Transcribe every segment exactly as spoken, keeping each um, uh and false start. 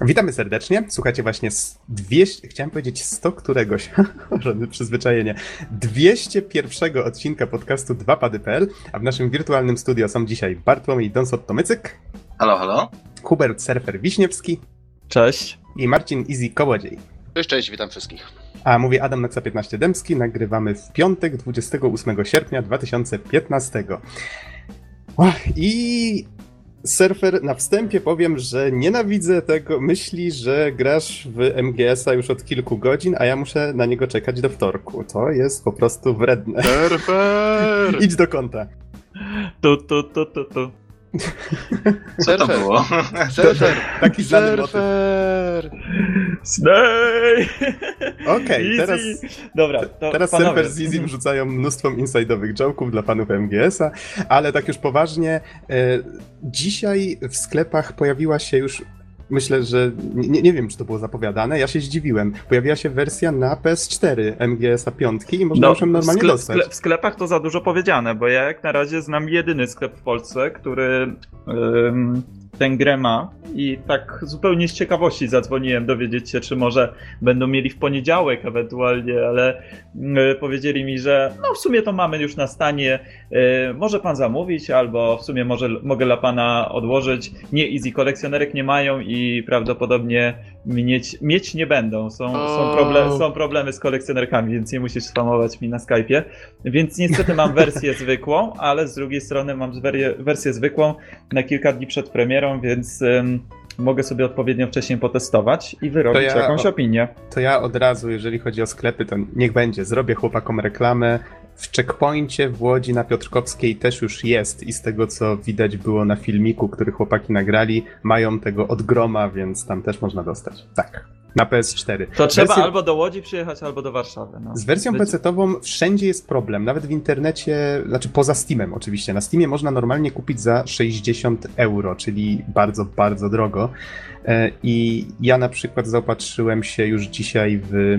Witamy serdecznie. Słuchajcie właśnie z dwieście, chciałem powiedzieć sto któregoś, żadne przyzwyczajenie, dwieście pierwszego odcinka podcastu dwa pady kropka p l, a w naszym wirtualnym studio są dzisiaj Bartłomiej Donsot-Tomycyk. Halo, halo. Hubert Surfer Wiśniewski. Cześć. I Marcin Easy Kołodziej. Cześć, cześć, witam wszystkich. A mówię Adam Naksa piętnaście Dębski, nagrywamy w piątek, dwudziestego ósmego sierpnia dwa tysiące piętnastego. O, I Surfer, na wstępie powiem, że nienawidzę tego myśli, że grasz w M G S a już od kilku godzin, a ja muszę na niego czekać do wtorku. To jest po prostu wredne. Surfer! Idź do konta. Tu, tu, tu, tu, tu. Co to było? Surfer! Taki znany motyw. Surfer! Snake! Okej, teraz, Dobra, to teraz panowie. Surfer z Easy wrzucają mnóstwo inside'owych joke'ów dla fanów M G S a, ale tak już poważnie, e, dzisiaj w sklepach pojawiła się już, myślę, że nie, nie wiem, czy to było zapowiadane, ja się zdziwiłem. Pojawiła się wersja na P S cztery M G S a pięć i można już ją normalnie w, sklep, dostać. sklep, w sklepach to za dużo powiedziane, bo ja jak na razie znam jedyny sklep w Polsce, który ym, tę grę ma i tak zupełnie z ciekawości zadzwoniłem dowiedzieć się, czy może będą mieli w poniedziałek ewentualnie, ale y, powiedzieli mi, że no w sumie to mamy już na stanie, y, może pan zamówić, albo w sumie może mogę dla pana odłożyć. Nie, Easy, kolekcjonerek nie mają i prawdopodobnie mieć, mieć nie będą. Są, są, proble- są problemy z kolekcjonerkami, więc nie musisz spamować mi na Skype'ie. Więc niestety mam wersję zwykłą, ale z drugiej strony mam wersję, wersję zwykłą na kilka dni przed premierą, więc ym, mogę sobie odpowiednio wcześniej potestować i wyrobić ja, jakąś o, opinię. To ja od razu, jeżeli chodzi o sklepy, to niech będzie. Zrobię chłopakom reklamę. W checkpoincie w Łodzi na Piotrkowskiej też już jest i z tego, co widać było na filmiku, który chłopaki nagrali, mają tego od groma, więc tam też można dostać. Tak, na P S cztery. To trzeba Wersję... albo do Łodzi przyjechać, albo do Warszawy. No. Z wersją pecetową wszędzie jest problem, nawet w internecie, znaczy poza Steamem oczywiście. Na Steamie można normalnie kupić za sześćdziesiąt euro, czyli bardzo, bardzo drogo. I ja na przykład zaopatrzyłem się już dzisiaj w,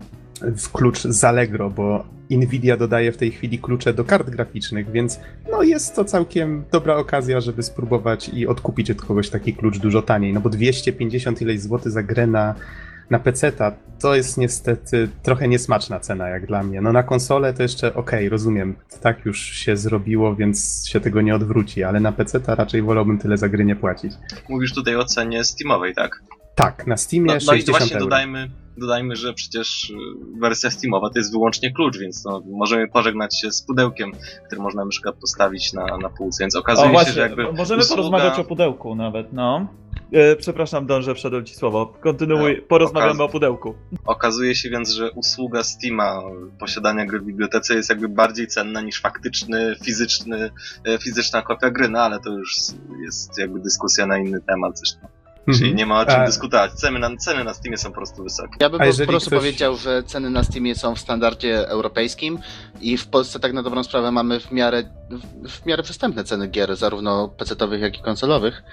w klucz z Allegro, bo Nvidia dodaje w tej chwili klucze do kart graficznych, więc no jest to całkiem dobra okazja, żeby spróbować i odkupić od kogoś taki klucz dużo taniej, no bo dwieście pięćdziesiąt ileś złotych za grę na, na peceta to jest niestety trochę niesmaczna cena jak dla mnie. No na konsolę to jeszcze okej, okay, rozumiem, tak już się zrobiło, więc się tego nie odwróci, ale na peceta raczej wolałbym tyle za gry nie płacić. Mówisz tutaj o cenie Steamowej, tak? Tak, na Steamie no, no sześćdziesiąt i właśnie euro. dodajmy, dodajmy, że przecież wersja Steamowa to jest wyłącznie klucz, więc no, możemy pożegnać się z pudełkiem, który można na przykład postawić na, na półce, więc okazuje o, się, właśnie, że jakby możemy usługa... porozmawiać o pudełku nawet, no. E, przepraszam, Dąże, wszedłem ci słowo. Kontynuuj, no, porozmawiamy okaz... o pudełku. Okazuje się więc, że usługa Steama posiadania gry w bibliotece jest jakby bardziej cenna niż faktyczny, fizyczny, fizyczna kopia gry, no ale to już jest jakby dyskusja na inny temat zresztą. Mm-hmm. Czyli nie ma o czym A... dyskutować. Ceny na, ceny na Steamie są po prostu wysokie. Ja bym po prostu ktoś... powiedział, że ceny na Steamie są w standardzie europejskim i w Polsce tak na dobrą sprawę mamy w miarę, w, w miarę przystępne ceny gier, zarówno pecetowych, jak i konsolowych.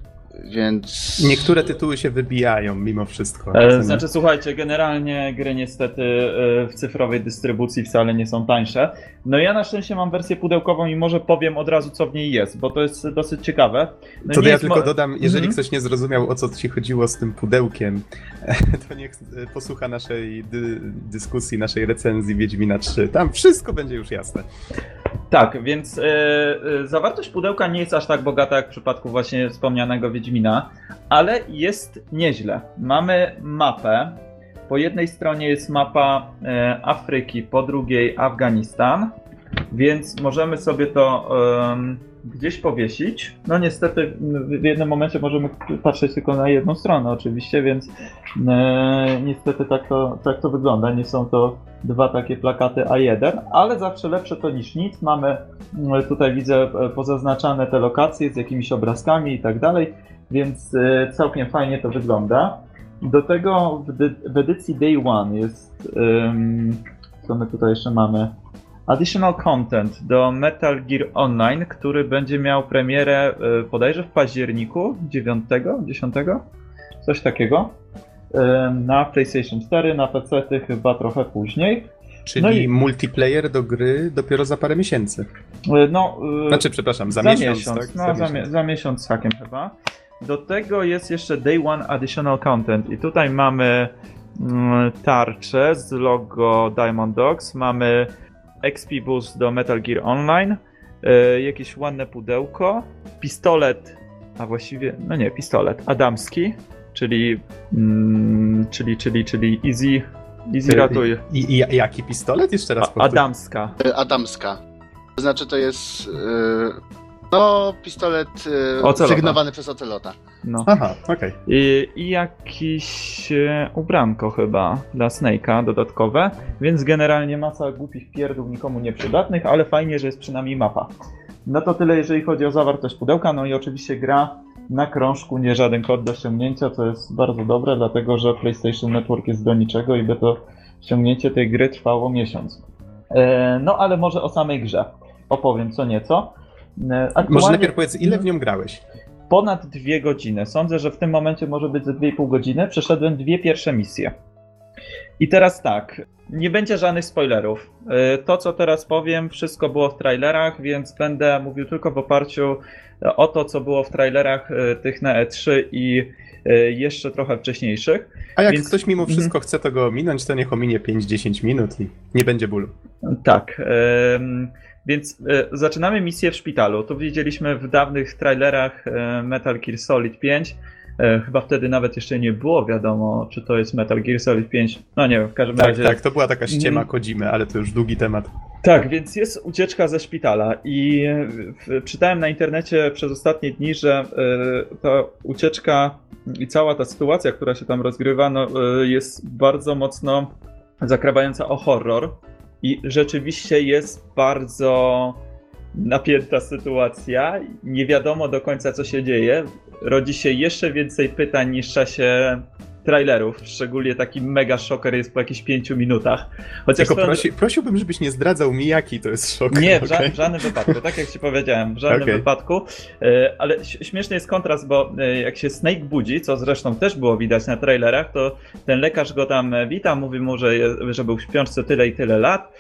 Więc... Niektóre tytuły się wybijają mimo wszystko. E, znaczy słuchajcie, generalnie gry niestety w cyfrowej dystrybucji wcale nie są tańsze. No ja na szczęście mam wersję pudełkową i może powiem od razu, co w niej jest, bo to jest dosyć ciekawe. No co ja tylko mo- dodam, jeżeli mm-hmm. ktoś nie zrozumiał, o co ci chodziło z tym pudełkiem, to niech posłucha naszej dy- dyskusji, naszej recenzji Wiedźmina trzy. Tam wszystko będzie już jasne. Tak, więc yy, zawartość pudełka nie jest aż tak bogata jak w przypadku właśnie wspomnianego Wiedźmina, ale jest nieźle. Mamy mapę. Po jednej stronie jest mapa yy, Afryki, po drugiej Afganistan, więc możemy sobie to yy, gdzieś powiesić. No niestety w jednym momencie możemy patrzeć tylko na jedną stronę oczywiście, więc yy, niestety tak to, tak to wygląda. Nie są to dwa takie plakaty A jeden, ale zawsze lepsze to niż nic. Mamy tutaj, widzę, pozaznaczane te lokacje z jakimiś obrazkami i tak dalej, więc całkiem fajnie to wygląda. Do tego w, dy- w edycji Day One jest, um, co my tutaj jeszcze mamy, additional content do Metal Gear Online, który będzie miał premierę bodajże w październiku dziewiątego, dziesiątego, coś takiego. Na PlayStation cztery, na P C chyba trochę później. Czyli no i... multiplayer do gry dopiero za parę miesięcy. No, znaczy, przepraszam, za, za miesiąc, miesiąc, tak? No, za, za, miesiąc. za miesiąc z hakiem chyba. do tego jest jeszcze Day One Additional Content i tutaj mamy mm, tarczę z logo Diamond Dogs, mamy X P Boost do Metal Gear Online, y, jakieś ładne pudełko, pistolet, a właściwie, no nie, pistolet adamski, czyli, mm, czyli, czyli, czyli Easy, easy ratuj. I, i jaki pistolet? Jeszcze raz powtórz. Adamska. Adamska. To znaczy to jest yy, no pistolet yy, sygnowany przez Ocelota. No. Aha, okej. Okay. I, I jakieś e, ubranko chyba dla Snake'a dodatkowe, więc generalnie masa głupich pierdół nikomu nieprzydatnych, ale fajnie, że jest przynajmniej mapa. No to tyle, jeżeli chodzi o zawartość pudełka, no i oczywiście gra na krążku, nie żaden kod do ściągnięcia, co jest bardzo dobre, dlatego że PlayStation Network jest do niczego i by to ściągnięcie tej gry trwało miesiąc. E, no ale może o samej grze opowiem co nieco. E, aktualnie... Może najpierw powiedz, ile w nią grałeś? Ponad dwie godziny. Sądzę, że w tym momencie może być ze dwie i pół godziny. Przeszedłem dwie pierwsze misje. I teraz tak, nie będzie żadnych spoilerów. To, co teraz powiem, wszystko było w trailerach, więc będę mówił tylko w oparciu o to, co było w trailerach tych na E trzy i jeszcze trochę wcześniejszych. A jak więc... ktoś mimo wszystko chce tego ominąć, to niech ominie pięć do dziesięciu minut i nie będzie bólu. Tak. Ym... Więc e, zaczynamy misję w szpitalu. Tu widzieliśmy w dawnych trailerach e, Metal Gear Solid pięć. E, chyba wtedy nawet jeszcze nie było wiadomo, czy to jest Metal Gear Solid pięć. No nie wiem, w każdym tak, razie... Tak, to była taka ściema Kojimy, ale to już długi temat. Tak, więc jest ucieczka ze szpitala i w, czytałem na internecie przez ostatnie dni, że e, ta ucieczka i cała ta sytuacja, która się tam rozgrywa, no, e, jest bardzo mocno zakrawająca o horror. I rzeczywiście jest bardzo napięta sytuacja, nie wiadomo do końca co się dzieje, rodzi się jeszcze więcej pytań niż w czasie trailerów, szczególnie taki mega szoker jest po jakichś pięciu minutach. Chociaż Tylko to... prosi, prosiłbym, żebyś nie zdradzał mi jaki to jest szoker. Nie, w, okay? ża- w żadnym wypadku, tak jak ci powiedziałem, w żadnym okay. wypadku, ale śmieszny jest kontrast, bo jak się Snake budzi, co zresztą też było widać na trailerach, to ten lekarz go tam wita, mówi mu, że, jest, że był w śpiączce tyle i tyle lat.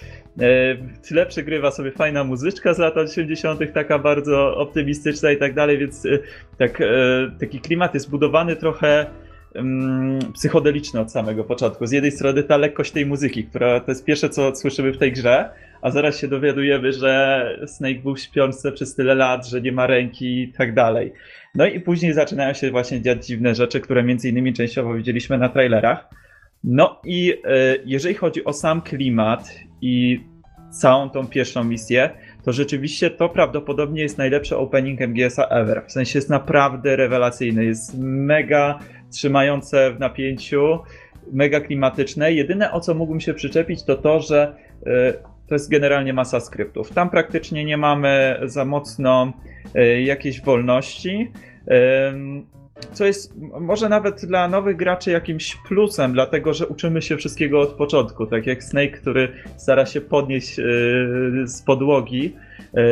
W tle przygrywa sobie fajna muzyczka z lat osiemdziesiątych, taka bardzo optymistyczna i tak dalej, więc tak, taki klimat jest budowany trochę um, psychodeliczny od samego początku. Z jednej strony ta lekkość tej muzyki, która to jest pierwsze co słyszymy w tej grze, a zaraz się dowiadujemy, że Snake był w śpiączce przez tyle lat, że nie ma ręki i tak dalej. No i później zaczynają się właśnie dziać dziwne rzeczy, które między innymi częściowo widzieliśmy na trailerach. No i e, jeżeli chodzi o sam klimat i całą tą pierwszą misję, to rzeczywiście to prawdopodobnie jest najlepszy opening M G S-a ever. W sensie jest naprawdę rewelacyjny, jest mega trzymające w napięciu, mega klimatyczne. Jedyne o co mógłbym się przyczepić to to, że e, to jest generalnie masa skryptów. Tam praktycznie nie mamy za mocno e, jakiejś wolności. E, Co jest może nawet dla nowych graczy jakimś plusem, dlatego że uczymy się wszystkiego od początku. Tak jak Snake, który stara się podnieść yy, z podłogi, yy,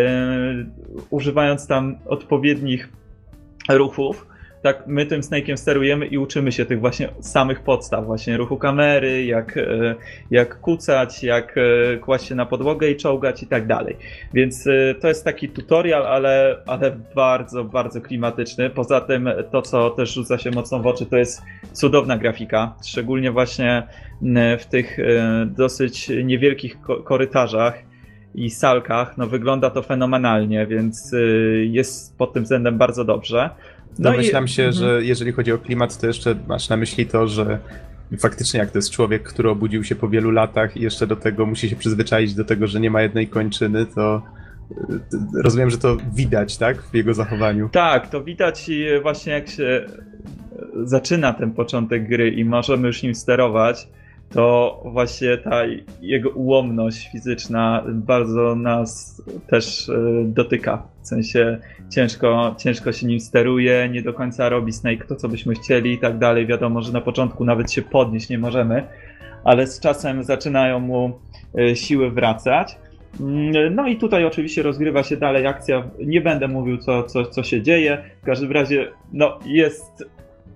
używając tam odpowiednich ruchów. Tak, my tym Snake'iem sterujemy i uczymy się tych właśnie samych podstaw, właśnie ruchu kamery, jak, jak kucać, jak kłaść się na podłogę i czołgać i tak dalej. Więc to jest taki tutorial, ale, ale bardzo, bardzo klimatyczny. Poza tym to, co też rzuca się mocno w oczy, to jest cudowna grafika, szczególnie właśnie w tych dosyć niewielkich korytarzach i salkach. No wygląda to fenomenalnie, więc jest pod tym względem bardzo dobrze. No Domyślam i... się, mhm. że jeżeli chodzi o klimat, to jeszcze masz na myśli to, że faktycznie jak to jest człowiek, który obudził się po wielu latach i jeszcze do tego musi się przyzwyczaić do tego, że nie ma jednej kończyny, to rozumiem, że to widać, tak, w jego zachowaniu. Tak, to widać i właśnie jak się zaczyna ten początek gry i możemy już nim sterować, to właśnie ta jego ułomność fizyczna bardzo nas też dotyka. W sensie ciężko, ciężko się nim steruje, nie do końca robi Snake to, co byśmy chcieli i tak dalej. Wiadomo, że na początku nawet się podnieść nie możemy, ale z czasem zaczynają mu siły wracać. No i tutaj oczywiście rozgrywa się dalej akcja. Nie będę mówił, co, co, co się dzieje. W każdym razie no, jest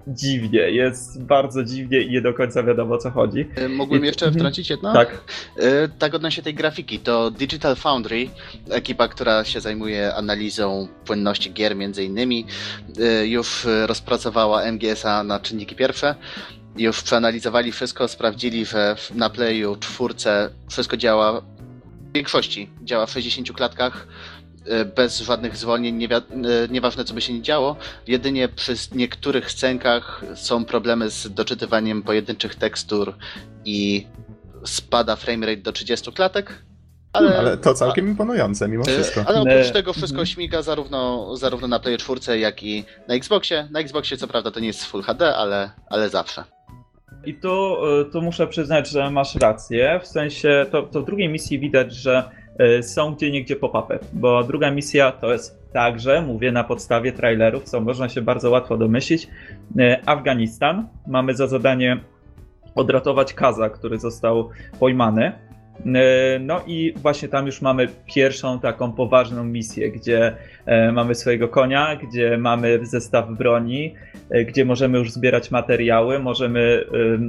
dziwnie, jest bardzo dziwnie i nie do końca wiadomo, o co chodzi. Mógłbym I... jeszcze wtrącić jedno? Tak. Tak odnośnie tej grafiki, to Digital Foundry, ekipa, która się zajmuje analizą płynności gier między innymi, już rozpracowała M G S a na czynniki pierwsze. Już przeanalizowali wszystko, sprawdzili, że na Playu czwórce wszystko działa, w większości działa w sześćdziesięciu klatkach, bez żadnych zwolnień, nie nieważne co by się nie działo. Jedynie przy niektórych scenkach są problemy z doczytywaniem pojedynczych tekstur i spada framerate do trzydziestu klatek. Ale, ale to całkiem a, imponujące mimo wszystko. Ale oprócz tego wszystko śmiga zarówno, zarówno na Playu czwórce, jak i na Xboxie. Na Xboxie co prawda to nie jest Full H D, ale, ale zawsze. I tu, tu muszę przyznać, że masz rację, w sensie to, to w drugiej misji widać, że są gdzie niegdzie pop-upy, bo druga misja to jest także, mówię na podstawie trailerów, co można się bardzo łatwo domyślić, Afganistan. Mamy za zadanie odratować Kaza, który został pojmany. No i właśnie tam już mamy pierwszą taką poważną misję, gdzie mamy swojego konia, gdzie mamy zestaw broni, gdzie możemy już zbierać materiały, możemy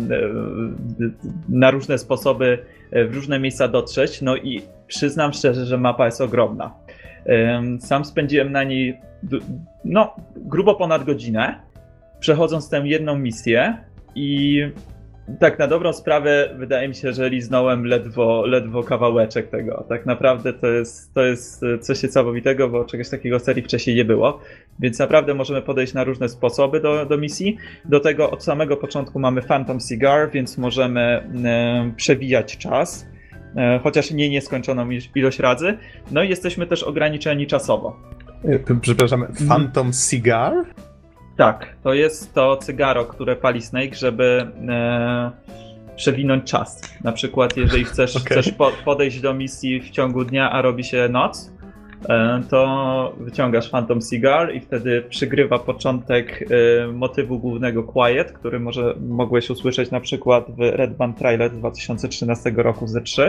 na różne sposoby w różne miejsca dotrzeć. No i przyznam szczerze, że mapa jest ogromna. Sam spędziłem na niej no, grubo ponad godzinę, przechodząc tę jedną misję i tak na dobrą sprawę wydaje mi się, że liznąłem ledwo, ledwo kawałeczek tego. Tak naprawdę to jest, to jest coś niesamowitego, bo czegoś takiego w serii wcześniej nie było. Więc naprawdę możemy podejść na różne sposoby do, do misji. Do tego od samego początku mamy Phantom Cigar, więc możemy e, przewijać czas. E, chociaż nie nieskończoną ilość razy. No i jesteśmy też ograniczeni czasowo. Przepraszam, Phantom Cigar? Tak, to jest to cygaro, które pali Snake, żeby e, przewinąć czas. Na przykład jeżeli chcesz, okay. chcesz po, podejść do misji w ciągu dnia, a robi się noc, e, to wyciągasz Phantom Cigar i wtedy przygrywa początek e, motywu głównego Quiet, który może mogłeś usłyszeć na przykład w Red Band Trailer z dwa tysiące trzynastego roku z E trzy.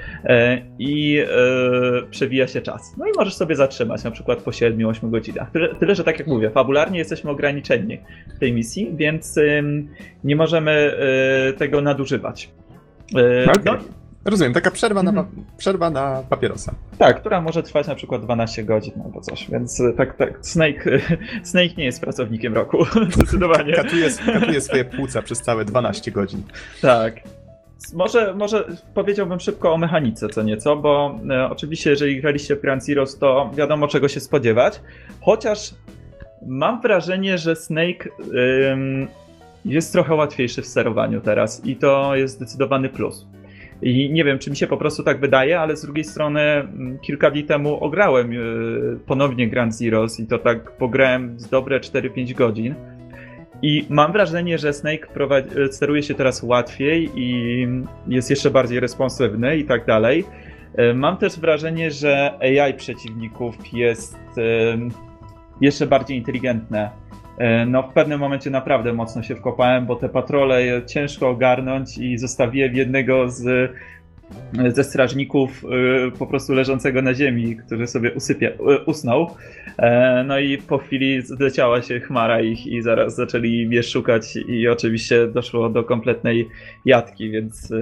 I e, przewija się czas. No i możesz sobie zatrzymać, na przykład po siedmiu ośmiu godzinach. Tyle, tyle, że tak jak mówię, fabularnie jesteśmy ograniczeni w tej misji, więc e, nie możemy e, tego nadużywać. E, okay. no, Rozumiem, taka przerwa, mm. na, przerwa na papierosa. Tak, która może trwać na przykład dwanaście godzin albo coś, więc tak, tak, Snake, Snake nie jest pracownikiem roku, zdecydowanie. Katuje, katuje swoje płuca przez całe dwanaście godzin. Tak. Może, może powiedziałbym szybko o mechanice co nieco, bo e, oczywiście jeżeli graliście w Ground Zeroes, to wiadomo czego się spodziewać, chociaż mam wrażenie, że Snake ym, jest trochę łatwiejszy w sterowaniu teraz i to jest zdecydowany plus. I nie wiem, czy mi się po prostu tak wydaje, ale z drugiej strony kilka dni temu ograłem yy, ponownie Ground Zeroes i to tak pograłem z dobre cztery pięć godzin. I mam wrażenie, że Snake prowadzi, steruje się teraz łatwiej i jest jeszcze bardziej responsywny i tak dalej. Mam też wrażenie, że A I przeciwników jest jeszcze bardziej inteligentne. No w pewnym momencie naprawdę mocno się wkopałem, bo te patrole ciężko ogarnąć i zostawiłem jednego z ze strażników po prostu leżącego na ziemi, który sobie usypia, usnął. No i po chwili zleciała się chmara ich i zaraz zaczęli mnie szukać i oczywiście doszło do kompletnej jatki, więc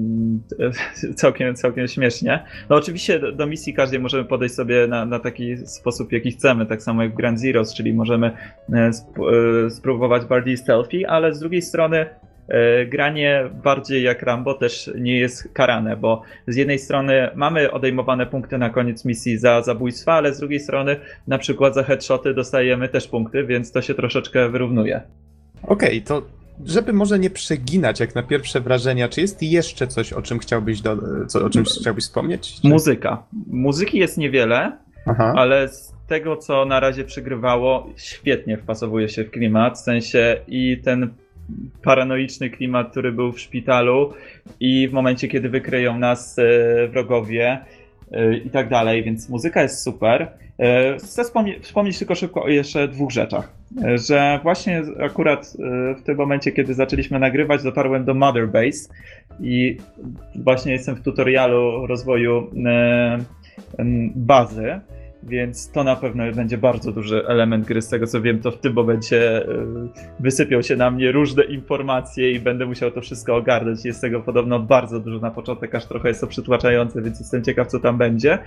całkiem, całkiem śmiesznie. No oczywiście do, do misji każdej możemy podejść sobie na, na taki sposób, jaki chcemy, tak samo jak w Ground Zeroes, czyli możemy sp- spróbować bardziej stealthy, ale z drugiej strony granie bardziej jak Rambo też nie jest karane, bo z jednej strony mamy odejmowane punkty na koniec misji za zabójstwa, ale z drugiej strony na przykład za headshoty dostajemy też punkty, więc to się troszeczkę wyrównuje. Okej, okay, to żeby może nie przeginać jak na pierwsze wrażenia, czy jest jeszcze coś, o czym chciałbyś, do, co, o czym chciałbyś wspomnieć? Czy... Muzyka. Muzyki jest niewiele, Aha. ale z tego, co na razie przygrywało, świetnie wpasowuje się w klimat, w sensie i ten paranoiczny klimat, który był w szpitalu i w momencie, kiedy wykryją nas e, wrogowie e, i tak dalej, więc muzyka jest super. E, chcę wspomnieć, wspomnieć tylko szybko o jeszcze dwóch rzeczach, e, że właśnie akurat e, w tym momencie, kiedy zaczęliśmy nagrywać, dotarłem do Mother Base i właśnie jestem w tutorialu rozwoju e, e, bazy więc to na pewno będzie bardzo duży element gry. Z tego co wiem, to w tym momencie wysypią się na mnie różne informacje i będę musiał to wszystko ogarnąć. Jest tego podobno bardzo dużo na początek, aż trochę jest to przytłaczające, więc jestem ciekaw, co tam będzie.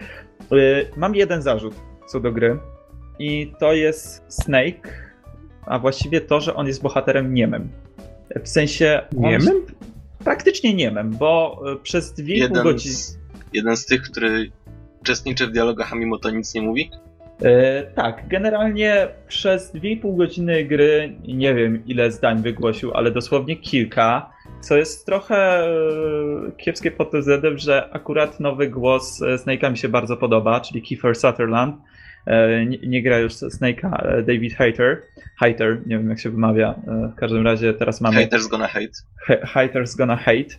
Mam jeden zarzut co do gry i to jest Snake, a właściwie to, że on jest bohaterem niemym. W sensie... Niemym? Praktycznie niemym, bo przez dwie i pół godziny... Jeden z tych, który uczestniczy w dialogach, a mimo to nic nie mówi? Yy, tak, generalnie przez dwie i pół godziny gry nie wiem ile zdań wygłosił, ale dosłownie kilka, co jest trochę yy, kiepskie pod tym względem, że akurat nowy głos Snake'a mi się bardzo podoba, czyli Kiefer Sutherland. Yy, nie, nie gra już Snake'a David Hayter. Hayter, nie wiem jak się wymawia, yy, w każdym razie teraz mamy... Haters gonna hate. H- Haters gonna hate.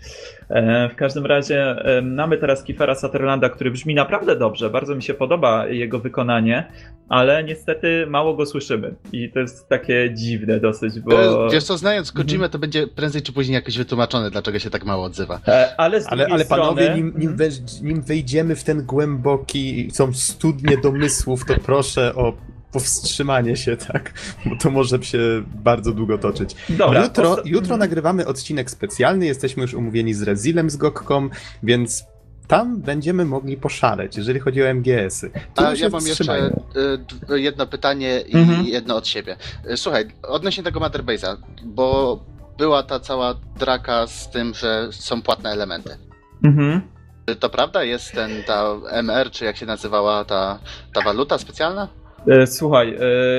W każdym razie mamy teraz Kiefera Sutherlanda, który brzmi naprawdę dobrze, bardzo mi się podoba jego wykonanie, ale niestety mało go słyszymy i to jest takie dziwne dosyć, bo... Wiesz co, znając Kojimę, to będzie prędzej czy później jakoś wytłumaczone, dlaczego się tak mało odzywa. Ale z ale, ale strony... panowie, nim, nim, weź, nim wejdziemy w ten głęboki, są studnie domysłów, to proszę o powstrzymanie się, tak? Bo to może się bardzo długo toczyć. Dobra, jutro, posta- jutro nagrywamy odcinek specjalny, jesteśmy już umówieni z Rezilem z Gogcom, więc tam będziemy mogli poszaleć, jeżeli chodzi o M G S-y. Tu A się ja mam jeszcze wstrzymajmy. y, jedno pytanie i Mhm. jedno od siebie. Y, Słuchaj, odnośnie tego Mother Base'a, bo była ta cała draka z tym, że są płatne elementy. Mhm. Czy to prawda? Jest ten, ta M R, czy jak się nazywała ta, ta waluta specjalna? Słuchaj,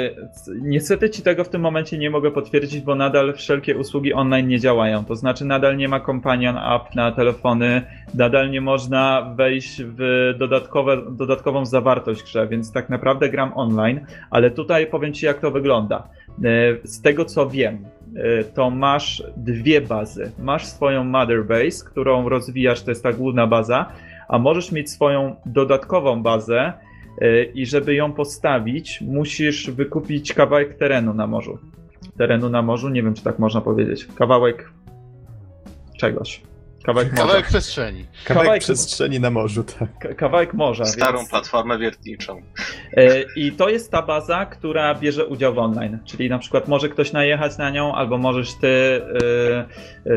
niestety ci tego w tym momencie nie mogę potwierdzić, bo nadal wszelkie usługi online nie działają. To znaczy nadal nie ma companion app na telefony, nadal nie można wejść w dodatkowe, dodatkową zawartość w grze, więc tak naprawdę gram online, ale tutaj powiem ci jak to wygląda. Z tego co wiem, to masz dwie bazy. Masz swoją Mother Base, którą rozwijasz, to jest ta główna baza, a możesz mieć swoją dodatkową bazę, i żeby ją postawić, musisz wykupić kawałek terenu na morzu. Terenu na morzu, nie wiem czy tak można powiedzieć. Kawałek czegoś. Kawałek morza. Kawałek przestrzeni. Kawałek, kawałek- przestrzeni na morzu, tak. K- kawałek morza. Starą więc... platformę wiertniczą. E, I to jest ta baza, która bierze udział w online. Czyli na przykład może ktoś najechać na nią, albo możesz ty e, e,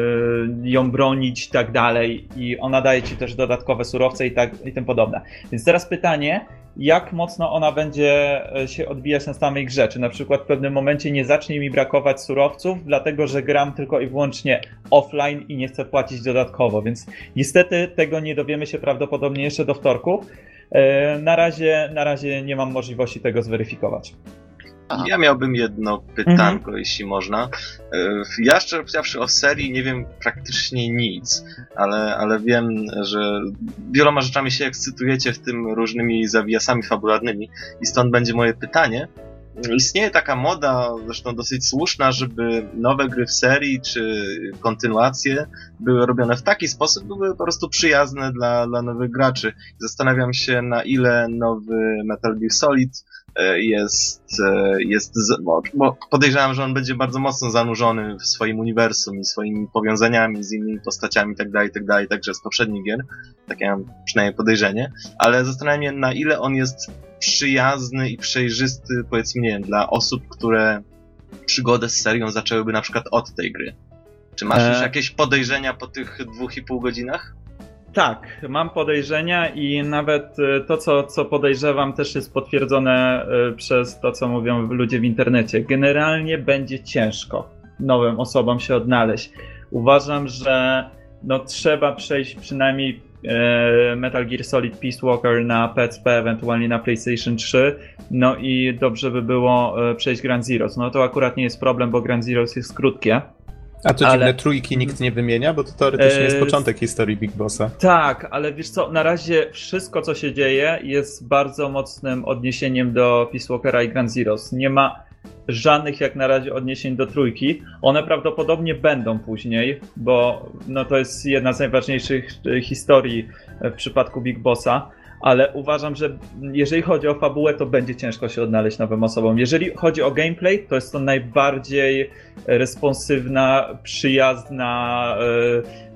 ją bronić i tak dalej. I ona daje ci też dodatkowe surowce i tak i tym podobne. Więc teraz pytanie, jak mocno ona będzie się odbijać na samej grze? Czy na przykład w pewnym momencie nie zacznie mi brakować surowców, dlatego że gram tylko i wyłącznie offline i nie chcę płacić dodatkowo, więc niestety tego nie dowiemy się prawdopodobnie jeszcze do wtorku. Na razie, na razie nie mam możliwości tego zweryfikować. Aha. Ja miałbym jedno pytanko, jeśli można. E, Ja szczerze powiedziawszy o serii nie wiem praktycznie nic, ale, ale wiem, że wieloma rzeczami się ekscytujecie, w tym różnymi zawiasami fabularnymi i stąd będzie moje pytanie. Istnieje taka moda, zresztą dosyć słuszna, żeby nowe gry w serii czy kontynuacje były robione w taki sposób, by były po prostu przyjazne dla, dla nowych graczy. Zastanawiam się, na ile nowy Metal Gear Solid e, jest, e, jest z, bo, bo podejrzewam, że on będzie bardzo mocno zanurzony w swoim uniwersum i swoimi powiązaniami z innymi postaciami itd., itd., także z poprzednich gier. Takie mam przynajmniej podejrzenie. Ale zastanawiam się, na ile on jest przyjazny i przejrzysty, powiedzmy, nie wiem, dla osób, które przygodę z serią zaczęłyby na przykład od tej gry. Czy masz E... już jakieś podejrzenia po tych dwóch i pół godzinach? Tak, mam podejrzenia i nawet to, co, co podejrzewam, też jest potwierdzone przez to, co mówią ludzie w internecie. Generalnie będzie ciężko nowym osobom się odnaleźć. Uważam, że no, trzeba przejść przynajmniej e, Metal Gear Solid Peace Walker na P S P, ewentualnie na PlayStation trzy, no i dobrze by było e, przejść Ground Zeroes. No to akurat nie jest problem, bo Ground Zeroes jest krótkie. A to Ale- dziwne, trójki nikt nie wymienia, bo to teoretycznie jest Eee, początek historii Big Bossa. Tak, ale wiesz co, na razie wszystko, co się dzieje, jest bardzo mocnym odniesieniem do Peace Walkera i Ground Zeroes. Nie ma żadnych jak na razie odniesień do trójki. One prawdopodobnie będą później, bo no, to jest jedna z najważniejszych e, historii w przypadku Big Bossa, ale uważam, że jeżeli chodzi o fabułę, to będzie ciężko się odnaleźć nowym osobom. Jeżeli chodzi o gameplay, to jest to najbardziej responsywna, przyjazna, e,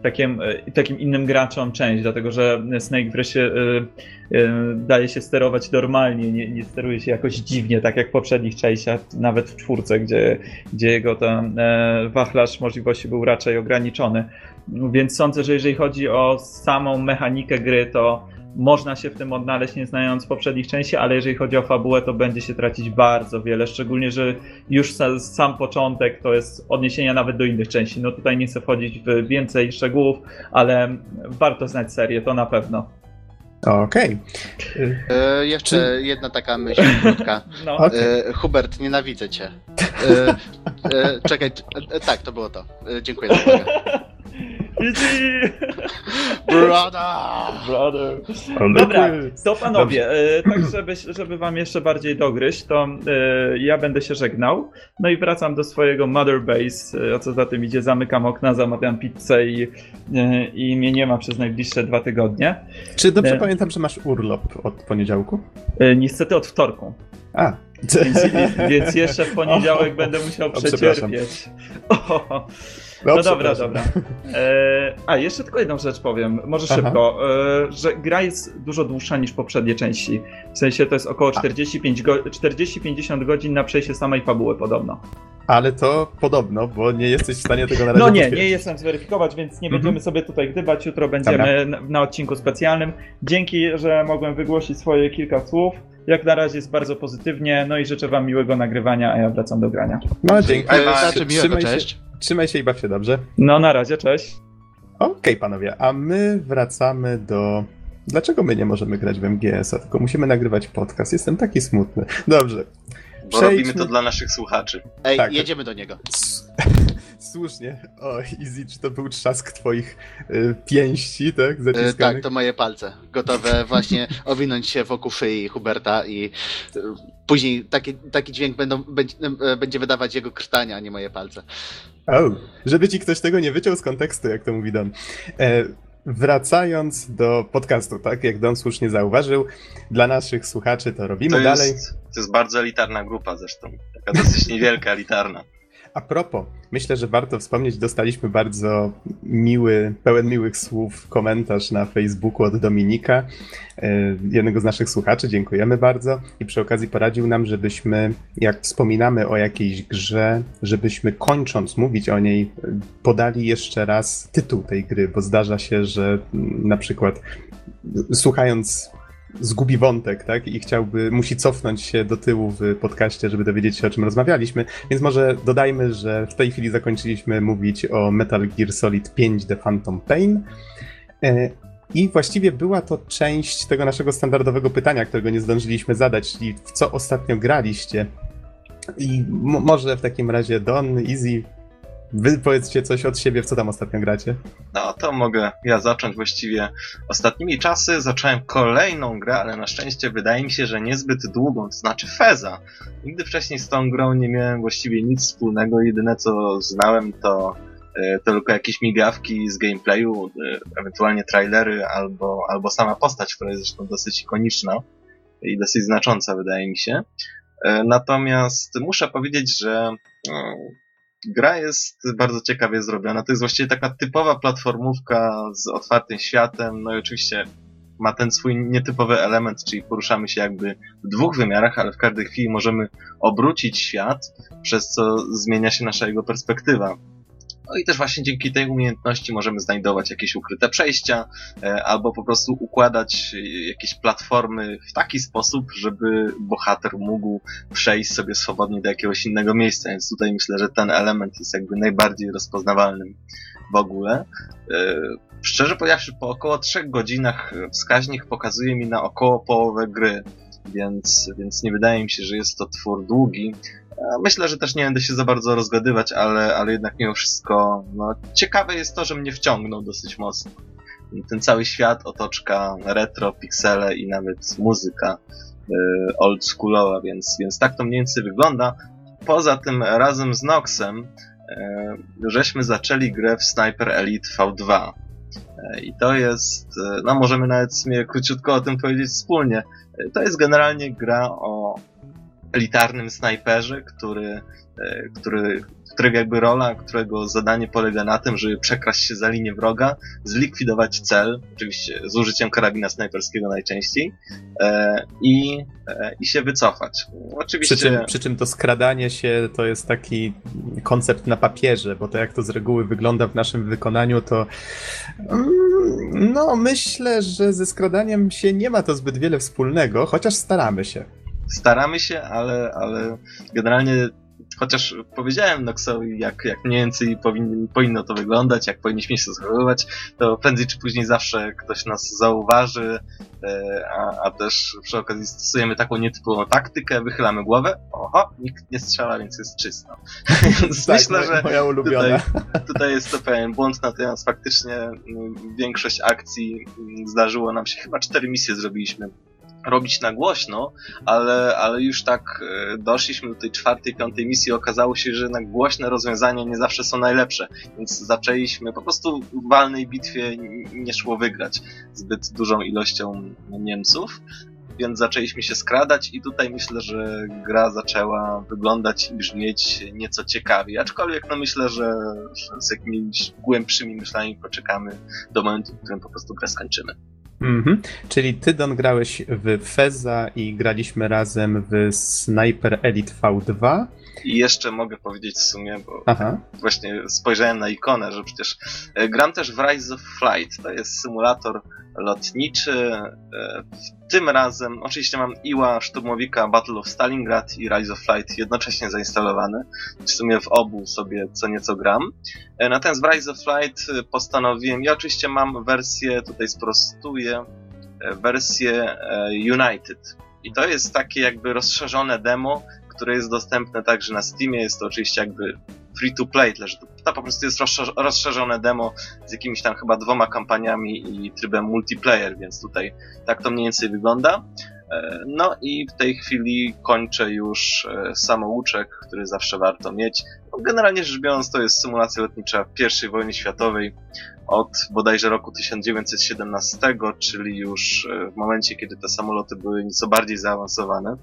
takim, takim innym graczom część, dlatego że Snake wreszcie y, y, daje się sterować normalnie, nie, nie steruje się jakoś dziwnie, tak jak w poprzednich częściach, nawet w czwórce, gdzie, gdzie jego ten e, wachlarz możliwości był raczej ograniczony. Więc sądzę, że jeżeli chodzi o samą mechanikę gry, to można się w tym odnaleźć, nie znając poprzednich części, ale jeżeli chodzi o fabułę, to będzie się tracić bardzo wiele, szczególnie, że już sam początek to jest odniesienia nawet do innych części. No tutaj nie chcę wchodzić w więcej szczegółów, ale warto znać serię, to na pewno. Okej. Okay. E, jeszcze Czy... jedna taka myśl krótka. No. Okay. E, Hubert, nienawidzę cię. E, e, czekaj, e, tak, to było to. E, dziękuję za uwagę. Brother! Brother. Dobra, to panowie, e, tak żeby, żeby wam jeszcze bardziej dogryźć, to e, ja będę się żegnał. No i wracam do swojego Mother Base, a co za tym idzie, zamykam okna, zamawiam pizzę i, e, i mnie nie ma przez najbliższe dwa tygodnie. Czy dobrze e, pamiętam, że masz urlop od poniedziałku? E, niestety od wtorku. A. Więc, więc jeszcze w poniedziałek o, będę musiał przecierpieć. O, no, no dobra, dobra. E, a, jeszcze tylko jedną rzecz powiem, może Aha. szybko, e, że gra jest dużo dłuższa niż poprzednie części. W sensie to jest około czterdzieści pięć do pięćdziesięciu godzin na przejście samej fabuły podobno. Ale to podobno, bo nie jesteś w stanie tego na razie No nie, nie jestem zweryfikować, więc nie będziemy mm-hmm. sobie tutaj gdybać. Jutro będziemy na, na odcinku specjalnym. Dzięki, że mogłem wygłosić swoje kilka słów. Jak na razie jest bardzo pozytywnie, no i życzę wam miłego nagrywania, a ja wracam do grania. No dzięki. Znaczy, trzymaj, cześć. Się, trzymaj się i baw się dobrze. No na razie, cześć. Okej okay, panowie, a my wracamy do... Dlaczego my nie możemy grać w M G S-a, tylko musimy nagrywać podcast? Jestem taki smutny. Dobrze. Bo Przejdźmy... robimy to dla naszych słuchaczy. Ej, tak. Jedziemy do niego. Słusznie. O, Easy, czy to był trzask twoich y, pięści, tak? Zaciskanych? Y, tak, to moje palce. Gotowe właśnie owinąć się wokół szyi Huberta i y, później taki, taki dźwięk będą, będzie, y, będzie wydawać jego krtania, a nie moje palce. O, żeby ci ktoś tego nie wyciął z kontekstu, jak to mówi Don. E, Wracając do podcastu, tak jak Don słusznie zauważył, dla naszych słuchaczy to robimy to jest, dalej. To jest bardzo elitarna grupa zresztą, taka dosyć niewielka, elitarna. A propos, myślę, że warto wspomnieć, dostaliśmy bardzo miły, pełen miłych słów komentarz na Facebooku od Dominika, jednego z naszych słuchaczy, dziękujemy bardzo. I przy okazji poradził nam, żebyśmy, jak wspominamy o jakiejś grze, żebyśmy kończąc mówić o niej, podali jeszcze raz tytuł tej gry, bo zdarza się, że na przykład słuchając zgubi wątek, tak? I chciałby, musi cofnąć się do tyłu w podcaście, żeby dowiedzieć się, o czym rozmawialiśmy. Więc może dodajmy, że w tej chwili zakończyliśmy mówić o Metal Gear Solid pięć The Phantom Pain. I właściwie była to część tego naszego standardowego pytania, którego nie zdążyliśmy zadać, czyli w co ostatnio graliście. I m- może w takim razie Don, Easy, wy powiedzcie coś od siebie, w co tam ostatnio gracie. No to mogę ja zacząć właściwie. Ostatnimi czasy zacząłem kolejną grę, ale na szczęście wydaje mi się, że niezbyt długą, to znaczy Feza. Nigdy wcześniej z tą grą nie miałem właściwie nic wspólnego, jedyne co znałem to, to tylko jakieś migawki z gameplayu, ewentualnie trailery albo, albo sama postać, która jest zresztą dosyć ikoniczna i dosyć znacząca wydaje mi się. Natomiast muszę powiedzieć, że gra jest bardzo ciekawie zrobiona. To jest właściwie taka typowa platformówka z otwartym światem. No i oczywiście ma ten swój nietypowy element, czyli poruszamy się jakby w dwóch wymiarach, ale w każdej chwili możemy obrócić świat, przez co zmienia się nasza jego perspektywa. No i też właśnie dzięki tej umiejętności możemy znajdować jakieś ukryte przejścia, e, albo po prostu układać jakieś platformy w taki sposób, żeby bohater mógł przejść sobie swobodnie do jakiegoś innego miejsca. Więc tutaj myślę, że ten element jest jakby najbardziej rozpoznawalnym w ogóle. E, szczerze powiedziawszy, po około trzech godzinach wskaźnik pokazuje mi na około połowę gry, więc, więc nie wydaje mi się, że jest to twór długi. Myślę, że też nie będę się za bardzo rozgadywać, ale, ale jednak mimo wszystko no, ciekawe jest to, że mnie wciągnął dosyć mocno. Ten cały świat, otoczka, retro, piksele i nawet muzyka y, oldschoolowa, więc, więc tak to mniej więcej wygląda. Poza tym razem z Noxem y, żeśmy zaczęli grę w Sniper Elite V dwa. Y, I to jest, y, no możemy nawet w sumie króciutko o tym powiedzieć wspólnie. Y, to jest generalnie gra o elitarnym snajperze, który, który, którego jakby rola, którego zadanie polega na tym, żeby przekraść się za linię wroga, zlikwidować cel, oczywiście z użyciem karabina snajperskiego najczęściej, e, i, e, i się wycofać. Oczywiście... Przy czym, przy czym to skradanie się to jest taki koncept na papierze, bo to jak to z reguły wygląda w naszym wykonaniu, to no myślę, że ze skradaniem się nie ma to zbyt wiele wspólnego, chociaż staramy się. Staramy się, ale, ale generalnie chociaż powiedziałem Noxowi, jak, jak mniej więcej powinno, powinno to wyglądać, jak powinniśmy się zachowywać, to prędzej czy później zawsze ktoś nas zauważy, a, a też przy okazji stosujemy taką nietypową taktykę, wychylamy głowę, oho, nikt nie strzela, więc jest czysto. Więc tak, myślę, że moja ulubiona. Tutaj, tutaj jest to pewien błąd, natomiast faktycznie większość akcji zdarzyło nam się, chyba cztery misje zrobiliśmy, robić na głośno, ale, ale już tak doszliśmy do tej czwartej, piątej misji, okazało się, że jednak głośne rozwiązania nie zawsze są najlepsze, więc zaczęliśmy po prostu w walnej bitwie nie szło wygrać zbyt dużą ilością Niemców, więc zaczęliśmy się skradać i tutaj myślę, że gra zaczęła wyglądać i brzmieć nieco ciekawiej, aczkolwiek no myślę, że, że z jakimiś głębszymi myślami poczekamy do momentu, w którym po prostu grę skończymy. Mhm. Czyli ty, Don, grałeś w Feza i graliśmy razem w Sniper Elite V dwa. I jeszcze mogę powiedzieć w sumie, bo Aha. właśnie spojrzałem na ikonę, że przecież gram też w Rise of Flight. To jest symulator lotniczy. Tym razem oczywiście mam Iła, Szturmowika, Battle of Stalingrad i Rise of Flight jednocześnie zainstalowane. W sumie w obu sobie co nieco gram. Natomiast w Rise of Flight postanowiłem, ja oczywiście mam wersję, tutaj sprostuję, wersję United. I to jest takie jakby rozszerzone demo, które jest dostępne także na Steamie. Jest to oczywiście jakby free to play, tyle że to po prostu jest rozszerzone demo z jakimiś tam chyba dwoma kampaniami i trybem multiplayer, więc tutaj tak to mniej więcej wygląda. No i w tej chwili kończę już samouczek, który zawsze warto mieć. Generalnie rzecz biorąc, to jest symulacja lotnicza pierwszej wojny światowej od bodajże roku tysiąc dziewięćset siedemnastego, czyli już w momencie, kiedy te samoloty były nieco bardziej zaawansowane.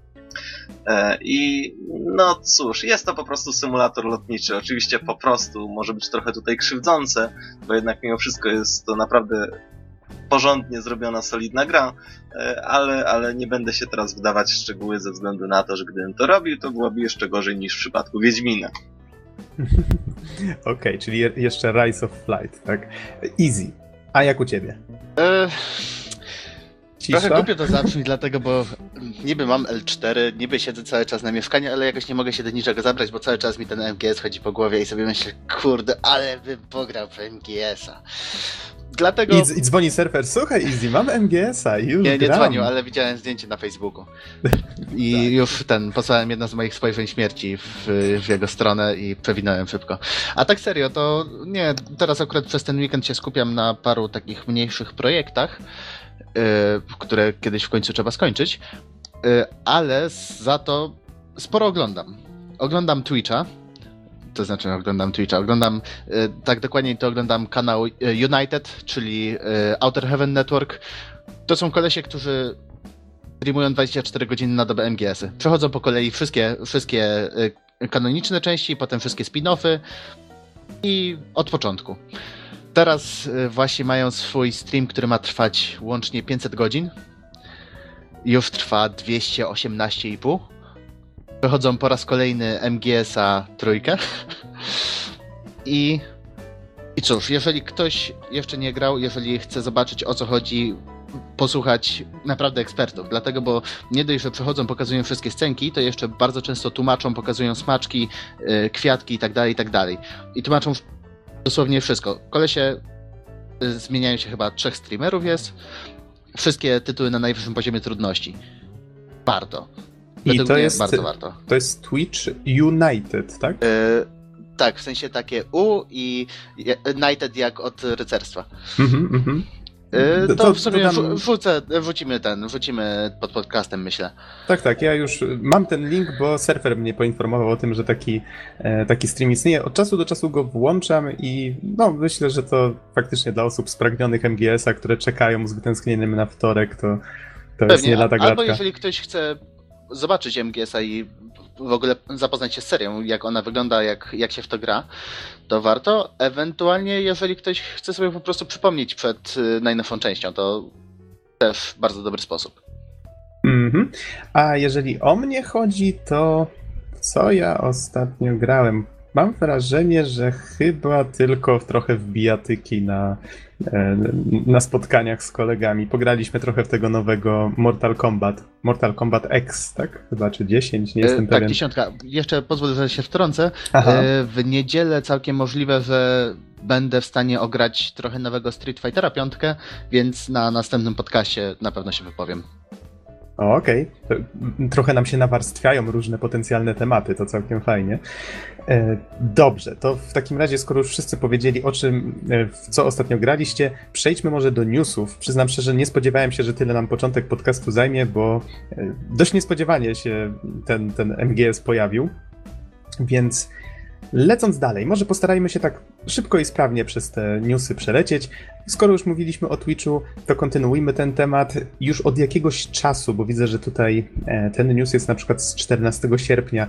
I no cóż, jest to po prostu symulator lotniczy. Oczywiście po prostu może być trochę tutaj krzywdzące, bo jednak mimo wszystko jest to naprawdę porządnie zrobiona, solidna gra, ale, ale nie będę się teraz wdawać w szczegóły ze względu na to, że gdybym to robił, to byłoby jeszcze gorzej niż w przypadku Wiedźmina. Okej, okay, czyli je- jeszcze Rise of Flight, tak? Easy. A jak u ciebie? E... Cisza? Trochę głupio to zabrzmi, dlatego, bo niby mam L cztery, niby siedzę cały czas na mieszkaniu, ale jakoś nie mogę się do niczego zabrać, bo cały czas mi ten M G S chodzi po głowie i sobie myślę, kurde, ale bym pograł w M G S-a. Dlatego... I, I dzwoni surfer, słuchaj Easy, mam M G S-a i już Nie, nie gram. dzwonił, ale widziałem zdjęcie na Facebooku. I tak. Już ten, posłałem jedno z moich spojrzeń śmierci w, w jego stronę i przewinąłem szybko. A tak serio, to nie, teraz akurat przez ten weekend się skupiam na paru takich mniejszych projektach, yy, które kiedyś w końcu trzeba skończyć, yy, ale za to sporo oglądam. Oglądam Twitcha. To znaczy oglądam Twitcha, oglądam, y, tak dokładniej to oglądam kanał y, United, czyli y, Outer Heaven Network. To są kolesie, którzy streamują dwadzieścia cztery godziny na dobę M G S-y. Przechodzą po kolei wszystkie, wszystkie y, kanoniczne części, potem wszystkie spin-offy i od początku. Teraz y, właśnie mają swój stream, który ma trwać łącznie pięćset godzin. Już trwa dwieście osiemnaście i pół. Przechodzą po raz kolejny M G S-a trójkę. I, I cóż, jeżeli ktoś jeszcze nie grał, jeżeli chce zobaczyć o co chodzi, posłuchać naprawdę ekspertów. Dlatego, bo nie dość, że przechodzą, pokazują wszystkie scenki, to jeszcze bardzo często tłumaczą, pokazują smaczki, yy, kwiatki i tak dalej, i tak dalej. I tłumaczą dosłownie wszystko. Kolesie yy, zmieniają się, chyba trzech streamerów jest. Wszystkie tytuły na najwyższym poziomie trudności. Warto. I to jest, bardzo warto. To jest Twitch United, tak? Yy, tak, w sensie takie U i United jak od rycerstwa. Mhm, mhm. Yy, to, to w sumie to tam... wrzucę, wrzucimy ten, wrzucimy pod podcastem, myślę. Tak, tak, ja już mam ten link, bo surfer mnie poinformował o tym, że taki, taki stream istnieje. Od czasu do czasu go włączam i no myślę, że to faktycznie dla osób spragnionych M G S-a, które czekają z wytęsknieniem na wtorek, to, to jest nie lada gratka. Albo jeżeli ktoś chce zobaczyć M G S-a i w ogóle zapoznać się z serią, jak ona wygląda, jak, jak się w to gra, to warto. Ewentualnie, jeżeli ktoś chce sobie po prostu przypomnieć przed najnowszą częścią, to też bardzo dobry sposób. Mhm. A jeżeli o mnie chodzi, to co ja ostatnio grałem? Mam wrażenie, że chyba tylko trochę w bijatyki na, na spotkaniach z kolegami. Pograliśmy trochę w tego nowego Mortal Kombat. Mortal Kombat X, tak? Chyba, czy dziesięć, nie jestem e, pewien. Tak, dziesiątka. Jeszcze pozwól, że się wtrącę. Aha. E, w niedzielę całkiem możliwe, że będę w stanie ograć trochę nowego Street Fightera piątkę, więc na następnym podcaście na pewno się wypowiem. O, okej. Okay. Trochę nam się nawarstwiają różne potencjalne tematy, to całkiem fajnie. Dobrze, to w takim razie, skoro już wszyscy powiedzieli, o czym, w co ostatnio graliście, przejdźmy może do newsów. Przyznam szczerze, nie spodziewałem się, że tyle nam początek podcastu zajmie, bo dość niespodziewanie się ten, ten M G S pojawił, więc lecąc dalej, może postarajmy się tak szybko i sprawnie przez te newsy przelecieć. Skoro już mówiliśmy o Twitchu, to kontynuujmy ten temat. Już od jakiegoś czasu, bo widzę, że tutaj ten news jest na przykład z czternastego sierpnia.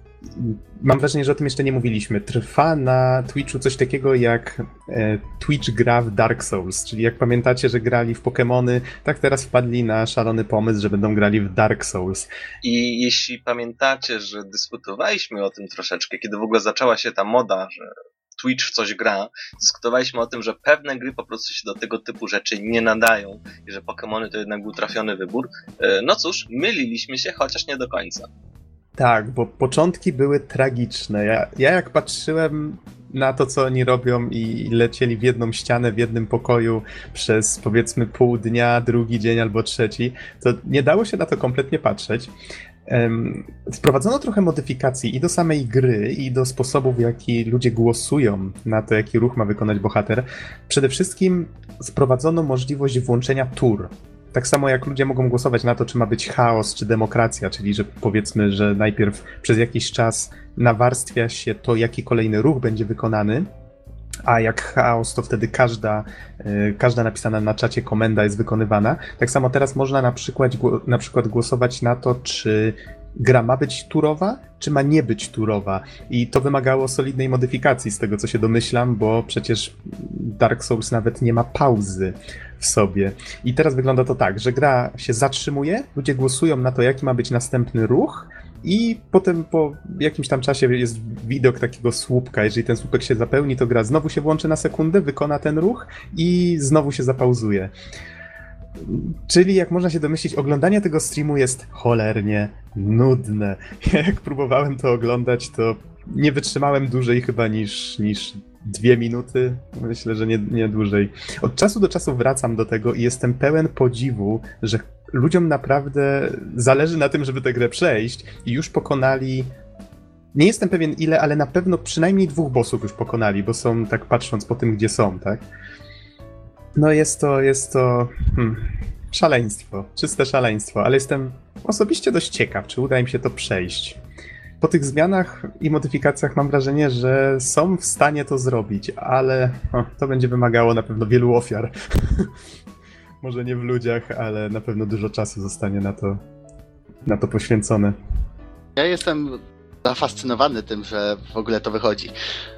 Mam wrażenie, że o tym jeszcze nie mówiliśmy. Trwa na Twitchu coś takiego jak Twitch gra w Dark Souls, czyli jak pamiętacie, że grali w Pokémony, tak teraz wpadli na szalony pomysł, że będą grali w Dark Souls. I jeśli pamiętacie, że dyskutowaliśmy o tym troszeczkę, kiedy w ogóle zaczęła się ta moda, że Twitch w coś gra, dyskutowaliśmy o tym, że pewne gry po prostu się do tego typu rzeczy nie nadają i że Pokémony to jednak był trafiony wybór. No cóż, myliliśmy się, chociaż nie do końca. Tak, bo początki były tragiczne. Ja, ja jak patrzyłem na to, co oni robią i lecieli w jedną ścianę, w jednym pokoju przez powiedzmy pół dnia, drugi dzień albo trzeci, to nie dało się na to kompletnie patrzeć. Um, wprowadzono trochę modyfikacji i do samej gry, i do sposobu, w jaki ludzie głosują na to, jaki ruch ma wykonać bohater. Przede wszystkim wprowadzono możliwość włączenia tur. Tak samo jak ludzie mogą głosować na to, czy ma być chaos, czy demokracja, czyli że powiedzmy, że najpierw przez jakiś czas nawarstwia się to, jaki kolejny ruch będzie wykonany, a jak chaos, to wtedy każda, każda napisana na czacie komenda jest wykonywana. Tak samo teraz można na przykład, na przykład głosować na to, czy gra ma być turowa, czy ma nie być turowa. I to wymagało solidnej modyfikacji, z tego co się domyślam, bo przecież Dark Souls nawet nie ma pauzy w sobie. I teraz wygląda to tak, że gra się zatrzymuje, ludzie głosują na to, jaki ma być następny ruch, i potem po jakimś tam czasie jest widok takiego słupka. Jeżeli ten słupek się zapełni, to gra znowu się włączy na sekundę, wykona ten ruch i znowu się zapauzuje. Czyli jak można się domyślić, oglądanie tego streamu jest cholernie nudne. Ja jak próbowałem to oglądać, to nie wytrzymałem dłużej chyba niż, niż dwie minuty. Myślę, że nie, nie dłużej. Od czasu do czasu wracam do tego i jestem pełen podziwu, że ludziom naprawdę zależy na tym, żeby tę grę przejść i już pokonali... Nie jestem pewien ile, ale na pewno przynajmniej dwóch bossów już pokonali, bo są, tak patrząc po tym, gdzie są, tak? No jest to, jest to hmm, szaleństwo, czyste szaleństwo, ale jestem osobiście dość ciekaw, czy uda im się to przejść. Po tych zmianach i modyfikacjach mam wrażenie, że są w stanie to zrobić, ale o, to będzie wymagało na pewno wielu ofiar. Może nie w ludziach, ale na pewno dużo czasu zostanie na to, na to poświęcone. Ja jestem zafascynowany tym, że w ogóle to wychodzi.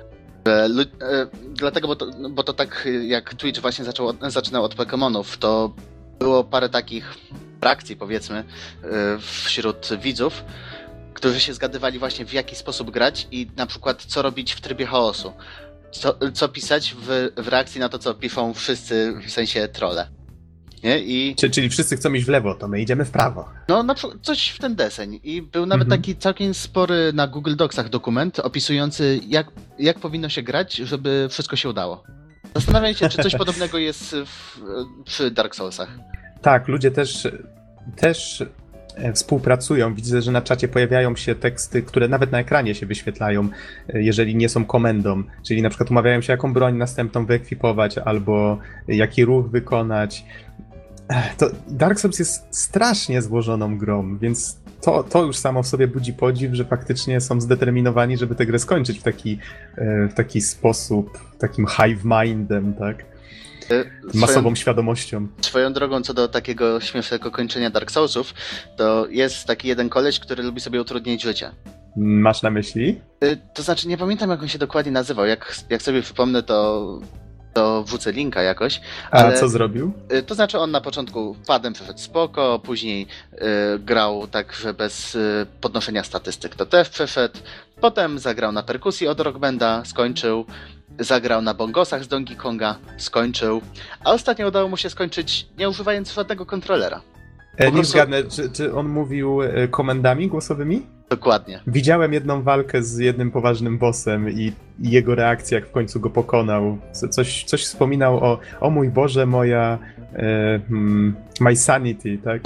Dlatego, bo to, bo to tak jak Twitch właśnie zaczął, zaczynał od Pokemonów, to było parę takich frakcji, powiedzmy, wśród widzów, którzy się zgadywali właśnie, w jaki sposób grać i na przykład co robić w trybie chaosu. Co, co pisać w, w reakcji na to, co piszą wszyscy, w sensie trolle. Nie? I... Czyli wszyscy chcą iść w lewo, to my idziemy w prawo. No, na przykład coś w ten deseń. I był nawet mhm. taki całkiem spory na Google Docsach dokument opisujący, jak, jak powinno się grać, żeby wszystko się udało. Zastanawiam się, czy coś podobnego jest w, przy Dark Soulsach. Tak, ludzie też, też współpracują. Widzę, że na czacie pojawiają się teksty, które nawet na ekranie się wyświetlają, jeżeli nie są komendą. Czyli na przykład umawiają się, jaką broń następną wyekwipować, albo jaki ruch wykonać. To Dark Souls jest strasznie złożoną grą, więc to, to już samo w sobie budzi podziw, że faktycznie są zdeterminowani, żeby tę grę skończyć w taki, w taki sposób, takim hive mindem, tak? masową swoją, świadomością. Swoją drogą, co do takiego śmiesznego kończenia Dark Soulsów, to jest taki jeden koleś, który lubi sobie utrudnić życie. Masz na myśli? To znaczy, nie pamiętam, jak on się dokładnie nazywał. Jak, jak sobie przypomnę, to, to wrzucę linka jakoś. Ale... Ale, A co zrobił? To znaczy, on na początku padem przeszedł spoko, później y, grał tak, że bez y, podnoszenia statystyk to też przeszedł. Potem zagrał na perkusji od Rock Banda, skończył. Zagrał na bongosach z Donkey Konga, skończył. A ostatnio udało mu się skończyć, nie używając żadnego kontrolera. E, nie prostu... zgadnę, czy, czy on mówił e, komendami głosowymi? Dokładnie. Widziałem jedną walkę z jednym poważnym bossem i, i jego reakcja, jak w końcu go pokonał. Coś, coś wspominał o, o mój Boże, moja e, hmm, my sanity, tak?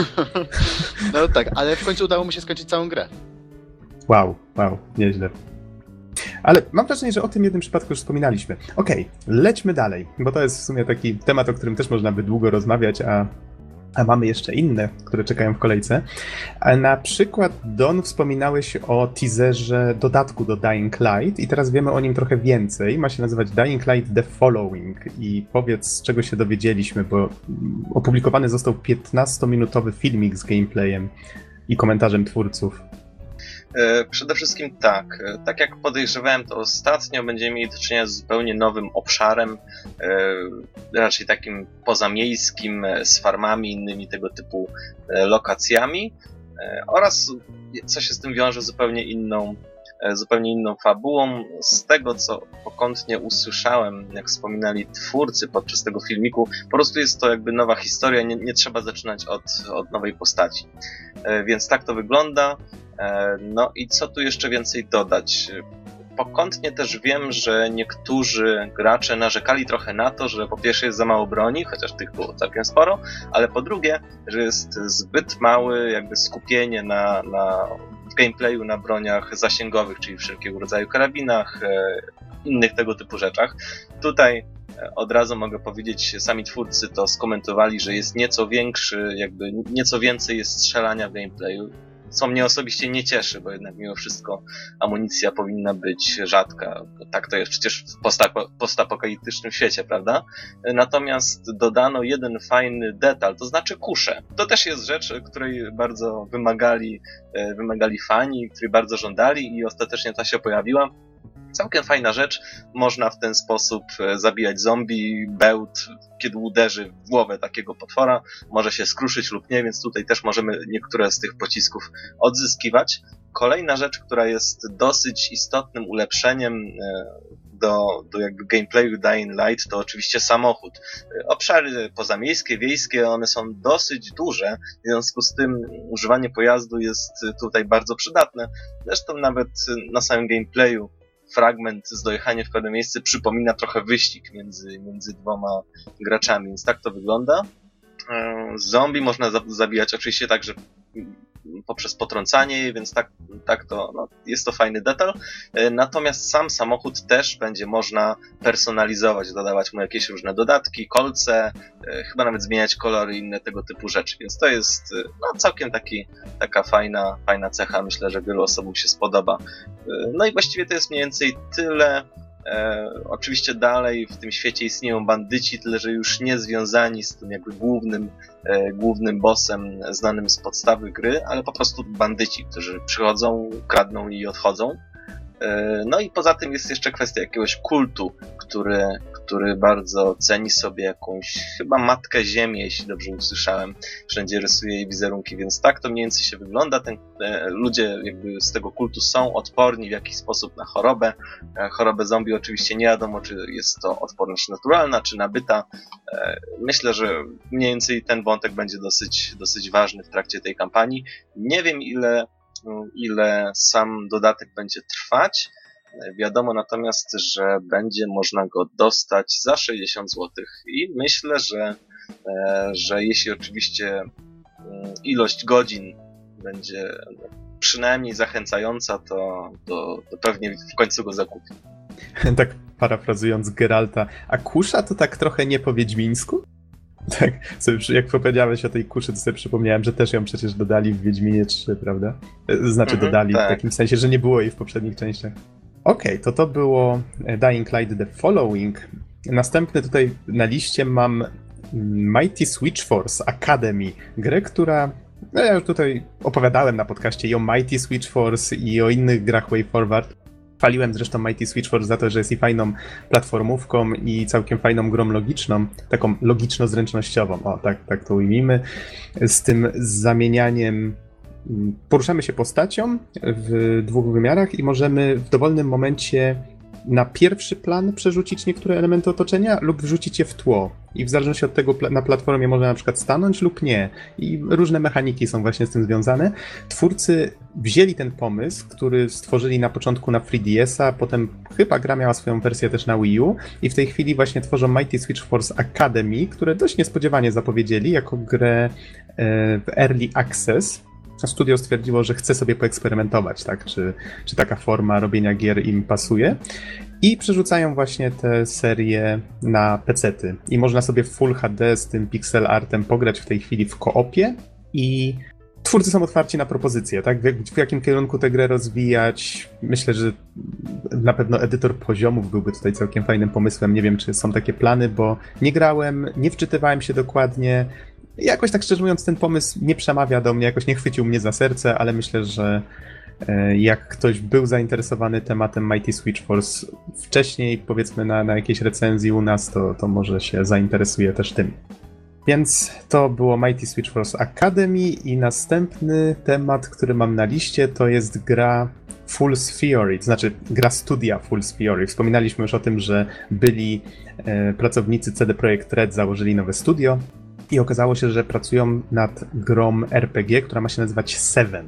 No tak, ale w końcu udało mu się skończyć całą grę. Wow, wow, nieźle. Ale mam wrażenie, że o tym jednym przypadku już wspominaliśmy. Okej, lećmy dalej, bo to jest w sumie taki temat, o którym też można by długo rozmawiać, a, a mamy jeszcze inne, które czekają w kolejce. A na przykład, Don, wspominałeś o teaserze dodatku do Dying Light i teraz wiemy o nim trochę więcej. Ma się nazywać Dying Light The Following i powiedz, z czego się dowiedzieliśmy, bo opublikowany został piętnastominutowy filmik z gameplayem i komentarzem twórców. Przede wszystkim tak, tak jak podejrzewałem, to ostatnio będziemy mieli do czynienia z zupełnie nowym obszarem, raczej takim pozamiejskim, z farmami, innymi tego typu lokacjami oraz, co się z tym wiąże, zupełnie inną, zupełnie inną fabułą. Z tego, co pokątnie usłyszałem, jak wspominali twórcy podczas tego filmiku, po prostu jest to jakby nowa historia, nie, nie trzeba zaczynać od, od nowej postaci. Więc tak to wygląda. No i co tu jeszcze więcej dodać? Pokątnie też wiem, że niektórzy gracze narzekali trochę na to, że po pierwsze jest za mało broni, chociaż tych było całkiem sporo, ale po drugie, że jest zbyt małe jakby skupienie na, na w gameplayu na broniach zasięgowych, czyli wszelkiego rodzaju karabinach, innych tego typu rzeczach. Tutaj od razu mogę powiedzieć, sami twórcy to skomentowali, że jest nieco większy, jakby nieco więcej jest strzelania w gameplayu, co mnie osobiście nie cieszy, bo jednak mimo wszystko amunicja powinna być rzadka. Tak to jest przecież w postapokaliptycznym świecie, prawda? Natomiast dodano jeden fajny detal, to znaczy kusze. To też jest rzecz, której bardzo wymagali, wymagali fani, której bardzo żądali i ostatecznie ta się pojawiła. Całkiem fajna rzecz, można w ten sposób zabijać zombie, bełt, kiedy uderzy w głowę takiego potwora, może się skruszyć lub nie, więc tutaj też możemy niektóre z tych pocisków odzyskiwać. Kolejna rzecz, która jest dosyć istotnym ulepszeniem do, do jakby gameplayu Dying Light, to oczywiście samochód. Obszary pozamiejskie, wiejskie, one są dosyć duże, w związku z tym używanie pojazdu jest tutaj bardzo przydatne. Zresztą nawet na samym gameplayu fragment z dojechaniem w pewne miejsce przypomina trochę wyścig między, między dwoma graczami, więc tak to wygląda. Zombie można zabijać oczywiście także poprzez potrącanie je, więc tak, tak to no, jest to fajny detal. Natomiast sam samochód też będzie można personalizować, dodawać mu jakieś różne dodatki, kolce, chyba nawet zmieniać kolory i inne tego typu rzeczy, więc to jest no, całkiem taki, taka fajna, fajna cecha, myślę, że wielu osobom się spodoba. No i właściwie to jest mniej więcej tyle. E, oczywiście dalej w tym świecie istnieją bandyci, tyle że już nie związani z tym jakby głównym, e, głównym bossem znanym z podstawy gry, ale po prostu bandyci, którzy przychodzą, kradną i odchodzą. E, no i poza tym jest jeszcze kwestia jakiegoś kultu, który, który bardzo ceni sobie jakąś chyba Matkę Ziemię, jeśli dobrze usłyszałem. Wszędzie rysuje jej wizerunki, więc tak to mniej więcej się wygląda. Ten, e, ludzie jakby z tego kultu są odporni w jakiś sposób na chorobę. E, chorobę zombie oczywiście nie wiadomo, czy jest to odporność naturalna, czy nabyta. E, myślę, że mniej więcej ten wątek będzie dosyć, dosyć ważny w trakcie tej kampanii. Nie wiem ile, ile sam dodatek będzie trwać. Wiadomo natomiast, że będzie można go dostać za sześćdziesiąt złotych i myślę, że, że jeśli oczywiście ilość godzin będzie przynajmniej zachęcająca, to, to, to pewnie w końcu go zakupię. Tak parafrazując Geralta, a kusza to tak trochę nie po wiedźmińsku? Tak, sobie, jak powiedziałeś o tej kuszy, to sobie przypomniałem, że też ją przecież dodali w Wiedźminie trzy, prawda? Znaczy mhm, dodali tak. W takim sensie, że nie było jej w poprzednich częściach. Okej, okay, to to było Dying Light The Following. Następny tutaj na liście mam Mighty Switch Force Academy, grę, która... No ja już tutaj opowiadałem na podcaście i o Mighty Switch Force i o innych grach Way Forward. Chwaliłem zresztą Mighty Switch Force za to, że jest i fajną platformówką i całkiem fajną grą logiczną, taką logiczno-zręcznościową, o tak, tak to ujmijmy, z tym zamienianiem. Poruszamy się postacią w dwóch wymiarach i możemy w dowolnym momencie na pierwszy plan przerzucić niektóre elementy otoczenia lub wrzucić je w tło. I w zależności od tego na platformie można na przykład stanąć lub nie. I różne mechaniki są właśnie z tym związane. Twórcy wzięli ten pomysł, który stworzyli na początku na trzy D S a, potem chyba gra miała swoją wersję też na Wii U i w tej chwili właśnie tworzą Mighty Switch Force Academy, które dość niespodziewanie zapowiedzieli jako grę w Early Access. Studio stwierdziło, że chce sobie poeksperymentować, tak? Czy, czy taka forma robienia gier im pasuje. I przerzucają właśnie te serie na pecety. I można sobie w Full H D z tym pixel artem pograć w tej chwili w koopie. I twórcy są otwarci na propozycje, tak? W, w jakim kierunku tę grę rozwijać. Myślę, że na pewno edytor poziomów byłby tutaj całkiem fajnym pomysłem. Nie wiem, czy są takie plany, bo nie grałem, nie wczytywałem się dokładnie. Jakoś tak szczerze mówiąc ten pomysł nie przemawia do mnie, jakoś nie chwycił mnie za serce, ale myślę, że jak ktoś był zainteresowany tematem Mighty Switch Force wcześniej, powiedzmy na, na jakiejś recenzji u nas, to, to może się zainteresuje też tym. Więc to było Mighty Switch Force Academy i następny temat, który mam na liście, to jest gra Fool's Theory, to znaczy gra studia Fool's Theory. Wspominaliśmy już o tym, że byli e, pracownicy C D Projekt Red, założyli nowe studio. I okazało się, że pracują nad grą R P G, która ma się nazywać Seven.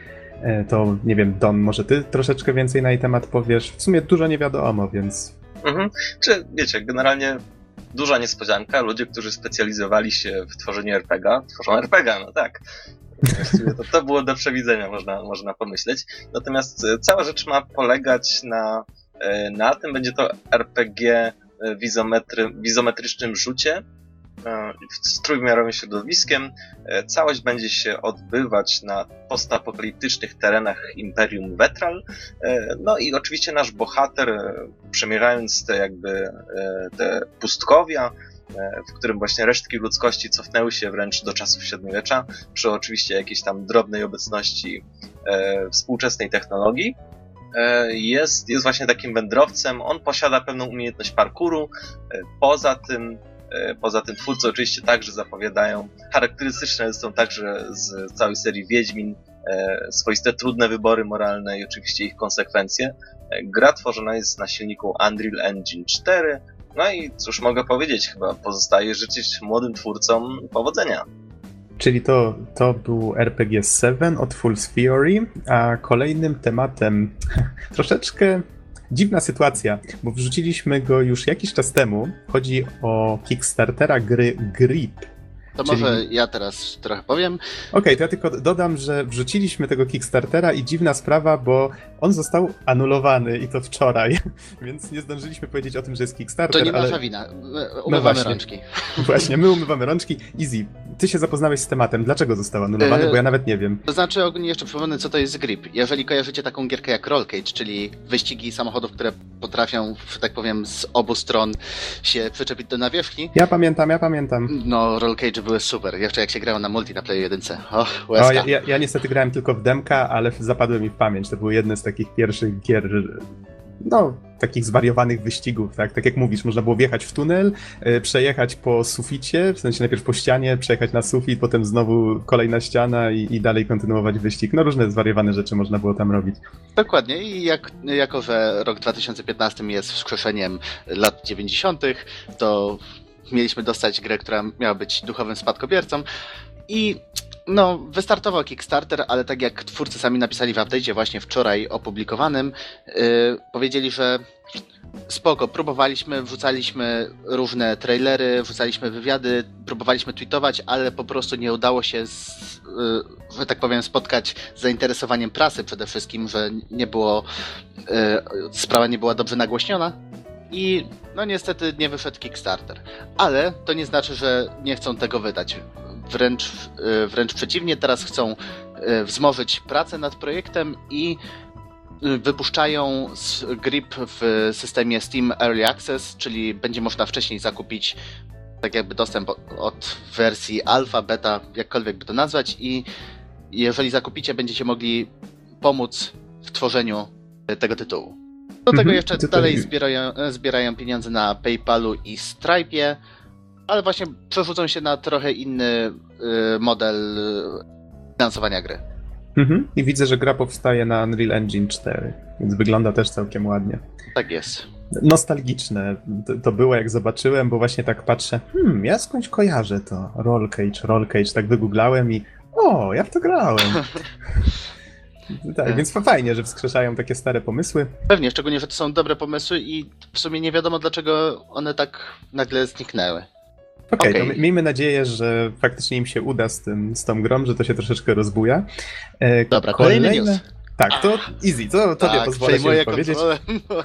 To nie wiem, Don, może ty troszeczkę więcej na jej temat powiesz? W sumie dużo nie wiadomo, więc... Mhm. Czy wiecie, generalnie duża niespodzianka. Ludzie, którzy specjalizowali się w tworzeniu R P G, tworzą R P G, no tak. To, to było do przewidzenia, można, można pomyśleć. Natomiast cała rzecz ma polegać na, na tym, będzie to R P G w izometry, w izometrycznym rzucie, z trójwymiarowym środowiskiem. Całość będzie się odbywać na postapokaliptycznych terenach Imperium Vetral. No i oczywiście nasz bohater, przemierzając te jakby te pustkowia, w którym właśnie resztki ludzkości cofnęły się wręcz do czasów średniowiecza, przy oczywiście jakiejś tam drobnej obecności współczesnej technologii. Jest, jest właśnie takim wędrowcem. On posiada pewną umiejętność parkouru. Poza tym Poza tym twórcy oczywiście także zapowiadają, charakterystyczne są także z całej serii Wiedźmin, swoiste trudne wybory moralne i oczywiście ich konsekwencje. Gra tworzona jest na silniku Unreal Engine cztery, no i cóż mogę powiedzieć, chyba pozostaje życzyć młodym twórcom powodzenia. Czyli to, to był R P G Seven od Fool's Theory, a kolejnym tematem troszeczkę dziwna sytuacja, bo wrzuciliśmy go już jakiś czas temu. Chodzi o Kickstartera gry Grip. To czyli... może ja teraz trochę powiem. Okej, okay, to ja tylko dodam, że wrzuciliśmy tego Kickstartera i dziwna sprawa, bo on został anulowany i to wczoraj, więc nie zdążyliśmy powiedzieć o tym, że jest Kickstarter. To nie ale... nasza wina. Umywamy no rączki. Właśnie, my umywamy rączki. Easy. Ty się zapoznałeś z tematem. Dlaczego został anulowany? Yy, bo ja nawet nie wiem. To znaczy, ogólnie jeszcze przypomnę, co to jest Grip. Jeżeli kojarzycie taką gierkę jak Roll Cage, czyli wyścigi samochodów, które potrafią, że tak powiem, z obu stron się przyczepić do nawierzchni. Ja pamiętam, ja pamiętam. No, Roll Cage były super. Jeszcze jak się grało na multi na Playu jeden. Och, o, ja, ja, ja niestety grałem tylko w demka, ale zapadły mi w pamięć. To były jedne z takich pierwszych gier, no, takich zwariowanych wyścigów, tak? Tak jak mówisz, można było wjechać w tunel, yy, przejechać po suficie, w sensie najpierw po ścianie, przejechać na sufit, potem znowu kolejna ściana i, i dalej kontynuować wyścig. No różne zwariowane rzeczy można było tam robić. Dokładnie i jak, jako, że rok dwa tysiące piętnasty jest wskrzeszeniem lat dziewięćdziesiątych, to mieliśmy dostać grę, która miała być duchowym spadkobiercą i no, wystartował Kickstarter, ale tak jak twórcy sami napisali w update'cie właśnie wczoraj opublikowanym, yy, powiedzieli, że spoko, próbowaliśmy, wrzucaliśmy różne trailery, wrzucaliśmy wywiady, próbowaliśmy tweetować, ale po prostu nie udało się, z, yy, że tak powiem, spotkać z zainteresowaniem prasy przede wszystkim, że nie było, yy, sprawa nie była dobrze nagłośniona. I no niestety nie wyszedł Kickstarter. Ale to nie znaczy, że nie chcą tego wydać. Wręcz, wręcz przeciwnie, teraz chcą wzmożyć pracę nad projektem i wypuszczają grip w systemie Steam Early Access, czyli będzie można wcześniej zakupić tak jakby dostęp od wersji alfa, beta, jakkolwiek by to nazwać, i jeżeli zakupicie, będziecie mogli pomóc w tworzeniu tego tytułu. Do tego Mhm, jeszcze to dalej to- zbierają, zbierają pieniądze na PayPalu i Stripe'ie, ale właśnie przerzucą się na trochę inny y, model y, finansowania gry. Mhm. I widzę, że gra powstaje na Unreal Engine cztery, więc wygląda też całkiem ładnie. Tak jest. Nostalgiczne to, to było, jak zobaczyłem, bo właśnie tak patrzę, hmm, ja skądś kojarzę to, Roll Cage, Roll Cage, tak wygooglałem i o, ja w to grałem. Tak, więc fajnie, że wskrzeszają takie stare pomysły. Pewnie, szczególnie, że to są dobre pomysły i w sumie nie wiadomo, dlaczego one tak nagle zniknęły. Okej, Okej. to mi- miejmy nadzieję, że faktycznie im się uda z, tym, z tą grą, że to się troszeczkę rozbuja. E, Dobra, kolejny news. Tak, to easy, to tobie Tak, pozwolę się przejmuję powiedzieć. kontrolę.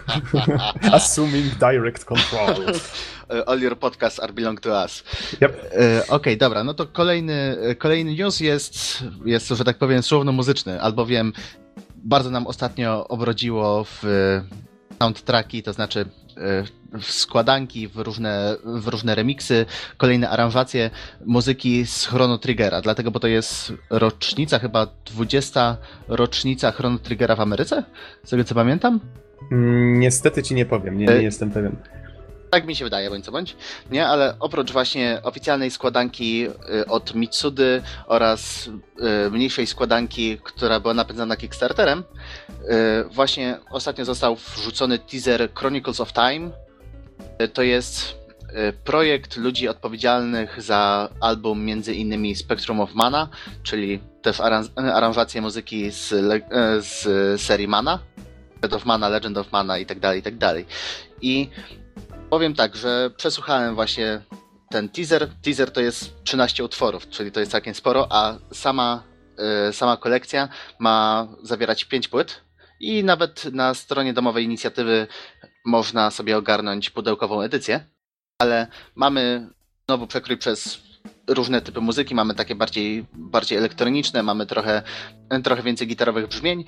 Assuming direct control. All your podcasts are belong to us. Yep. E, Okej, dobra, no to kolejny, kolejny news jest, jest, że tak powiem, słowno-muzyczny, albowiem bardzo nam ostatnio obrodziło w soundtracki, to znaczy e, w składanki, w różne, w różne remiksy, kolejne aranżacje muzyki z Chrono Triggera, dlatego, bo to jest rocznica, chyba dwudziesta rocznica Chrono Triggera w Ameryce, z tego co pamiętam. Mm, Niestety ci nie powiem, nie, nie E, jestem pewien. Tak mi się wydaje, bądź co bądź. Nie, ale oprócz właśnie oficjalnej składanki y, od Mitsudy oraz y, mniejszej składanki, która była napędzana Kickstarterem, y, właśnie ostatnio został wrzucony teaser Chronicles of Time. Y, to jest y, projekt ludzi odpowiedzialnych za album między innymi Spectrum of Mana, czyli też aran- aranżacje muzyki z, le- y, z serii Mana, Legend of Mana, Legend of Mana i tak dalej, i tak dalej. I powiem tak, że przesłuchałem właśnie ten teaser. Teaser to jest trzynaście utworów, czyli to jest całkiem sporo, a sama, y, sama kolekcja ma zawierać pięć płyt i nawet na stronie domowej inicjatywy można sobie ogarnąć pudełkową edycję, ale mamy znowu przekrój przez różne typy muzyki, mamy takie bardziej, bardziej elektroniczne, mamy trochę, trochę więcej gitarowych brzmień.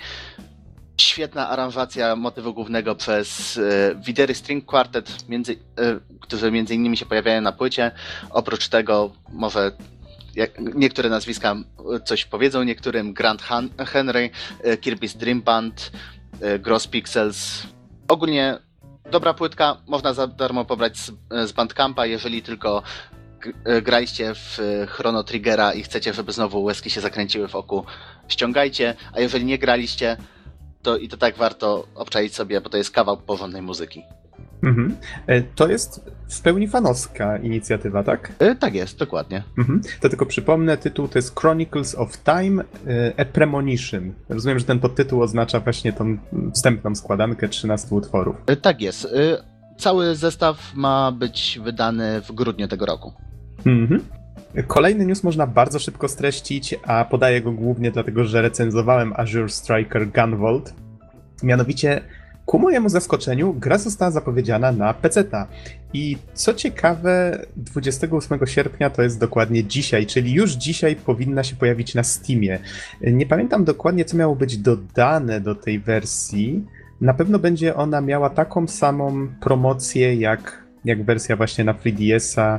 Świetna aranżacja motywu głównego przez e, Widery String Quartet, między, e, którzy między innymi się pojawiają na płycie. Oprócz tego może jak, niektóre nazwiska coś powiedzą niektórym. Grant Han- Henry, e, Kirby's Dream Band, e, Gross Pixels. Ogólnie dobra płytka, można za darmo pobrać z, z Bandcampa, jeżeli tylko g- e, graliście w e, Chrono Triggera i chcecie, żeby znowu łezki się zakręciły w oku, ściągajcie, a jeżeli nie graliście, to i to tak warto obczaić sobie, bo to jest kawał porządnej muzyki. Mhm. E, To jest w pełni fanowska inicjatywa, tak? E, tak jest, dokładnie. Mhm. To tylko przypomnę, tytuł to jest Chronicles of Time, e, A Premonition. Rozumiem, że ten podtytuł oznacza właśnie tą wstępną składankę trzynastu utworów. E, tak jest. E, cały zestaw ma być wydany w grudniu tego roku. Mhm. Kolejny news można bardzo szybko streścić, a podaję go głównie dlatego, że recenzowałem Azure Striker Gunvolt. Mianowicie, ku mojemu zaskoczeniu, gra została zapowiedziana na peceta. I co ciekawe, dwudziestego ósmego sierpnia to jest dokładnie dzisiaj, czyli już dzisiaj powinna się pojawić na Steamie. Nie pamiętam dokładnie, co miało być dodane do tej wersji. Na pewno będzie ona miała taką samą promocję jak, jak wersja właśnie na trzy D S a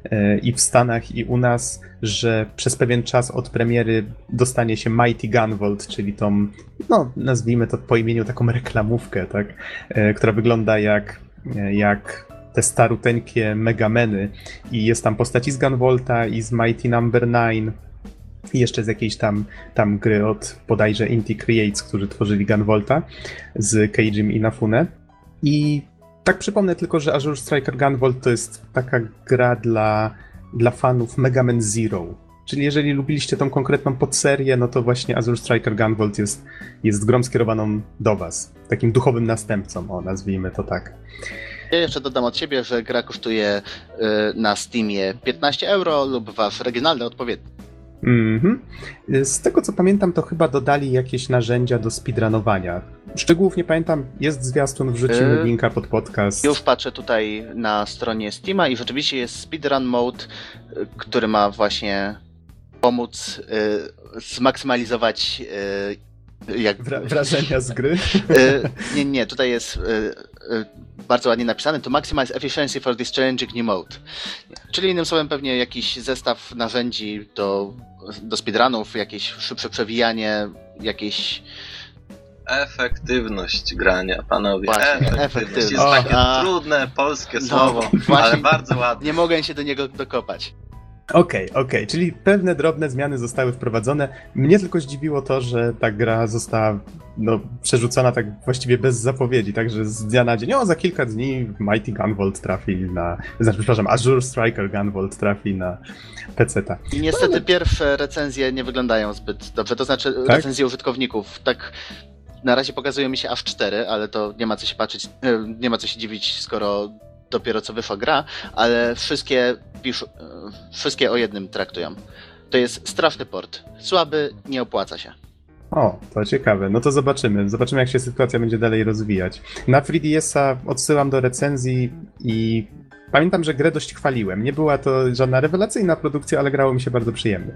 i w Stanach, i u nas, że przez pewien czas od premiery dostanie się Mighty Gunvolt, czyli tą, no nazwijmy to po imieniu, taką reklamówkę, tak, e, która wygląda jak, jak te staruteńkie Megameny i jest tam postaci z Gunvolta i z Mighty Number nine i jeszcze z jakiejś tam, tam gry od bodajże Inti Creates, którzy tworzyli Gunvolta z Keijim Inafune. I tak przypomnę tylko, że Azure Striker Gunvolt to jest taka gra dla, dla fanów Mega Man Zero. Czyli jeżeli lubiliście tą konkretną podserię, no to właśnie Azure Striker Gunvolt jest, jest grą skierowaną do was. Takim duchowym następcą, o nazwijmy to tak. Ja jeszcze dodam od siebie, że gra kosztuje y, na Steamie piętnaście euro lub wasz regionalny odpowiednik. Mhm. Z tego co pamiętam, to chyba dodali jakieś narzędzia do speedrunowania. Szczegółów nie pamiętam, jest zwiastun, wrzucimy Yy, linka pod podcast. Już patrzę tutaj na stronie Steama i rzeczywiście jest speedrun mode, y, który ma właśnie pomóc y, zmaksymalizować y, Jak... Wra- wrażenia z gry? Nie, nie, tutaj jest bardzo ładnie napisane, to maximize efficiency for this challenging new mode. Czyli innym słowem pewnie jakiś zestaw narzędzi do, do speedrunów, jakieś szybsze przewijanie, jakieś... Efektywność grania, panowie. Właśnie, efektywność. efektywność. Jest takie A, trudne polskie no, słowo, właśnie. ale bardzo ładne. Nie mogę się do niego dokopać. Okej, okay, okej, okay. Czyli pewne drobne zmiany zostały wprowadzone. Mnie tylko zdziwiło to, że ta gra została no, przerzucona tak właściwie bez zapowiedzi, także z dnia na dzień. O, za kilka dni Mighty Gunvolt trafi na... Znaczy, przepraszam, Azure Striker Gunvolt trafi na peceta. I niestety no, ale... pierwsze recenzje nie wyglądają zbyt dobrze, to znaczy tak? recenzje użytkowników. Tak na razie pokazują mi się aż cztery, ale to nie ma co się patrzeć, nie ma co się dziwić, skoro dopiero co wyszła gra, ale wszystkie pisz, wszystkie o jednym traktują. To jest straszny port. Słaby, nie opłaca się. O, to ciekawe. No to zobaczymy. Zobaczymy, jak się sytuacja będzie dalej rozwijać. Na trzy D S a odsyłam do recenzji i pamiętam, że grę dość chwaliłem. Nie była to żadna rewelacyjna produkcja, ale grało mi się bardzo przyjemnie.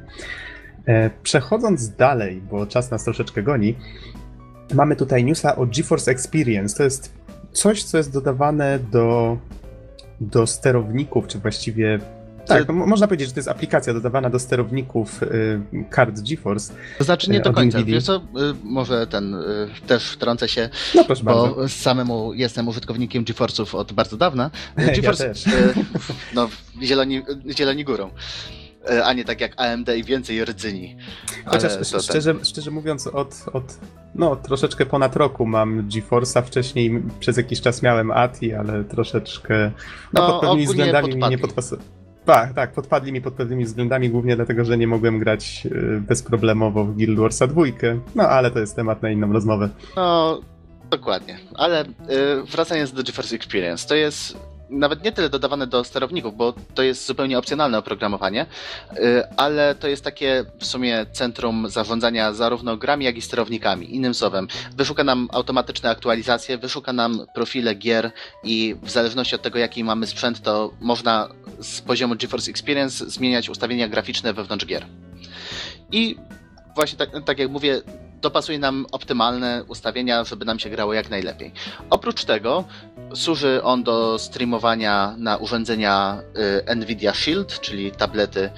Przechodząc dalej, bo czas nas troszeczkę goni, mamy tutaj newsa o GeForce Experience. To jest coś, co jest dodawane do, do sterowników, czy właściwie... Tak, no, można powiedzieć, że to jest aplikacja dodawana do sterowników y, kart GeForce. To znaczy nie do końca. Nvidia. Wiesz co, y, może ten, y, też wtrącę się, no, proszę bo bardzo. samemu jestem użytkownikiem GeForce'ów od bardzo dawna. GeForce, ja też. Y, no, zieloni, zieloni górą. A nie tak jak A M D i więcej rdzyni. Chociaż szczerze, ten... szczerze mówiąc, od, od no, troszeczkę ponad roku mam GeForce'a. Wcześniej przez jakiś czas miałem A T I, ale troszeczkę no, no, pod pewnymi względami podpadli. mi nie podpasowało. Tak, tak, podpadli mi pod pewnymi względami, głównie dlatego, że nie mogłem grać bezproblemowo w Guild Warsa dwa. No, ale to jest temat na inną rozmowę. No, dokładnie. Ale yy, wracając do GeForce Experience, to jest nawet nie tyle dodawane do sterowników, bo to jest zupełnie opcjonalne oprogramowanie, ale to jest takie w sumie centrum zarządzania zarówno grami, jak i sterownikami. Innym słowem, wyszuka nam automatyczne aktualizacje, wyszuka nam profile gier i w zależności od tego, jaki mamy sprzęt, to można z poziomu GeForce Experience zmieniać ustawienia graficzne wewnątrz gier. I właśnie tak, tak jak mówię, dopasuje nam optymalne ustawienia, żeby nam się grało jak najlepiej. Oprócz tego służy on do streamowania na urządzenia y, Nvidia Shield, czyli tablety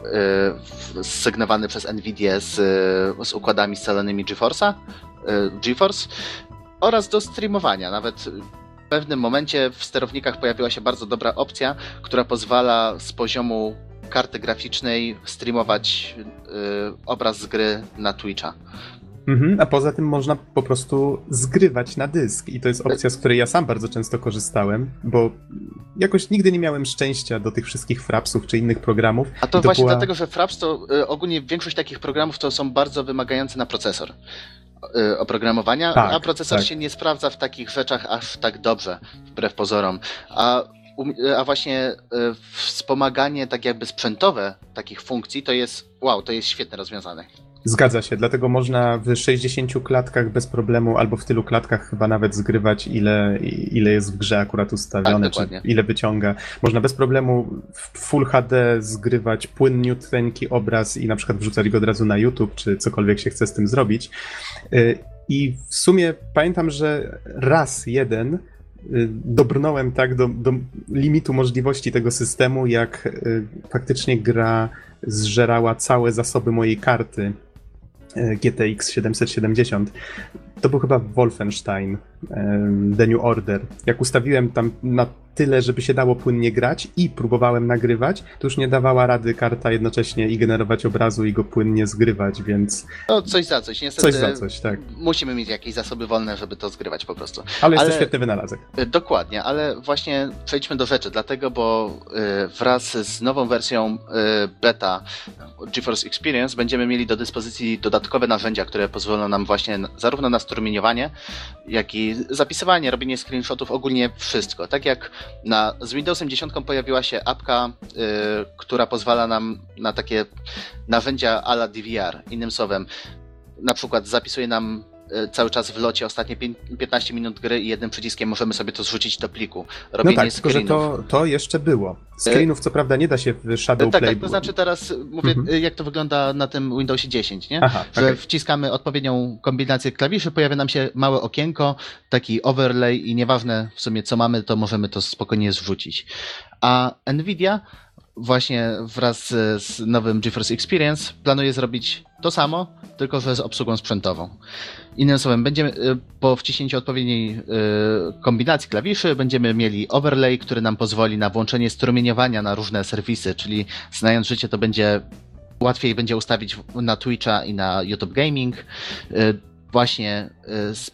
y, sygnowane przez Nvidia z, z układami scalonymi GeForce'a, y, GeForce oraz do streamowania. Nawet w pewnym momencie w sterownikach pojawiła się bardzo dobra opcja, która pozwala z poziomu karty graficznej streamować y, obraz z gry na Twitcha. Mhm, a poza tym można po prostu zgrywać na dysk i to jest opcja, z której ja sam bardzo często korzystałem, bo jakoś nigdy nie miałem szczęścia do tych wszystkich frapsów czy innych programów. A to, to właśnie była... dlatego, że fraps to y, ogólnie większość takich programów to są bardzo wymagające na procesor y, oprogramowania, tak, a procesor tak. się nie sprawdza w takich rzeczach aż tak dobrze, wbrew pozorom. A A właśnie y, wspomaganie tak jakby sprzętowe takich funkcji to jest, wow, to jest świetnie rozwiązane. Zgadza się, dlatego można w sześćdziesięciu klatkach bez problemu, albo w tylu klatkach chyba nawet zgrywać, ile, ile jest w grze akurat ustawione, tak, czy ile wyciąga. Można bez problemu w Full H D zgrywać płynniuteńki obraz i na przykład wrzucać go od razu na YouTube, czy cokolwiek się chce z tym zrobić. I w sumie pamiętam, że raz jeden dobrnąłem tak do, do limitu możliwości tego systemu, jak faktycznie gra zżerała całe zasoby mojej karty G T X siedemset siedemdziesiąt. To był chyba Wolfenstein The New Order. Jak ustawiłem tam na tyle, żeby się dało płynnie grać i próbowałem nagrywać, to już nie dawała rady karta jednocześnie i generować obrazu i go płynnie zgrywać, więc... No coś za coś, niestety. Coś za coś, tak. Musimy mieć jakieś zasoby wolne, żeby to zgrywać po prostu. Ale jest ale... to świetny wynalazek. Dokładnie, ale właśnie przejdźmy do rzeczy, dlatego, bo wraz z nową wersją beta GeForce Experience będziemy mieli do dyspozycji dodatkowe narzędzia, które pozwolą nam właśnie zarówno na strumieniowanie, jak i zapisywanie, robienie screenshotów, ogólnie wszystko. Tak jak na, z Windowsem dziesięć pojawiła się apka, y, która pozwala nam na takie narzędzia a la D V R. Innym słowem, na przykład zapisuje nam cały czas w locie ostatnie piętnaście minut gry i jednym przyciskiem możemy sobie to zrzucić do pliku. No Robienie tak, tylko że screenów. to, to jeszcze było. Screenów co prawda nie da się w Shadow Tak, Play. tak, to znaczy teraz mówię, Mhm. jak to wygląda na tym Windowsie dziesięć, nie? Aha, Że okej. wciskamy odpowiednią kombinację klawiszy, pojawia nam się małe okienko, taki overlay i nieważne w sumie co mamy, to możemy to spokojnie zrzucić. A Nvidia właśnie wraz z, z nowym GeForce Experience planuje zrobić to samo, tylko że z obsługą sprzętową. Innym słowem, będziemy y, po wciśnięciu odpowiedniej y, kombinacji klawiszy będziemy mieli overlay, który nam pozwoli na włączenie strumieniowania na różne serwisy, czyli znając życie to będzie łatwiej będzie ustawić na Twitcha i na YouTube Gaming. Y, właśnie y, s-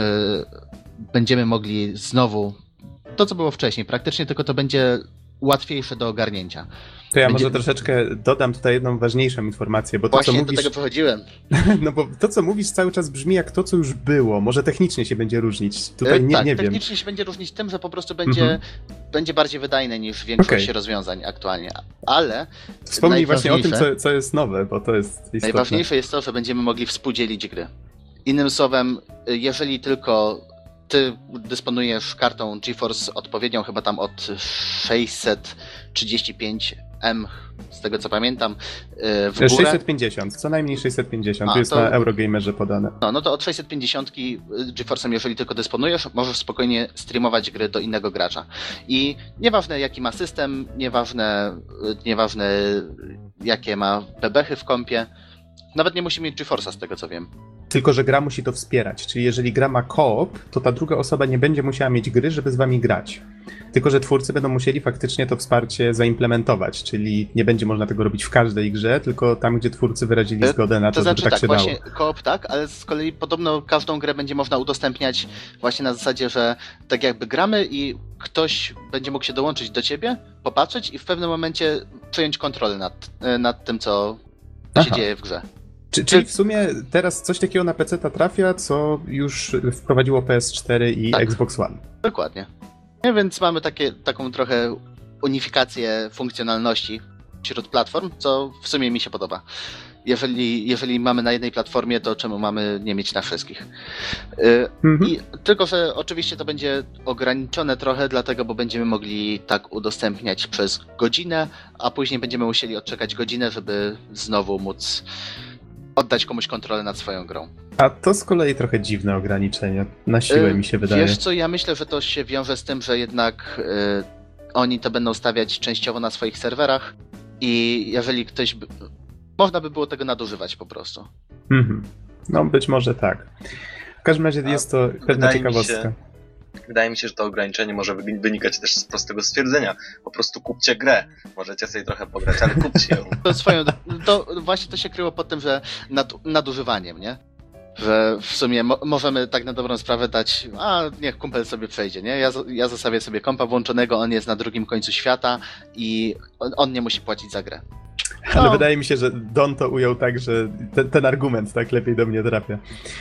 y, będziemy mogli znowu to, co było wcześniej, praktycznie tylko to będzie łatwiejsze do ogarnięcia. To ja Będzie- może troszeczkę dodam tutaj jedną ważniejszą informację, bo to Właśnie co do mówisz, tego przechodziłem. no bo to co mówisz cały czas brzmi jak to co już było, może technicznie się będzie różnić, tutaj E, nie, tak, nie wiem. technicznie się będzie różnić tym, że po prostu będzie, Mhm. będzie bardziej wydajne niż większość Okej. rozwiązań aktualnie. Ale Wspomnij właśnie o tym, najważniejsze- co, co jest nowe, bo to jest istotne. najważniejsze jest to, że będziemy mogli współdzielić gry. Innym słowem, jeżeli tylko ty dysponujesz kartą GeForce odpowiednią chyba tam od sześćset trzydzieści pięć M, z tego co pamiętam, e, w górę. sześćset pięćdziesiąt, co najmniej sześćset pięćdziesiąt, A, tu jest to- na Eurogamerze podane. No, no to od sześćset pięćdziesiąt GeForce'em, jeżeli tylko dysponujesz, możesz spokojnie streamować gry do innego gracza. I nieważne jaki ma system, nieważne, nieważne jakie ma bebechy w kompie, nawet nie musi mieć GeForce'a z tego co wiem. Tylko, że gra musi to wspierać, czyli jeżeli gra ma koop, to ta druga osoba nie będzie musiała mieć gry, żeby z wami grać. Tylko, że twórcy będą musieli faktycznie to wsparcie zaimplementować, czyli nie będzie można tego robić w każdej grze, tylko tam, gdzie twórcy wyrazili E, zgodę na to, To znaczy żeby tak, tak, się właśnie dało. koop tak, ale z kolei podobno każdą grę będzie można udostępniać właśnie na zasadzie, że tak jakby gramy i ktoś będzie mógł się dołączyć do ciebie, popatrzeć i w pewnym momencie przejąć kontrolę nad, nad tym, co się Aha. dzieje w grze. Czy, czyli w sumie teraz coś takiego na peceta trafia, co już wprowadziło P S cztery i Tak. Xbox One. Dokładnie. No więc mamy takie, taką trochę unifikację funkcjonalności wśród platform, co w sumie mi się podoba. Jeżeli, jeżeli mamy na jednej platformie, to czemu mamy nie mieć na wszystkich? Yy, Mhm. I tylko, że oczywiście to będzie ograniczone trochę, dlatego, bo będziemy mogli tak udostępniać przez godzinę, a później będziemy musieli odczekać godzinę, żeby znowu móc oddać komuś kontrolę nad swoją grą. A to z kolei trochę dziwne ograniczenie. Na siłę Y, mi się wydaje. Wiesz co, ja myślę, że to się wiąże z tym, że jednak y, oni to będą stawiać częściowo na swoich serwerach i jeżeli ktoś by... Można by było tego nadużywać po prostu. Mhm. No być może tak. W każdym razie A jest to pewna wydaje mi ciekawostka. się- Wydaje mi się, że to ograniczenie może wyni- wynikać też z prostego stwierdzenia. Po prostu kupcie grę. Możecie sobie trochę pograć, ale kupcie ją. To swoją... To właśnie to się kryło pod tym, że nad, nadużywaniem, nie? Że w sumie mo- możemy tak na dobrą sprawę dać, a niech kumpel sobie przejdzie, nie? Ja, z- ja zostawię sobie kompa włączonego, on jest na drugim końcu świata i on, on nie musi płacić za grę. Ale No. wydaje mi się, że Don to ujął tak, że ten, ten argument tak lepiej do mnie trafia.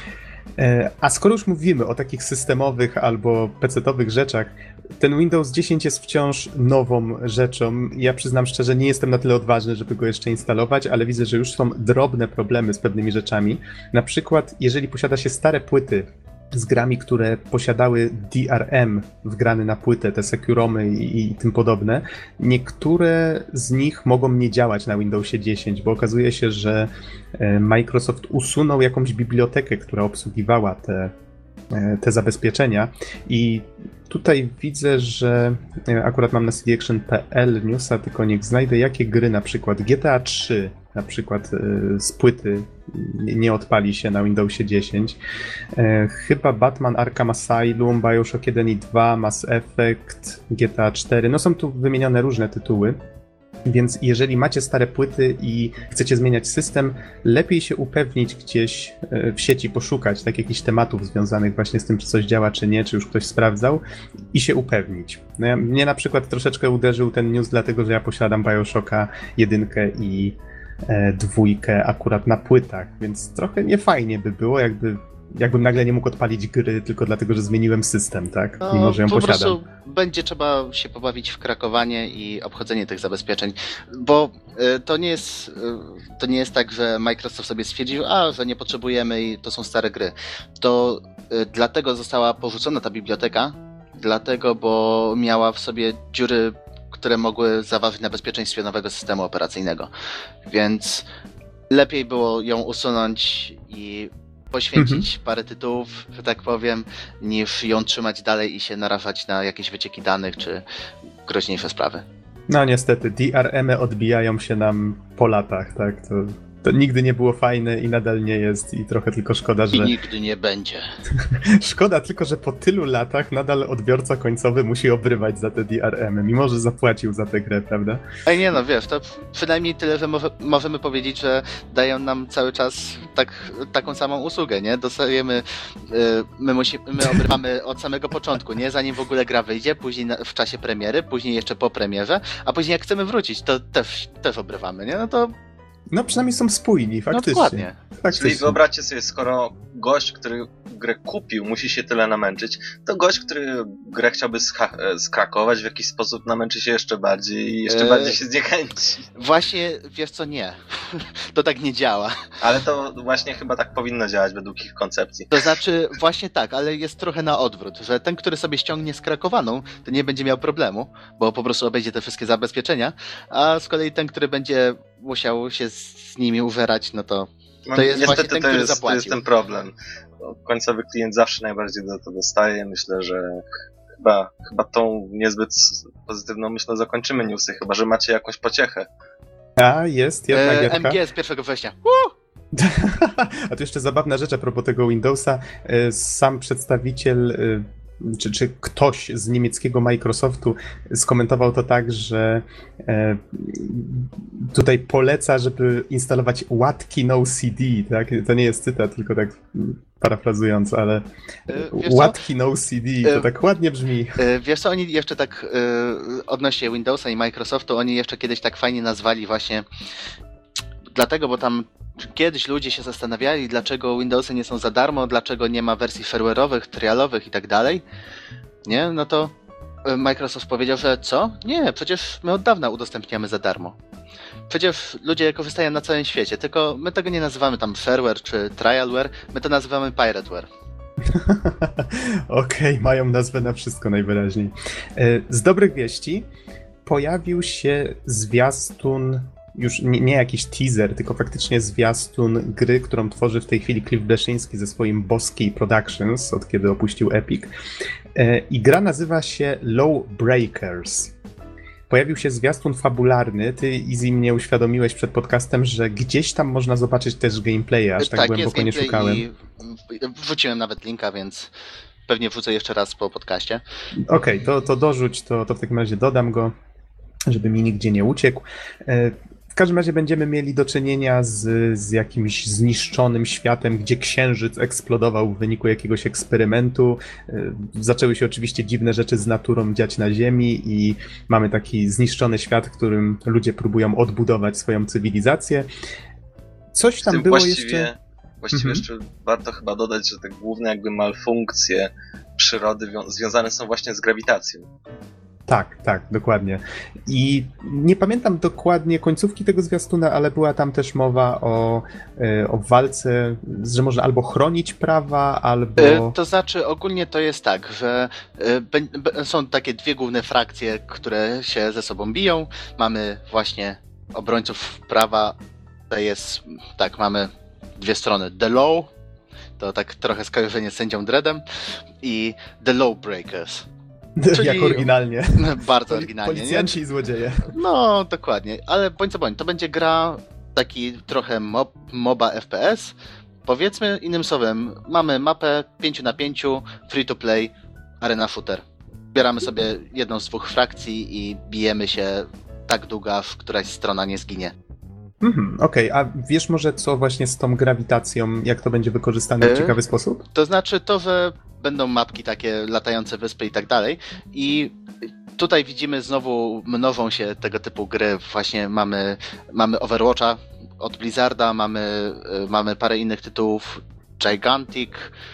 E, A skoro już mówimy o takich systemowych albo pecetowych rzeczach, ten Windows dziesięć jest wciąż nową rzeczą. Ja przyznam szczerze, nie jestem na tyle odważny, żeby go jeszcze instalować, ale widzę, że już są drobne problemy z pewnymi rzeczami. Na przykład, jeżeli posiada się stare płyty z grami, które posiadały D R M wgrany na płytę, te Securomy i, i tym podobne, niektóre z nich mogą nie działać na Windowsie dziesięć, bo okazuje się, że e, Microsoft usunął jakąś bibliotekę, która obsługiwała te, e, te zabezpieczenia i tutaj widzę, że e, akurat mam na c d action kropka p l newsa, tylko niech znajdę jakie gry, na przykład G T A trzy na przykład e, z płyty nie, nie odpali się na Windowsie dziesięć. E, chyba Batman Arkham Asylum, Bioshock jeden i dwa, Mass Effect, G T A cztery, no są tu wymienione różne tytuły. Więc jeżeli macie stare płyty i chcecie zmieniać system, lepiej się upewnić gdzieś e, w sieci, poszukać tak jakichś tematów związanych właśnie z tym, czy coś działa, czy nie, czy już ktoś sprawdzał i się upewnić. No ja, mnie na przykład troszeczkę uderzył ten news, dlatego że ja posiadam Bioshocka jedynkę i e, dwójkę akurat na płytach, więc trochę niefajnie by było, jakby jakbym nagle nie mógł odpalić gry tylko dlatego, że zmieniłem system, tak? No, Mimo, że ją po posiadam. prostu będzie trzeba się pobawić w krakowanie i obchodzenie tych zabezpieczeń, bo y, to nie jest y, to nie jest tak, że Microsoft sobie stwierdził, a, że nie potrzebujemy i to są stare gry. To y, dlatego została porzucona ta biblioteka, dlatego, bo miała w sobie dziury, które mogły zaważyć na bezpieczeństwie nowego systemu operacyjnego. Więc lepiej było ją usunąć i poświęcić mhm. parę tytułów, że tak powiem, niż ją trzymać dalej i się narażać na jakieś wycieki danych czy groźniejsze sprawy. No niestety, D R M-y odbijają się nam po latach, tak? To, to nigdy nie było fajne i nadal nie jest i trochę tylko szkoda, że... I nigdy nie będzie. Szkoda tylko, że po tylu latach nadal odbiorca końcowy musi obrywać za te D R M-y, mimo że zapłacił za tę grę, prawda? Ej nie no, wiesz, to przynajmniej tyle, że może, możemy powiedzieć, że dają nam cały czas tak, taką samą usługę, nie? Dostajemy, yy, my, musimy, my obrywamy od samego początku, nie? Zanim w ogóle gra wyjdzie, później na, w czasie premiery, później jeszcze po premierze, a później jak chcemy wrócić, to też, też obrywamy, nie? No to... No przynajmniej są spójni, faktycznie. No dokładnie. Faktycznie. Czyli wyobraźcie sobie, skoro gość, który grę kupił, musi się tyle namęczyć, to gość, który grę chciałby ska- skrakować, w jakiś sposób namęczy się jeszcze bardziej i jeszcze eee... bardziej się zniechęci. Właśnie, wiesz co, nie. To tak nie działa. Ale to właśnie chyba tak powinno działać według ich koncepcji. To znaczy, właśnie tak, ale jest trochę na odwrót, że ten, który sobie ściągnie skrakowaną, to nie będzie miał problemu, bo po prostu obejdzie te wszystkie zabezpieczenia, a z kolei ten, który będzie musiał się z nimi użerać, no to to no, jest niestety właśnie ten, to który jest, zapłacił. to jest ten problem. Końcowy klient zawsze najbardziej do tego dostaje. Myślę, że chyba, chyba tą niezbyt pozytywną myślą zakończymy newsy, chyba że macie jakąś pociechę. A, jest jedna e, gierka. M G z pierwszego września. Uh! A tu jeszcze zabawna rzecz a propos tego Windowsa. Sam przedstawiciel, czy, czy ktoś z niemieckiego Microsoftu skomentował to tak, że tutaj poleca, żeby instalować łatki no C D, tak? To nie jest cytat, tylko tak parafrazując, ale wiesz łatki no C D, to tak ładnie brzmi. Wiesz co, oni jeszcze tak odnośnie Windowsa i Microsoftu, oni jeszcze kiedyś tak fajnie nazwali właśnie dlatego, bo tam kiedyś ludzie się zastanawiali, dlaczego Windowsy nie są za darmo, dlaczego nie ma wersji firmware'owych, trialowych i tak dalej. Nie? No to Microsoft powiedział, że co? Nie, przecież my od dawna udostępniamy za darmo. Przecież ludzie korzystają na całym świecie, tylko my tego nie nazywamy tam shareware czy trialware, my to nazywamy pirateware. Okej, okay, mają nazwę na wszystko najwyraźniej. Z dobrych wieści pojawił się zwiastun, już nie, nie jakiś teaser, tylko faktycznie zwiastun gry, którą tworzy w tej chwili Cliff Bleszyński ze swoim Boskiej Productions, od kiedy opuścił Epic. I gra nazywa się Lawbreakers. Pojawił się zwiastun fabularny. Ty, Easy, mnie uświadomiłeś przed podcastem, że gdzieś tam można zobaczyć też gameplay, aż tak, tak głęboko nie szukałem. I wrzuciłem nawet linka, więc pewnie wrzucę jeszcze raz po podcaście. Okej, okay, to, to dorzuć, to, to w takim razie dodam go, żeby mi nigdzie nie uciekł. W każdym razie będziemy mieli do czynienia z, z jakimś zniszczonym światem, gdzie księżyc eksplodował w wyniku jakiegoś eksperymentu. Zaczęły się oczywiście dziwne rzeczy z naturą dziać na Ziemi i mamy taki zniszczony świat, w którym ludzie próbują odbudować swoją cywilizację. Coś tam było właściwie, jeszcze... Właściwie mhm. jeszcze warto chyba dodać, że te główne jakby malfunkcje przyrody wią- związane są właśnie z grawitacją. Tak, tak, dokładnie. I nie pamiętam dokładnie końcówki tego zwiastuna, ale była tam też mowa o, o walce, że można albo chronić prawa, albo... To znaczy ogólnie to jest tak, że są takie dwie główne frakcje, które się ze sobą biją. Mamy właśnie obrońców prawa, to jest, tak, mamy dwie strony. The Law, to tak trochę skojarzenie z sędzią Dreddem, i The Lawbreakers. Czyli... Jak oryginalnie. Bardzo oryginalnie. Policjanci nie? i złodzieje. No, dokładnie. Ale bądź co bądź, to będzie gra taki trochę mob, MOBA F P S. Powiedzmy innym słowem, mamy mapę pięć na pięć, free to play, arena shooter. Bieramy sobie jedną z dwóch frakcji i bijemy się tak długo, aż któraś strona nie zginie. Mhm, okej, okay. A wiesz może co właśnie z tą grawitacją, jak to będzie wykorzystane w ciekawy sposób? To znaczy to, że będą mapki takie, latające wyspy i tak dalej i tutaj widzimy znowu mnożą się tego typu gry, właśnie mamy, mamy Overwatcha od Blizzarda, mamy, mamy parę innych tytułów, Gigantic,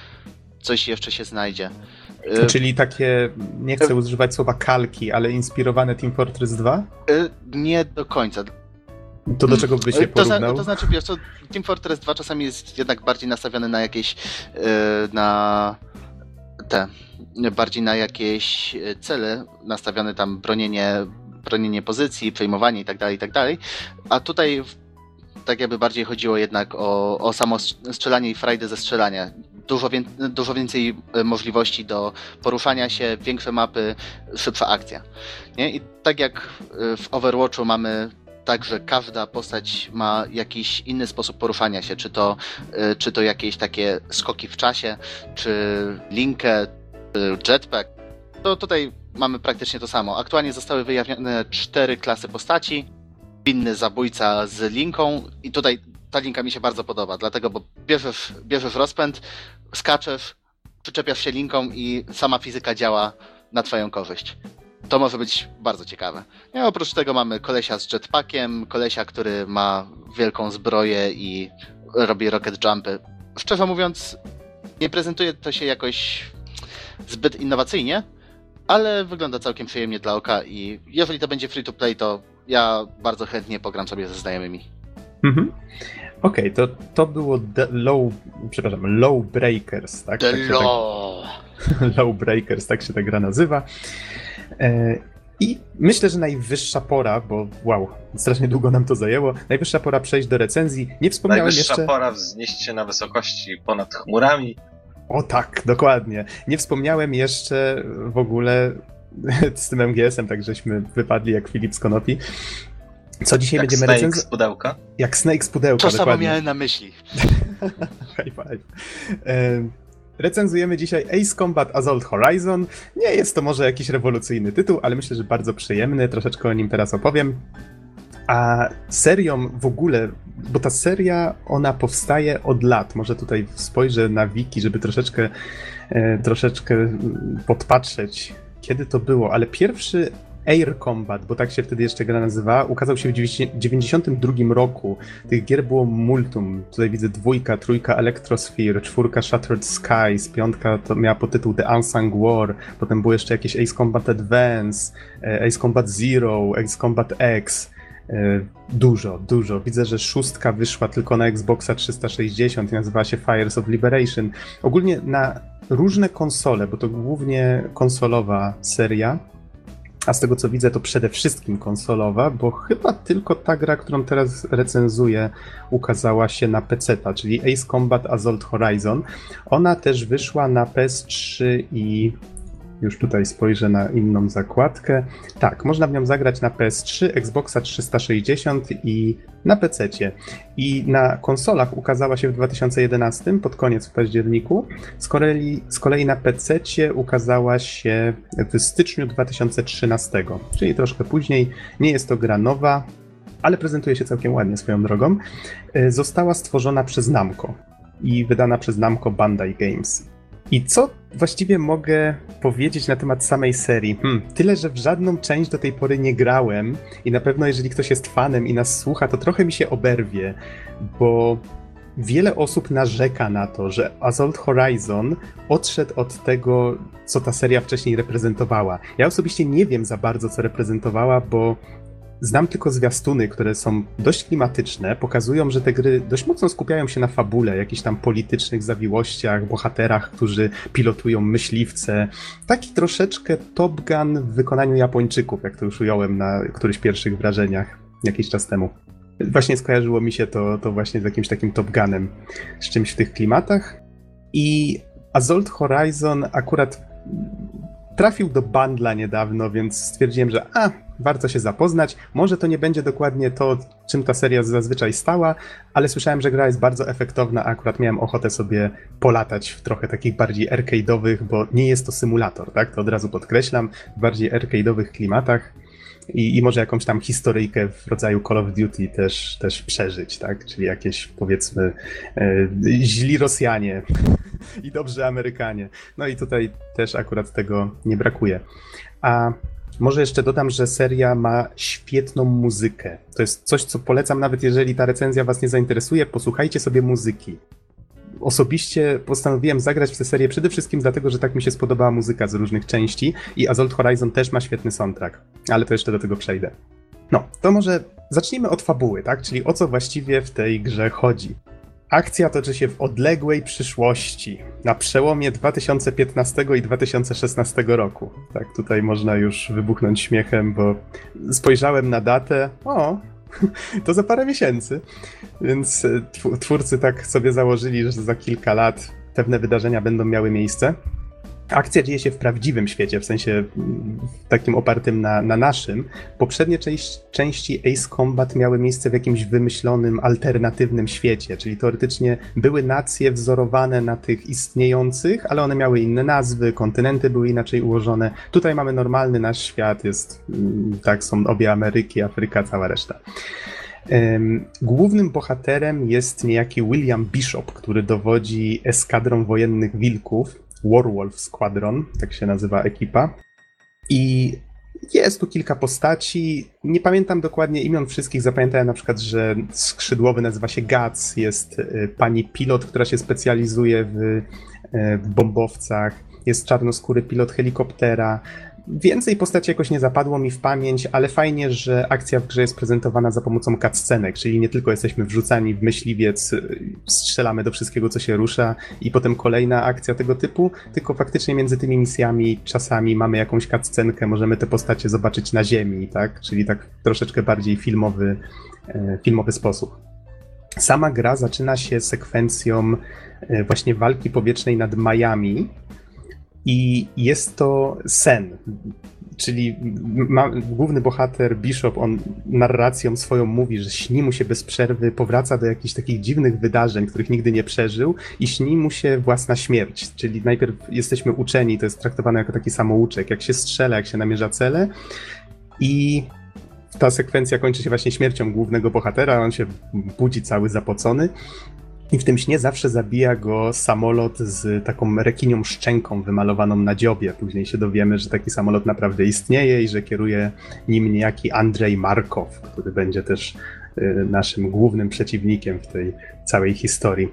coś jeszcze się znajdzie. Czyli takie, nie chcę używać słowa kalki, ale inspirowane Team Fortress dwa? Nie do końca. To do czego by się to porównał? Zna, to znaczy, wiesz co, Team Fortress dwa czasami jest jednak bardziej nastawiony na jakieś yy, na te, bardziej na jakieś cele, nastawione tam bronienie, bronienie pozycji, przejmowanie i tak dalej, i tak dalej. A tutaj tak jakby bardziej chodziło jednak o, o samo strzelanie i frajdę ze strzelania. Dużo, wię, dużo więcej możliwości do poruszania się, większe mapy, szybsza akcja. Nie? I tak jak w Overwatchu mamy tak, że każda postać ma jakiś inny sposób poruszania się, czy to, czy to jakieś takie skoki w czasie, czy linkę, czy jetpack, to tutaj mamy praktycznie to samo. Aktualnie zostały wyjawione cztery klasy postaci, inny zabójca z linką i tutaj ta linka mi się bardzo podoba, dlatego, bo bierzesz, bierzesz rozpęd, skaczesz, przyczepiasz się linką i sama fizyka działa na twoją korzyść. To może być bardzo ciekawe. I oprócz tego mamy kolesia z jetpackiem, kolesia, który ma wielką zbroję i robi rocket jumpy. Szczerze mówiąc, nie prezentuje to się jakoś zbyt innowacyjnie, ale wygląda całkiem przyjemnie dla oka i jeżeli to będzie free to play, to ja bardzo chętnie pogram sobie ze znajomymi. Mhm. Okej, okay, to, to było The Low, przepraszam, Low Breakers, tak? The tak Low. Tak, Low Breakers, tak się ta gra nazywa. E, I myślę, że najwyższa pora, bo wow, strasznie długo nam to zajęło, najwyższa pora przejść do recenzji. Nie wspomniałem najwyższa jeszcze... pora wznieść się na wysokości ponad chmurami. O tak, dokładnie. Nie wspomniałem jeszcze w ogóle z tym M G S-em, tak żeśmy wypadli jak Filip z Konopi. Co dzisiaj jak będziemy Snake recenzować? z pudełka. Jak Snake z pudełka, To samo dokładnie. miałem na myśli. High five. E, recenzujemy dzisiaj Ace Combat Assault Horizon. Nie jest to może jakiś rewolucyjny tytuł, ale myślę, że bardzo przyjemny. Troszeczkę o nim teraz opowiem. A serią w ogóle, bo ta seria, ona powstaje od lat. Może tutaj spojrzę na wiki, żeby troszeczkę, e, troszeczkę podpatrzeć, kiedy to było, ale pierwszy Air Combat, bo tak się wtedy jeszcze gra nazywała, ukazał się w dziewięćdziesiątym drugim roku. Tych gier było multum. Tutaj widzę dwójka, trójka Electrosphere, czwórka Shattered Skies, piątka to miała podtytuł The Unsung War, potem było jeszcze jakieś Ace Combat Advance, Ace Combat Zero, Ace Combat X. Dużo, dużo. Widzę, że szóstka wyszła tylko na Xboxa trzysta sześćdziesiąt i nazywała się Fires of Liberation. Ogólnie na różne konsole, bo to głównie konsolowa seria, a z tego co widzę to przede wszystkim konsolowa, bo chyba tylko ta gra, którą teraz recenzuję, ukazała się na peceta, czyli Ace Combat Assault Horizon. Ona też wyszła na P S trzy i już tutaj spojrzę na inną zakładkę. Tak, można w nią zagrać na P S trzy, Xboxa trzysta sześćdziesiąt i na pececie. I na konsolach ukazała się w dwa tysiące jedenastym, pod koniec w październiku. Z kolei, z kolei na pececie ukazała się w styczniu dwa tysiące trzynastego, czyli troszkę później. Nie jest to gra nowa, ale prezentuje się całkiem ładnie swoją drogą. Została stworzona przez Namco i wydana przez Namco Bandai Games. I co właściwie mogę powiedzieć na temat samej serii? Hmm, tyle, że w żadną część do tej pory nie grałem i na pewno jeżeli ktoś jest fanem i nas słucha, to trochę mi się oberwie, bo wiele osób narzeka na to, że Assault Horizon odszedł od tego, co ta seria wcześniej reprezentowała. Ja osobiście nie wiem za bardzo, co reprezentowała, bo znam tylko zwiastuny, które są dość klimatyczne, pokazują, że te gry dość mocno skupiają się na fabule, jakichś tam politycznych zawiłościach, bohaterach, którzy pilotują myśliwce. Taki troszeczkę Top Gun w wykonaniu Japończyków, jak to już ująłem na którychś pierwszych wrażeniach jakiś czas temu. Właśnie skojarzyło mi się to, to właśnie z jakimś takim Top Gunem, z czymś w tych klimatach. I Assault Horizon akurat trafił do bundla niedawno, więc stwierdziłem, że a, warto się zapoznać. Może to nie będzie dokładnie to, czym ta seria zazwyczaj stała, ale słyszałem, że gra jest bardzo efektowna, a akurat miałem ochotę sobie polatać w trochę takich bardziej arcade'owych, bo nie jest to symulator, tak? To od razu podkreślam, w bardziej arcade'owych klimatach i, i może jakąś tam historyjkę w rodzaju Call of Duty też, też przeżyć, tak? Czyli jakieś, powiedzmy, e, źli Rosjanie i dobrzy Amerykanie. No i tutaj też akurat tego nie brakuje. A może jeszcze dodam, że seria ma świetną muzykę. To jest coś, co polecam, nawet jeżeli ta recenzja was nie zainteresuje, posłuchajcie sobie muzyki. osobiście postanowiłem zagrać w tę serię przede wszystkim dlatego, że tak mi się spodobała muzyka z różnych części i Assault Horizon też ma świetny soundtrack, ale to jeszcze do tego przejdę. No, to może zacznijmy od fabuły, tak? Czyli o co właściwie w tej grze chodzi. Akcja toczy się w odległej przyszłości, na przełomie dwa tysiące piętnastego i dwa tysiące szesnastego roku. Tak, tutaj można już wybuchnąć śmiechem, bo spojrzałem na datę, o, to za parę miesięcy. Więc twórcy tak sobie założyli, że za kilka lat pewne wydarzenia będą miały miejsce. Akcja dzieje się w prawdziwym świecie, w sensie takim opartym na, na naszym. Poprzednie części, części Ace Combat miały miejsce w jakimś wymyślonym, alternatywnym świecie, czyli teoretycznie były nacje wzorowane na tych istniejących, ale one miały inne nazwy, kontynenty były inaczej ułożone. Tutaj mamy normalny nasz świat, jest, tak, są obie Ameryki, Afryka, cała reszta. Um, głównym bohaterem jest niejaki William Bishop, który dowodzi eskadrą wojennych wilków, Warwolf Squadron, tak się nazywa ekipa. I jest tu kilka postaci. Nie pamiętam dokładnie imion wszystkich. Zapamiętałem na przykład, że skrzydłowy nazywa się Guts. Jest pani pilot, która się specjalizuje w, w bombowcach. Jest czarnoskóry pilot helikoptera. Więcej postaci jakoś nie zapadło mi w pamięć, ale fajnie, że akcja w grze jest prezentowana za pomocą cutscenek, czyli nie tylko jesteśmy wrzucani w myśliwiec, strzelamy do wszystkiego, co się rusza i potem kolejna akcja tego typu, tylko faktycznie między tymi misjami czasami mamy jakąś cutscenkę, możemy te postacie zobaczyć na ziemi, tak? Czyli tak troszeczkę bardziej filmowy, filmowy sposób. Sama gra zaczyna się sekwencją właśnie walki powietrznej nad Miami, i jest to sen, czyli ma, główny bohater Bishop, on narracją swoją mówi, że śni mu się bez przerwy, powraca do jakichś takich dziwnych wydarzeń, których nigdy nie przeżył i śni mu się własna śmierć, czyli najpierw jesteśmy uczeni, to jest traktowane jako taki samouczek, jak się strzela, jak się namierza cele i ta sekwencja kończy się właśnie śmiercią głównego bohatera, on się budzi cały zapocony. I w tym śnie zawsze zabija go samolot z taką rekinią szczęką wymalowaną na dziobie. Później się dowiemy, że taki samolot naprawdę istnieje i że kieruje nim niejaki Andrzej Markow, który będzie też naszym głównym przeciwnikiem w tej całej historii.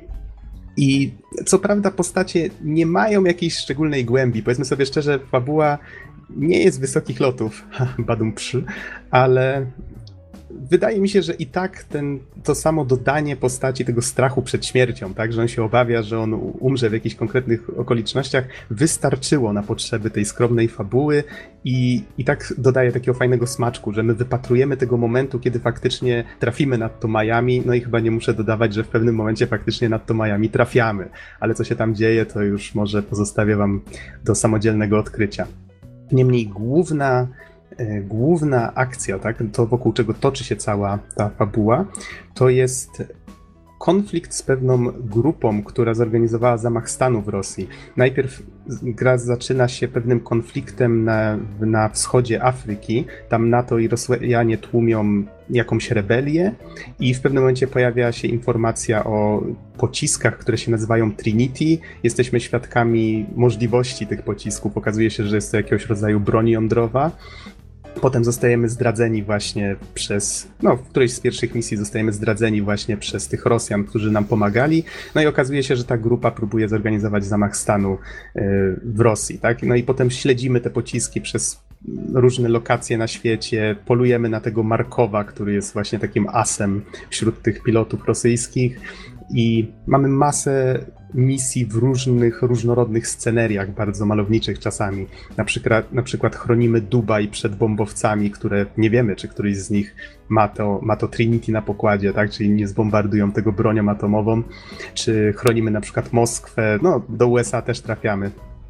I co prawda postacie nie mają jakiejś szczególnej głębi. Powiedzmy sobie szczerze, fabuła nie jest wysokich lotów, badum przy, ale wydaje mi się, że i tak ten, to samo dodanie postaci tego strachu przed śmiercią, tak, że on się obawia, że on umrze w jakichś konkretnych okolicznościach, wystarczyło na potrzeby tej skromnej fabuły i, i tak dodaje takiego fajnego smaczku, że my wypatrujemy tego momentu, kiedy faktycznie trafimy nad to Miami, no i chyba nie muszę dodawać, że w pewnym momencie faktycznie nad to Miami trafiamy, ale co się tam dzieje, to już może pozostawię wam do samodzielnego odkrycia. Niemniej główna Główna akcja, tak, to wokół czego toczy się cała ta fabuła, to jest konflikt z pewną grupą, która zorganizowała zamach stanu w Rosji. Najpierw gra zaczyna się pewnym konfliktem na, na wschodzie Afryki. Tam NATO i Rosjanie tłumią jakąś rebelię i w pewnym momencie pojawia się informacja o pociskach, które się nazywają Trinity. Jesteśmy świadkami możliwości tych pocisków. Okazuje się, że jest to jakiegoś rodzaju broń jądrowa. Potem zostajemy zdradzeni właśnie przez, no w którejś z pierwszych misji zostajemy zdradzeni właśnie przez tych Rosjan, którzy nam pomagali. No i okazuje się, że ta grupa próbuje zorganizować zamach stanu w Rosji, tak? No i potem śledzimy te pociski przez różne lokacje na świecie, polujemy na tego Markowa, który jest właśnie takim asem wśród tych pilotów rosyjskich i mamy masę misji w różnych, różnorodnych sceneriach, bardzo malowniczych czasami. Na przykład, na przykład chronimy Dubaj przed bombowcami, które nie wiemy, czy któryś z nich ma to, ma to Trinity na pokładzie, tak? Czyli nie zbombardują tego bronią atomową, czy chronimy na przykład Moskwę, no do U S A też trafiamy.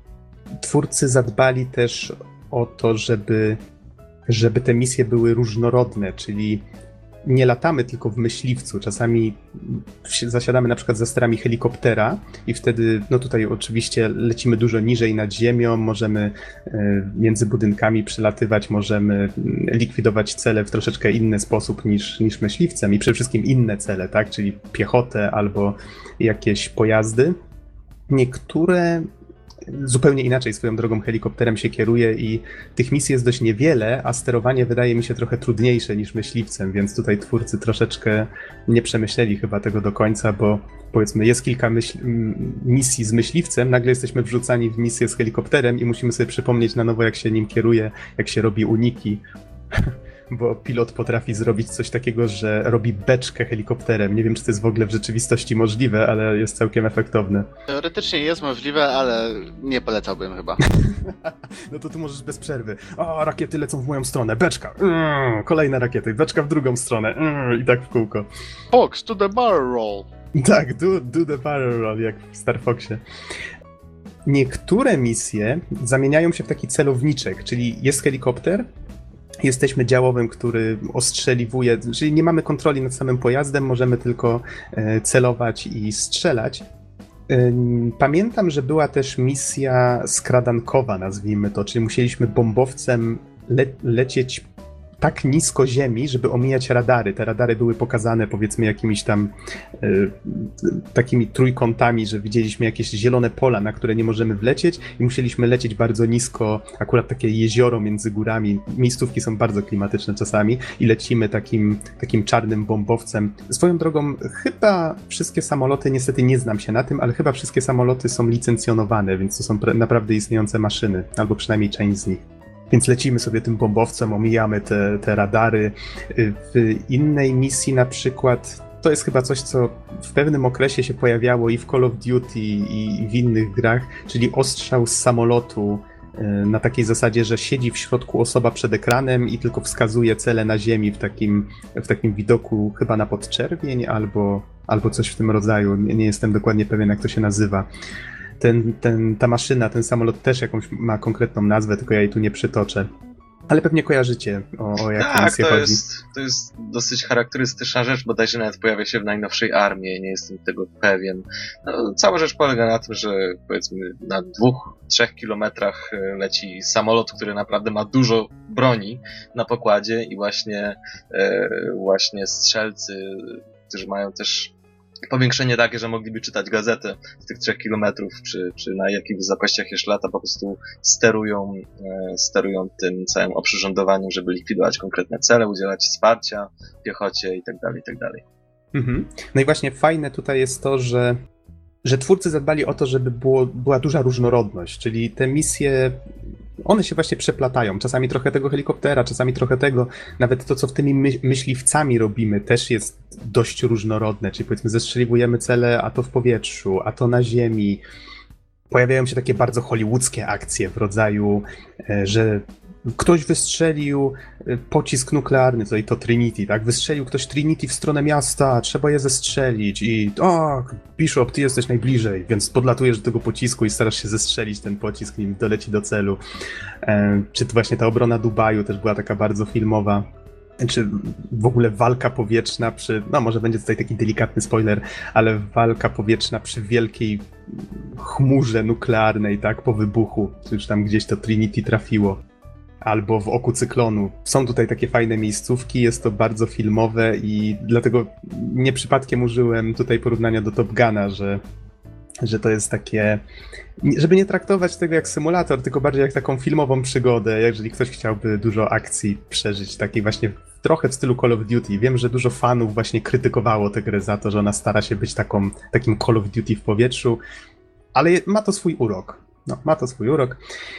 Twórcy zadbali też o to, żeby, żeby te misje były różnorodne, czyli nie latamy tylko w myśliwcu, czasami zasiadamy na przykład za sterami helikoptera i wtedy, no tutaj oczywiście lecimy dużo niżej nad ziemią, możemy między budynkami przelatywać, możemy likwidować cele w troszeczkę inny sposób niż, niż myśliwcem i przede wszystkim inne cele, tak, czyli piechotę albo jakieś pojazdy. Niektóre zupełnie inaczej swoją drogą helikopterem się kieruje i tych misji jest dość niewiele, a sterowanie wydaje mi się trochę trudniejsze niż myśliwcem, więc tutaj twórcy troszeczkę nie przemyśleli chyba tego do końca, bo powiedzmy jest kilka myśl, misji z myśliwcem, nagle jesteśmy wrzucani w misję z helikopterem i musimy sobie przypomnieć na nowo, jak się nim kieruje, jak się robi uniki. Bo pilot potrafi zrobić coś takiego, że robi beczkę helikopterem. Nie wiem, czy to jest w ogóle w rzeczywistości możliwe, ale jest całkiem efektowne. Teoretycznie jest możliwe, ale nie polecałbym chyba. No to tu możesz bez przerwy. O, rakiety lecą w moją stronę, beczka. Mm, kolejne rakiety, beczka w drugą stronę. Mm, I tak w kółko. Fox to the barrel roll. Tak, do, do the barrel roll, jak w Star Foxie. Niektóre misje zamieniają się w taki celowniczek, czyli jest helikopter, jesteśmy działowym, który ostrzeliwuje, czyli nie mamy kontroli nad samym pojazdem, możemy tylko celować i strzelać. Pamiętam, że była też misja skradankowa, nazwijmy to, czyli musieliśmy bombowcem le- lecieć tak nisko ziemi, żeby omijać radary. Te radary były pokazane powiedzmy jakimiś tam y, takimi trójkątami, że widzieliśmy jakieś zielone pola, na które nie możemy wlecieć i musieliśmy lecieć bardzo nisko, akurat takie jezioro między górami. Miejscówki są bardzo klimatyczne czasami i lecimy takim, takim czarnym bombowcem. Swoją drogą chyba wszystkie samoloty, niestety nie znam się na tym, ale chyba wszystkie samoloty są licencjonowane, więc to są pra- naprawdę istniejące maszyny, albo przynajmniej część z nich. Więc lecimy sobie tym bombowcem, omijamy te, te radary. W innej misji na przykład, to jest chyba coś, co w pewnym okresie się pojawiało i w Call of Duty, i w innych grach, czyli ostrzał z samolotu na takiej zasadzie, że siedzi w środku osoba przed ekranem i tylko wskazuje cele na ziemi w takim, w takim widoku chyba na podczerwień albo, albo coś w tym rodzaju. Nie, nie jestem dokładnie pewien, jak to się nazywa. Ten, ten, ta maszyna, ten samolot też jakąś ma konkretną nazwę, tylko ja jej tu nie przytoczę. Ale pewnie kojarzycie, o, o jaką tak, misję to chodzi. Jest, to jest dosyć charakterystyczna rzecz, bodajże nawet pojawia się w najnowszej armii, nie jestem tego pewien. No, cała rzecz polega na tym, że powiedzmy na dwóch, trzech kilometrach leci samolot, który naprawdę ma dużo broni na pokładzie i właśnie, e, właśnie strzelcy, którzy mają też powiększenie takie, że mogliby czytać gazetę z tych trzech kilometrów, czy, czy na jakich wysokościach jeszcze lata, po prostu sterują, e, sterują tym całym oprzyrządowaniem, żeby likwidować konkretne cele, udzielać wsparcia piechocie i tak dalej, i tak dalej. Mhm. No i właśnie fajne tutaj jest to, że że twórcy zadbali o to, żeby było, była duża różnorodność, czyli te misje, one się właśnie przeplatają. Czasami trochę tego helikoptera, czasami trochę tego. Nawet to, co w tymi my- myśliwcami robimy, też jest dość różnorodne. Czyli powiedzmy zestrzeliwujemy cele, a to w powietrzu, a to na ziemi. Pojawiają się takie bardzo hollywoodzkie akcje w rodzaju, że ktoś wystrzelił pocisk nuklearny, tutaj to Trinity, tak? Wystrzelił ktoś Trinity w stronę miasta, trzeba je zestrzelić i o, Bishop, ty jesteś najbliżej, więc podlatujesz do tego pocisku i starasz się zestrzelić ten pocisk, nim doleci do celu. E, czy to właśnie ta obrona Dubaju też była taka bardzo filmowa. Czy w ogóle walka powietrzna przy, no może będzie tutaj taki delikatny spoiler, ale walka powietrzna przy wielkiej chmurze nuklearnej, tak, po wybuchu, czy już tam gdzieś to Trinity trafiło. Albo w Oku Cyklonu. Są tutaj takie fajne miejscówki, jest to bardzo filmowe i dlatego nie przypadkiem użyłem tutaj porównania do Top Guna, że, że to jest takie, żeby nie traktować tego jak symulator, tylko bardziej jak taką filmową przygodę, jeżeli ktoś chciałby dużo akcji przeżyć, takiej właśnie trochę w stylu Call of Duty. Wiem, że dużo fanów właśnie krytykowało tę grę za to, że ona stara się być taką, takim Call of Duty w powietrzu, ale ma to swój urok. No, ma to swój urok.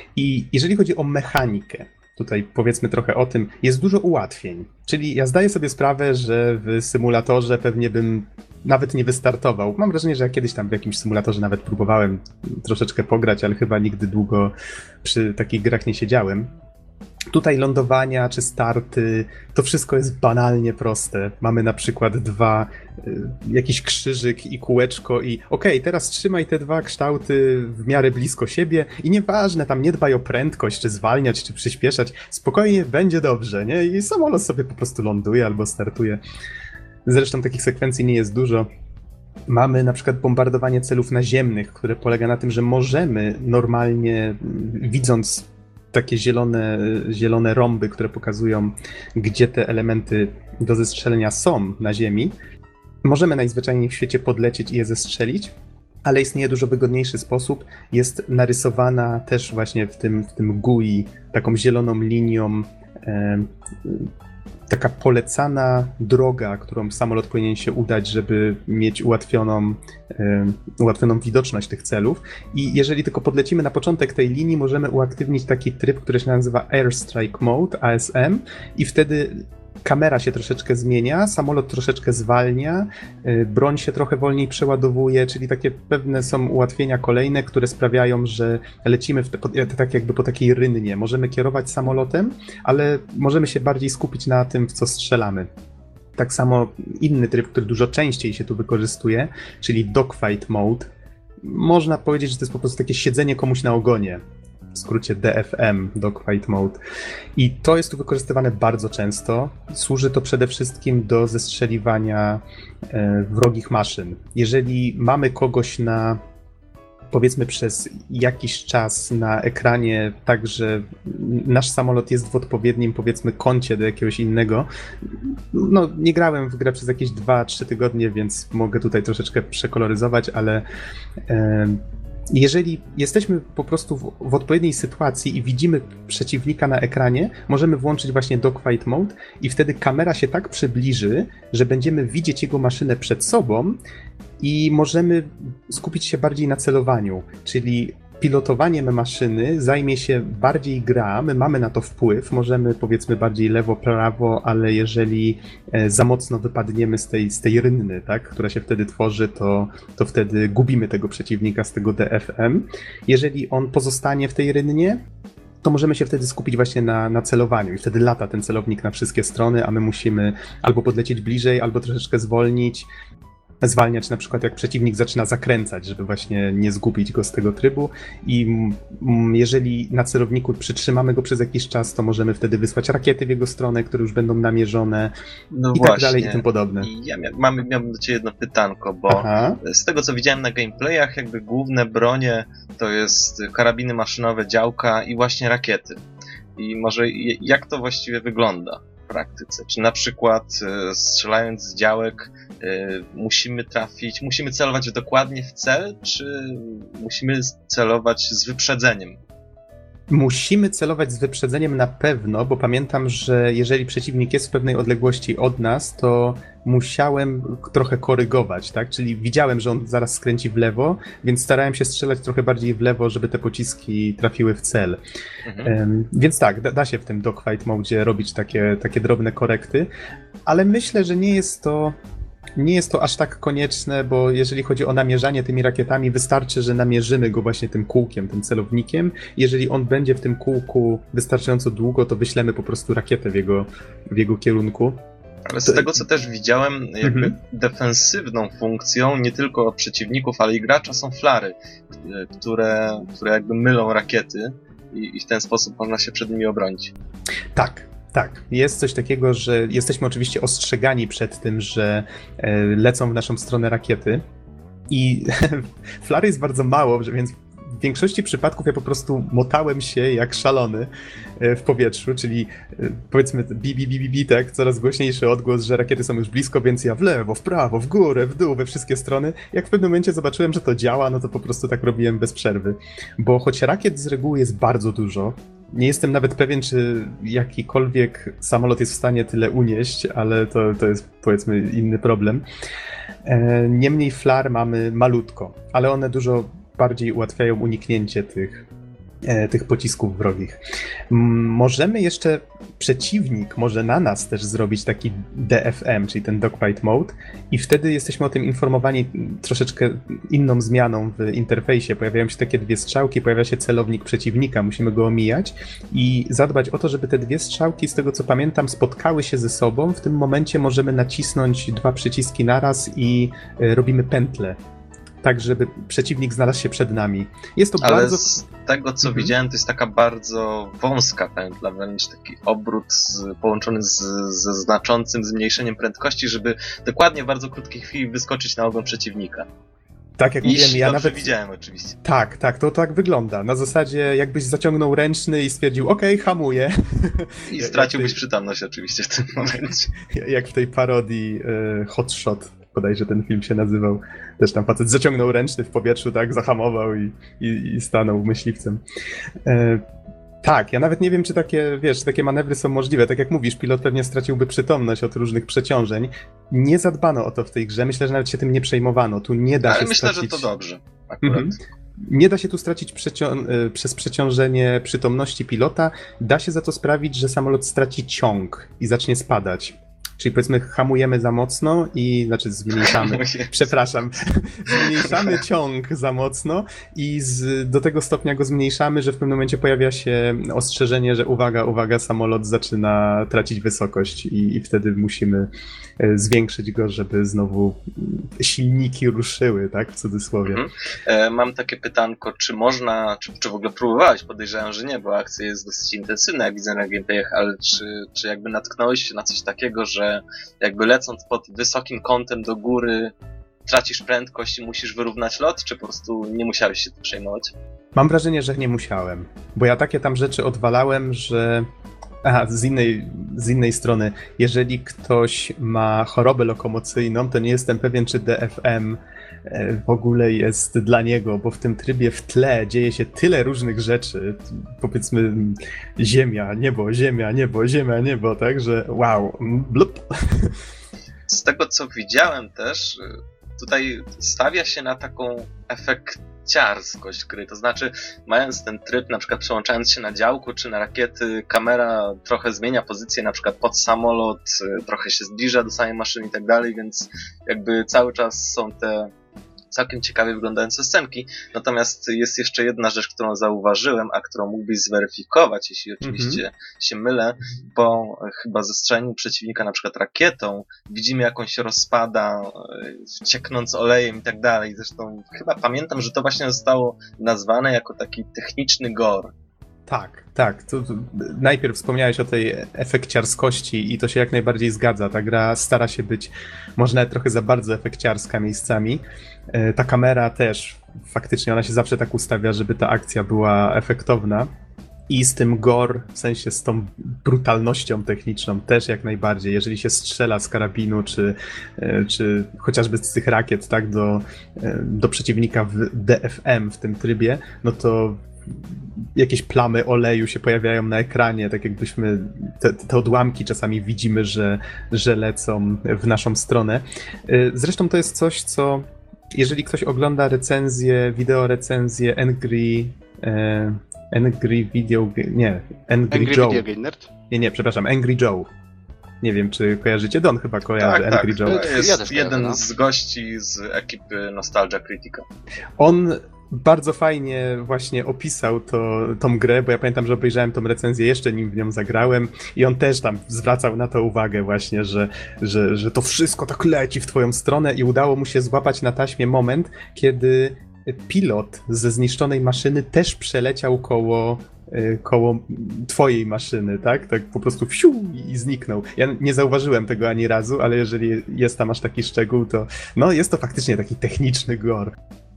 I jeżeli chodzi o mechanikę, tutaj powiedzmy trochę o tym, jest dużo ułatwień. Czyli ja zdaję sobie sprawę, że w symulatorze pewnie bym nawet nie wystartował. Mam wrażenie, że ja kiedyś tam w jakimś symulatorze nawet próbowałem troszeczkę pograć, ale chyba nigdy długo przy takich grach nie siedziałem. Tutaj lądowania czy starty, to wszystko jest banalnie proste. Mamy na przykład dwa, y, jakiś krzyżyk i kółeczko i okej, okay, teraz trzymaj te dwa kształty w miarę blisko siebie i nieważne, tam nie dbaj o prędkość, czy zwalniać, czy przyspieszać, spokojnie będzie dobrze, nie? I samolot sobie po prostu ląduje albo startuje. Zresztą takich sekwencji nie jest dużo. Mamy na przykład bombardowanie celów naziemnych, które polega na tym, że możemy normalnie, widząc takie zielone, zielone rąby, które pokazują, gdzie te elementy do zestrzelenia są na ziemi, możemy najzwyczajniej w świecie podlecieć i je zestrzelić, ale istnieje dużo wygodniejszy sposób. Jest narysowana też właśnie w tym, w tym G U I taką zieloną linią e, taka polecana droga, którą samolot powinien się udać, żeby mieć ułatwioną, e, ułatwioną widoczność tych celów. I jeżeli tylko podlecimy na początek tej linii, możemy uaktywnić taki tryb, który się nazywa Airstrike Mode, A S M, i wtedy kamera się troszeczkę zmienia, samolot troszeczkę zwalnia, broń się trochę wolniej przeładowuje, czyli takie pewne są ułatwienia kolejne, które sprawiają, że lecimy w te, tak jakby po takiej rynnie. Możemy kierować samolotem, ale możemy się bardziej skupić na tym, w co strzelamy. Tak samo inny tryb, który dużo częściej się tu wykorzystuje, czyli Dogfight Mode. Można powiedzieć, że to jest po prostu takie siedzenie komuś na ogonie. W skrócie D F M, Dogfight Mode. I to jest tu wykorzystywane bardzo często. Służy to przede wszystkim do zestrzeliwania e, wrogich maszyn. Jeżeli mamy kogoś na, powiedzmy przez jakiś czas na ekranie, tak że nasz samolot jest w odpowiednim, powiedzmy, kącie do jakiegoś innego. No, nie grałem w grę przez jakieś dwa trzy tygodnie, więc mogę tutaj troszeczkę przekoloryzować, ale e, jeżeli jesteśmy po prostu w, w odpowiedniej sytuacji i widzimy przeciwnika na ekranie, możemy włączyć właśnie Dogfight Mode i wtedy kamera się tak przybliży, że będziemy widzieć jego maszynę przed sobą i możemy skupić się bardziej na celowaniu, czyli pilotowaniem maszyny zajmie się bardziej gra, my mamy na to wpływ, możemy powiedzmy bardziej lewo, prawo, ale jeżeli za mocno wypadniemy z tej, z tej rynny, tak, która się wtedy tworzy, to, to wtedy gubimy tego przeciwnika z tego D F M. Jeżeli on pozostanie w tej rynnie, to możemy się wtedy skupić właśnie na, na celowaniu i wtedy lata ten celownik na wszystkie strony, a my musimy albo podlecieć bliżej, albo troszeczkę zwolnić, zwalniać na przykład jak przeciwnik zaczyna zakręcać, żeby właśnie nie zgubić go z tego trybu i jeżeli na celowniku przytrzymamy go przez jakiś czas, to możemy wtedy wysłać rakiety w jego stronę, które już będą namierzone no i właśnie. tak dalej i tym podobne. I ja mia- mam, miałbym do Ciebie jedno pytanko, bo Aha. z tego co widziałem na gameplayach, jakby główne bronie to jest karabiny maszynowe, działka i właśnie rakiety. I może jak to właściwie wygląda w praktyce? Czy na przykład strzelając z działek musimy trafić, musimy celować dokładnie w cel, czy musimy celować z wyprzedzeniem? Musimy celować z wyprzedzeniem na pewno, bo pamiętam, że jeżeli przeciwnik jest w pewnej odległości od nas, to musiałem trochę korygować, tak? Czyli widziałem, że on zaraz skręci w lewo, więc starałem się strzelać trochę bardziej w lewo, żeby te pociski trafiły w cel. Mhm. Um, więc tak, da, da się w tym Dogfight Mode robić takie, takie drobne korekty, ale myślę, że nie jest to Nie jest to aż tak konieczne, bo jeżeli chodzi o namierzanie tymi rakietami, wystarczy, że namierzymy go właśnie tym kółkiem, tym celownikiem. Jeżeli on będzie w tym kółku wystarczająco długo, to wyślemy po prostu rakietę w jego, w jego kierunku. Ale z tego, co też widziałem, jakby mhm. defensywną funkcją nie tylko przeciwników, ale i gracza są flary, które, które jakby mylą rakiety i, i w ten sposób można się przed nimi obronić. Tak. Tak, jest coś takiego, że jesteśmy oczywiście ostrzegani przed tym, że lecą w naszą stronę rakiety i flary jest bardzo mało, więc w większości przypadków ja po prostu motałem się jak szalony w powietrzu, czyli powiedzmy bi, bi, bi, bi, bi, tak, coraz głośniejszy odgłos, że rakiety są już blisko, więc ja w lewo, w prawo, w górę, w dół, we wszystkie strony. Jak w pewnym momencie zobaczyłem, że to działa, no to po prostu tak robiłem bez przerwy. Bo choć rakiet z reguły jest bardzo dużo, nie jestem nawet pewien, czy jakikolwiek samolot jest w stanie tyle unieść, ale to, to jest powiedzmy inny problem. Niemniej flar mamy malutko, ale one dużo bardziej ułatwiają uniknięcie tych, tych pocisków wrogich. Możemy jeszcze, przeciwnik może na nas też zrobić taki D F M, czyli ten Dogfight Mode i wtedy jesteśmy o tym informowani troszeczkę inną zmianą w interfejsie. Pojawiają się takie dwie strzałki, pojawia się celownik przeciwnika, musimy go omijać i zadbać o to, żeby te dwie strzałki, z tego co pamiętam, spotkały się ze sobą. W tym momencie możemy nacisnąć dwa przyciski naraz i robimy pętlę, tak żeby przeciwnik znalazł się przed nami. Jest to Ale bardzo... z tego, co mhm. widziałem, to jest taka bardzo wąska pętla, wręcz taki obrót z, połączony z, ze znaczącym zmniejszeniem prędkości, żeby dokładnie w bardzo krótkiej chwili wyskoczyć na ogon przeciwnika. Tak, jak mówiłem, ja nawet widziałem oczywiście. Tak, tak, to tak wygląda. Na zasadzie jakbyś zaciągnął ręczny i stwierdził, okej, okay, hamuję. I straciłbyś tej... przytomność oczywiście w tym momencie. Jak w tej parodii y, Hot Shot bodajże ten film się nazywał. Też tam facet zaciągnął ręczny w powietrzu, tak, zahamował i, i, i stanął myśliwcem. E, tak, ja nawet nie wiem, czy takie, wiesz, takie manewry są możliwe. Tak jak mówisz, pilot pewnie straciłby przytomność od różnych przeciążeń. Nie zadbano o to w tej grze, myślę, że nawet się tym nie przejmowano. Tu nie da Ale się myślę, stracić... że to dobrze akurat. Mhm. Nie da się tu stracić przecią... przez przeciążenie przytomności pilota. Da się za to sprawić, że samolot straci ciąg i zacznie spadać. Czyli powiedzmy hamujemy za mocno i, znaczy zmniejszamy, przepraszam, zmniejszamy ciąg za mocno i z, do tego stopnia go zmniejszamy, że w pewnym momencie pojawia się ostrzeżenie, że uwaga, uwaga, samolot zaczyna tracić wysokość i, i wtedy musimy zwiększyć go, żeby znowu silniki ruszyły, tak, w cudzysłowie. Mhm. E, mam takie pytanko, czy można, czy, czy w ogóle próbowałeś, podejrzewam, że nie, bo akcja jest dosyć intensywna, jak widzę na gameplayach, ale czy, czy jakby natknąłeś się na coś takiego, że jakby lecąc pod wysokim kątem do góry tracisz prędkość i musisz wyrównać lot, czy po prostu nie musiałeś się tym przejmować? Mam wrażenie, że nie musiałem, bo ja takie tam rzeczy odwalałem, że... Aha, z innej, z innej strony, jeżeli ktoś ma chorobę lokomocyjną, to nie jestem pewien, czy D F M w ogóle jest dla niego, bo w tym trybie w tle dzieje się tyle różnych rzeczy, powiedzmy ziemia, niebo, ziemia, niebo, ziemia, niebo, tak, że wow, blup. Z tego, co widziałem też, tutaj stawia się na taką efekciarskość gry, to znaczy mając ten tryb, na przykład przełączając się na działku czy na rakiety, kamera trochę zmienia pozycję, na przykład pod samolot, trochę się zbliża do samej maszyny i tak dalej, więc jakby cały czas są te całkiem ciekawie wyglądające scenki. Natomiast jest jeszcze jedna rzecz, którą zauważyłem, a którą mógłbyś zweryfikować, jeśli oczywiście mm-hmm. się mylę, bo chyba ze strzelaniu przeciwnika na przykład rakietą widzimy, jak on się rozpada, cieknąc olejem i tak dalej. Zresztą chyba pamiętam, że to właśnie zostało nazwane jako taki techniczny gore. Tak, tak. To, to najpierw wspomniałeś o tej efekciarskości i to się jak najbardziej zgadza. Ta gra stara się być może nawet trochę za bardzo efekciarska miejscami. Ta kamera też, faktycznie ona się zawsze tak ustawia, żeby ta akcja była efektowna. I z tym gore, w sensie z tą brutalnością techniczną też jak najbardziej. Jeżeli się strzela z karabinu, czy, czy chociażby z tych rakiet, tak, do, do przeciwnika w D F M w tym trybie, no to jakieś plamy oleju się pojawiają na ekranie, tak jakbyśmy te, te odłamki czasami widzimy, że, że lecą w naszą stronę. Zresztą to jest coś, co jeżeli ktoś ogląda recenzję, wideo recenzję Angry e, Angry Video... nie, Angry, Angry Joe. Video Game Nerd? Nie, nie, przepraszam, Angry Joe. Nie wiem, czy kojarzycie? Don chyba kojarzy tak, Angry tak. Joe. To jest Ja też jeden kojarzę, no. z gości z ekipy Nostalgia Critica. On bardzo fajnie właśnie opisał to, tą grę, bo ja pamiętam, że obejrzałem tą recenzję jeszcze nim w nią zagrałem i on też tam zwracał na to uwagę właśnie, że, że, że to wszystko tak leci w twoją stronę i udało mu się złapać na taśmie moment, kiedy pilot ze zniszczonej maszyny też przeleciał koło koło twojej maszyny, tak? Tak po prostu wsiu i zniknął. Ja nie zauważyłem tego ani razu, ale jeżeli jest tam aż taki szczegół, to no jest to faktycznie taki techniczny gore.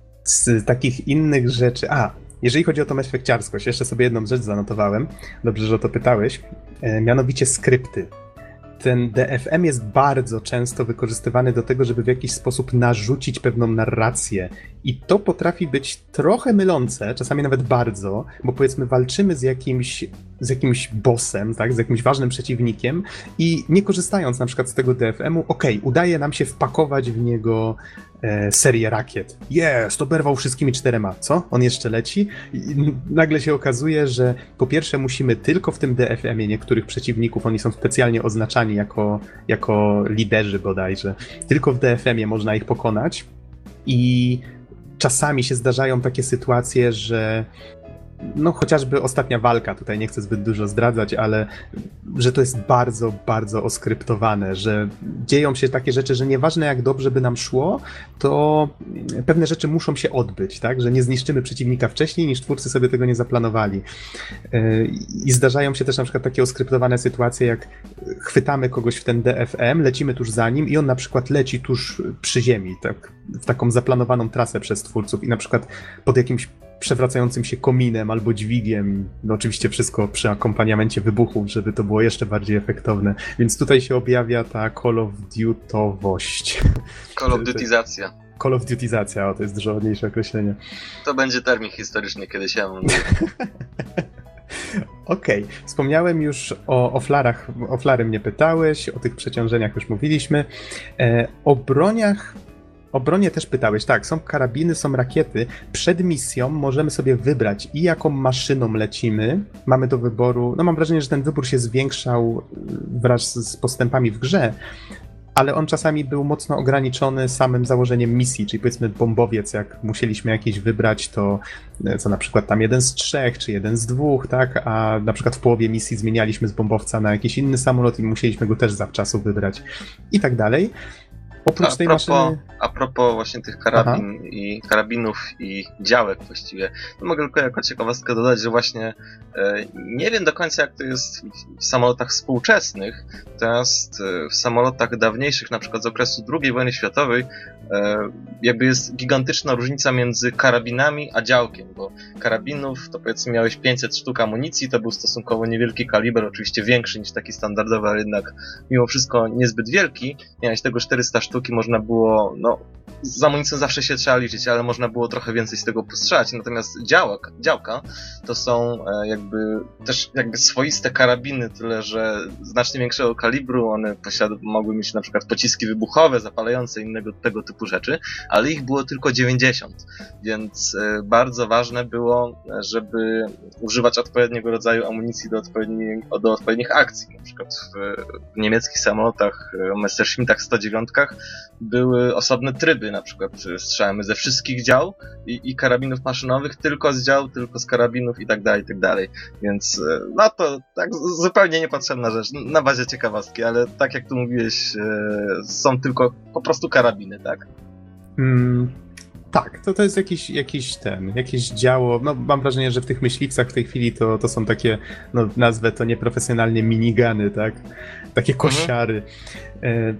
Z takich innych rzeczy... A, jeżeli chodzi o tą efekciarskość, jeszcze sobie jedną rzecz zanotowałem. Dobrze, że o to pytałeś. E, mianowicie skrypty. Ten D F M jest bardzo często wykorzystywany do tego, żeby w jakiś sposób narzucić pewną narrację. I to potrafi być trochę mylące, czasami nawet bardzo, bo powiedzmy walczymy z jakimś, z jakimś bossem, tak, z jakimś ważnym przeciwnikiem i nie korzystając na przykład z tego D F M-u, okej, okay, udaje nam się wpakować w niego e, serię rakiet. Jest, oberwał wszystkimi czterema. Co? On jeszcze leci? I nagle się okazuje, że po pierwsze musimy tylko w tym D F M-ie niektórych przeciwników, oni są specjalnie oznaczani jako, jako liderzy bodajże, tylko w D F M-ie można ich pokonać i czasami się zdarzają takie sytuacje, że no chociażby ostatnia walka, tutaj nie chcę zbyt dużo zdradzać, ale że to jest bardzo, bardzo oskryptowane, że dzieją się takie rzeczy, że nieważne jak dobrze by nam szło, to pewne rzeczy muszą się odbyć, tak? Że nie zniszczymy przeciwnika wcześniej, niż twórcy sobie tego nie zaplanowali. I zdarzają się też na przykład takie oskryptowane sytuacje, jak chwytamy kogoś w ten D F M, lecimy tuż za nim i on na przykład leci tuż przy ziemi, tak? W taką zaplanowaną trasę przez twórców i na przykład pod jakimś przewracającym się kominem albo dźwigiem. No oczywiście wszystko przy akompaniamencie wybuchów, żeby to było jeszcze bardziej efektowne. Więc tutaj się objawia ta Call of Duty'owość. Call of Dutyzacja. Call of Dutyzacja, o, to jest dużo ładniejsze określenie. To będzie termin historyczny, kiedyś ja mówię. Okej, okay. Wspomniałem już o, o flarach, o flary mnie pytałeś, o tych przeciążeniach już mówiliśmy. E, o broniach, o bronie też pytałeś, tak, są karabiny, są rakiety. Przed misją możemy sobie wybrać i jaką maszyną lecimy, mamy do wyboru, no mam wrażenie, że ten wybór się zwiększał wraz z postępami w grze, ale on czasami był mocno ograniczony samym założeniem misji, czyli powiedzmy bombowiec, jak musieliśmy jakiś wybrać, to co na przykład tam jeden z trzech, czy jeden z dwóch, tak, a na przykład w połowie misji zmienialiśmy z bombowca na jakiś inny samolot i musieliśmy go też zawczasu wybrać i tak dalej. Oprócz a tej propos, maszyny... A propos właśnie tych karabin i karabinów i działek właściwie, to mogę tylko jako ciekawostkę dodać, że właśnie e, nie wiem do końca jak to jest w, w samolotach współczesnych, natomiast e, w samolotach dawniejszych, na przykład z okresu drugiej wojny światowej, e, jakby jest gigantyczna różnica między karabinami a działkiem, bo karabinów to powiedzmy miałeś pięćset sztuk amunicji, to był stosunkowo niewielki kaliber, oczywiście większy niż taki standardowy, ale jednak mimo wszystko niezbyt wielki, miałeś tego czterysta sztuki, można było, no, z amunicją zawsze się trzeba liczyć, ale można było trochę więcej z tego postrzelać, natomiast działek, działka to są e, jakby też jakby swoiste karabiny, tyle że znacznie większego kalibru, one posiad- mogły mieć na przykład pociski wybuchowe, zapalające, innego tego typu rzeczy, ale ich było tylko dziewięćdziesiąt, więc e, bardzo ważne było, żeby używać odpowiedniego rodzaju amunicji do, odpowiedni- do odpowiednich akcji, na przykład w, w niemieckich samolotach e, Messerschmittach sto dziewięć były osobne tryby, na przykład strzelamy ze wszystkich dział i, i karabinów maszynowych, tylko z dział, tylko z karabinów i tak dalej, i tak dalej. Więc no to tak zupełnie niepotrzebna rzecz, na bazie ciekawostki, ale tak jak tu mówiłeś, są tylko po prostu karabiny, tak? Mm, tak, to, to jest jakiś, jakiś ten, jakieś działo, no mam wrażenie, że w tych myśliwcach w tej chwili to, to są takie, no nazwę to nieprofesjonalnie minigany, tak? Takie kosiary. Mhm.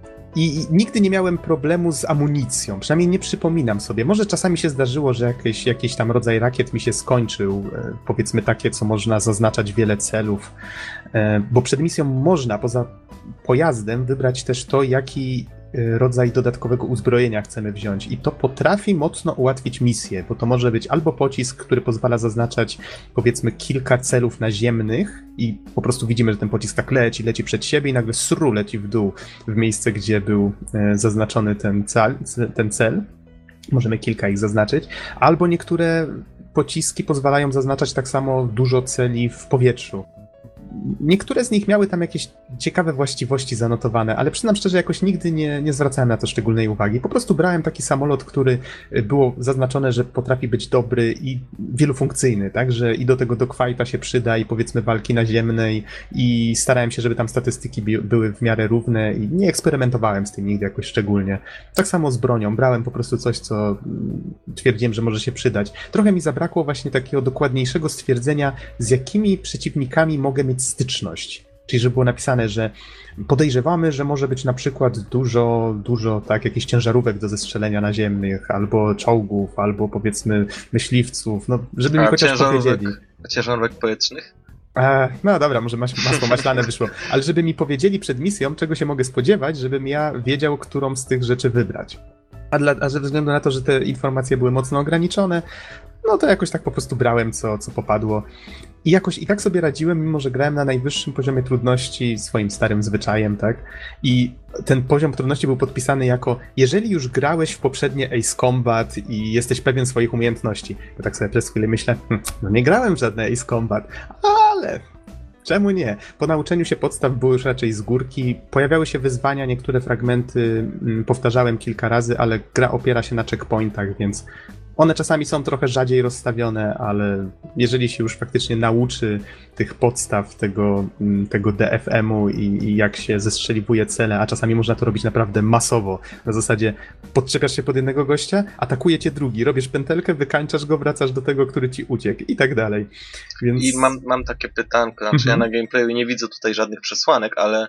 I, I nigdy nie miałem problemu z amunicją, przynajmniej nie przypominam sobie. Może czasami się zdarzyło, że jakiś, jakiś tam rodzaj rakiet mi się skończył, e, powiedzmy takie, co można zaznaczać wiele celów, e, bo przed misją można poza pojazdem wybrać też to, jaki rodzaj dodatkowego uzbrojenia chcemy wziąć i to potrafi mocno ułatwić misję, bo to może być albo pocisk, który pozwala zaznaczać powiedzmy kilka celów naziemnych i po prostu widzimy, że ten pocisk tak leci, leci przed siebie i nagle sru leci w dół w miejsce, gdzie był zaznaczony ten cel, ten cel. Możemy kilka ich zaznaczyć, albo niektóre pociski pozwalają zaznaczać tak samo dużo celi w powietrzu. Niektóre z nich miały tam jakieś ciekawe właściwości zanotowane, ale przyznam szczerze, jakoś nigdy nie, nie zwracałem na to szczególnej uwagi. Po prostu brałem taki samolot, który było zaznaczone, że potrafi być dobry i wielofunkcyjny, tak, że i do tego dogfighta się przyda i powiedzmy walki naziemnej i starałem się, żeby tam statystyki były w miarę równe i nie eksperymentowałem z tym nigdy jakoś szczególnie. Tak samo z bronią, brałem po prostu coś, co twierdziłem, że może się przydać. Trochę mi zabrakło właśnie takiego dokładniejszego stwierdzenia, z jakimi przeciwnikami mogę mieć styczność. Czyli żeby było napisane, że podejrzewamy, że może być na przykład dużo, dużo tak, jakichś ciężarówek do zestrzelenia naziemnych, albo czołgów, albo powiedzmy myśliwców, no żeby mi chociaż powiedzieli. A ciężarówek powietrznych? E, no dobra, może mas- masło maślane wyszło, ale żeby mi powiedzieli przed misją, czego się mogę spodziewać, żebym ja wiedział, którą z tych rzeczy wybrać. A, dla, a ze względu na to, że te informacje były mocno ograniczone, no to jakoś tak po prostu brałem, co, co popadło. I jakoś i tak sobie radziłem, mimo że grałem na najwyższym poziomie trudności swoim starym zwyczajem, tak? I ten poziom trudności był podpisany jako, jeżeli już grałeś w poprzednie Ace Combat i jesteś pewien swoich umiejętności. To tak sobie przez chwilę myślę, hm, no nie grałem w żadne Ace Combat, ale... Czemu nie? Po nauczeniu się podstaw były już raczej z górki, pojawiały się wyzwania, niektóre fragmenty powtarzałem kilka razy, ale gra opiera się na checkpointach, więc one czasami są trochę rzadziej rozstawione, ale jeżeli się już faktycznie nauczy tych podstaw tego, tego D F M-u i, i jak się zestrzeliwuje cele, a czasami można to robić naprawdę masowo, na zasadzie podczepiasz się pod jednego gościa, atakuje cię drugi, robisz pętelkę, wykańczasz go, wracasz do tego, który ci uciekł i tak dalej. Więc... I mam, mam takie pytanko, znaczy ja na gameplayu nie widzę tutaj żadnych przesłanek, ale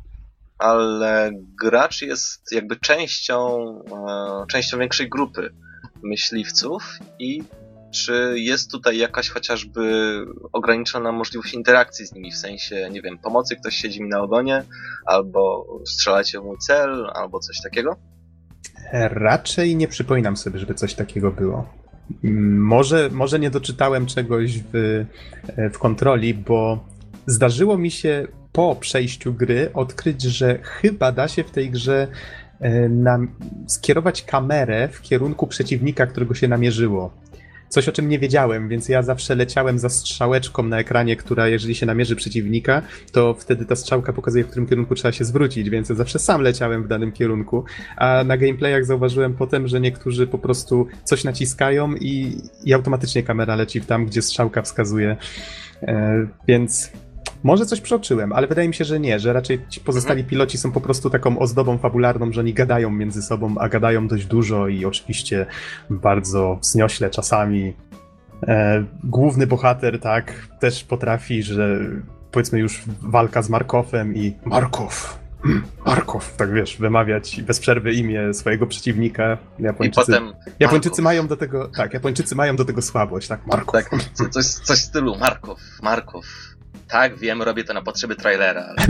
ale gracz jest jakby częścią, e, częścią większej grupy myśliwców i czy jest tutaj jakaś chociażby ograniczona możliwość interakcji z nimi, w sensie, nie wiem, pomocy, ktoś siedzi mi na ogonie, albo strzelacie w mój cel, albo coś takiego? Raczej nie przypominam sobie, żeby coś takiego było. Może, może nie doczytałem czegoś w, w kontroli, bo zdarzyło mi się po przejściu gry odkryć, że chyba da się w tej grze nam skierować kamerę w kierunku przeciwnika, którego się namierzyło. Coś, o czym nie wiedziałem, więc ja zawsze leciałem za strzałeczką na ekranie, która jeżeli się namierzy przeciwnika, to wtedy ta strzałka pokazuje, w którym kierunku trzeba się zwrócić, więc ja zawsze sam leciałem w danym kierunku, a na gameplayach zauważyłem potem, że niektórzy po prostu coś naciskają i, i automatycznie kamera leci w tam, gdzie strzałka wskazuje, e, więc... Może coś przeoczyłem, ale wydaje mi się, że nie, że raczej ci pozostali piloci są po prostu taką ozdobą fabularną, że oni gadają między sobą, a gadają dość dużo i oczywiście bardzo wzniośle czasami. E, główny bohater, tak, też potrafi, że powiedzmy już walka z Markowem i Markow, Markow, tak wiesz, wymawiać bez przerwy imię swojego przeciwnika. Japończycy, I potem Japończycy mają do tego, tak, Japończycy mają do tego słabość, tak, Markow. Tak, coś, coś w stylu Markow, Markow. Tak, wiem, robię to na potrzeby trailera. Ale...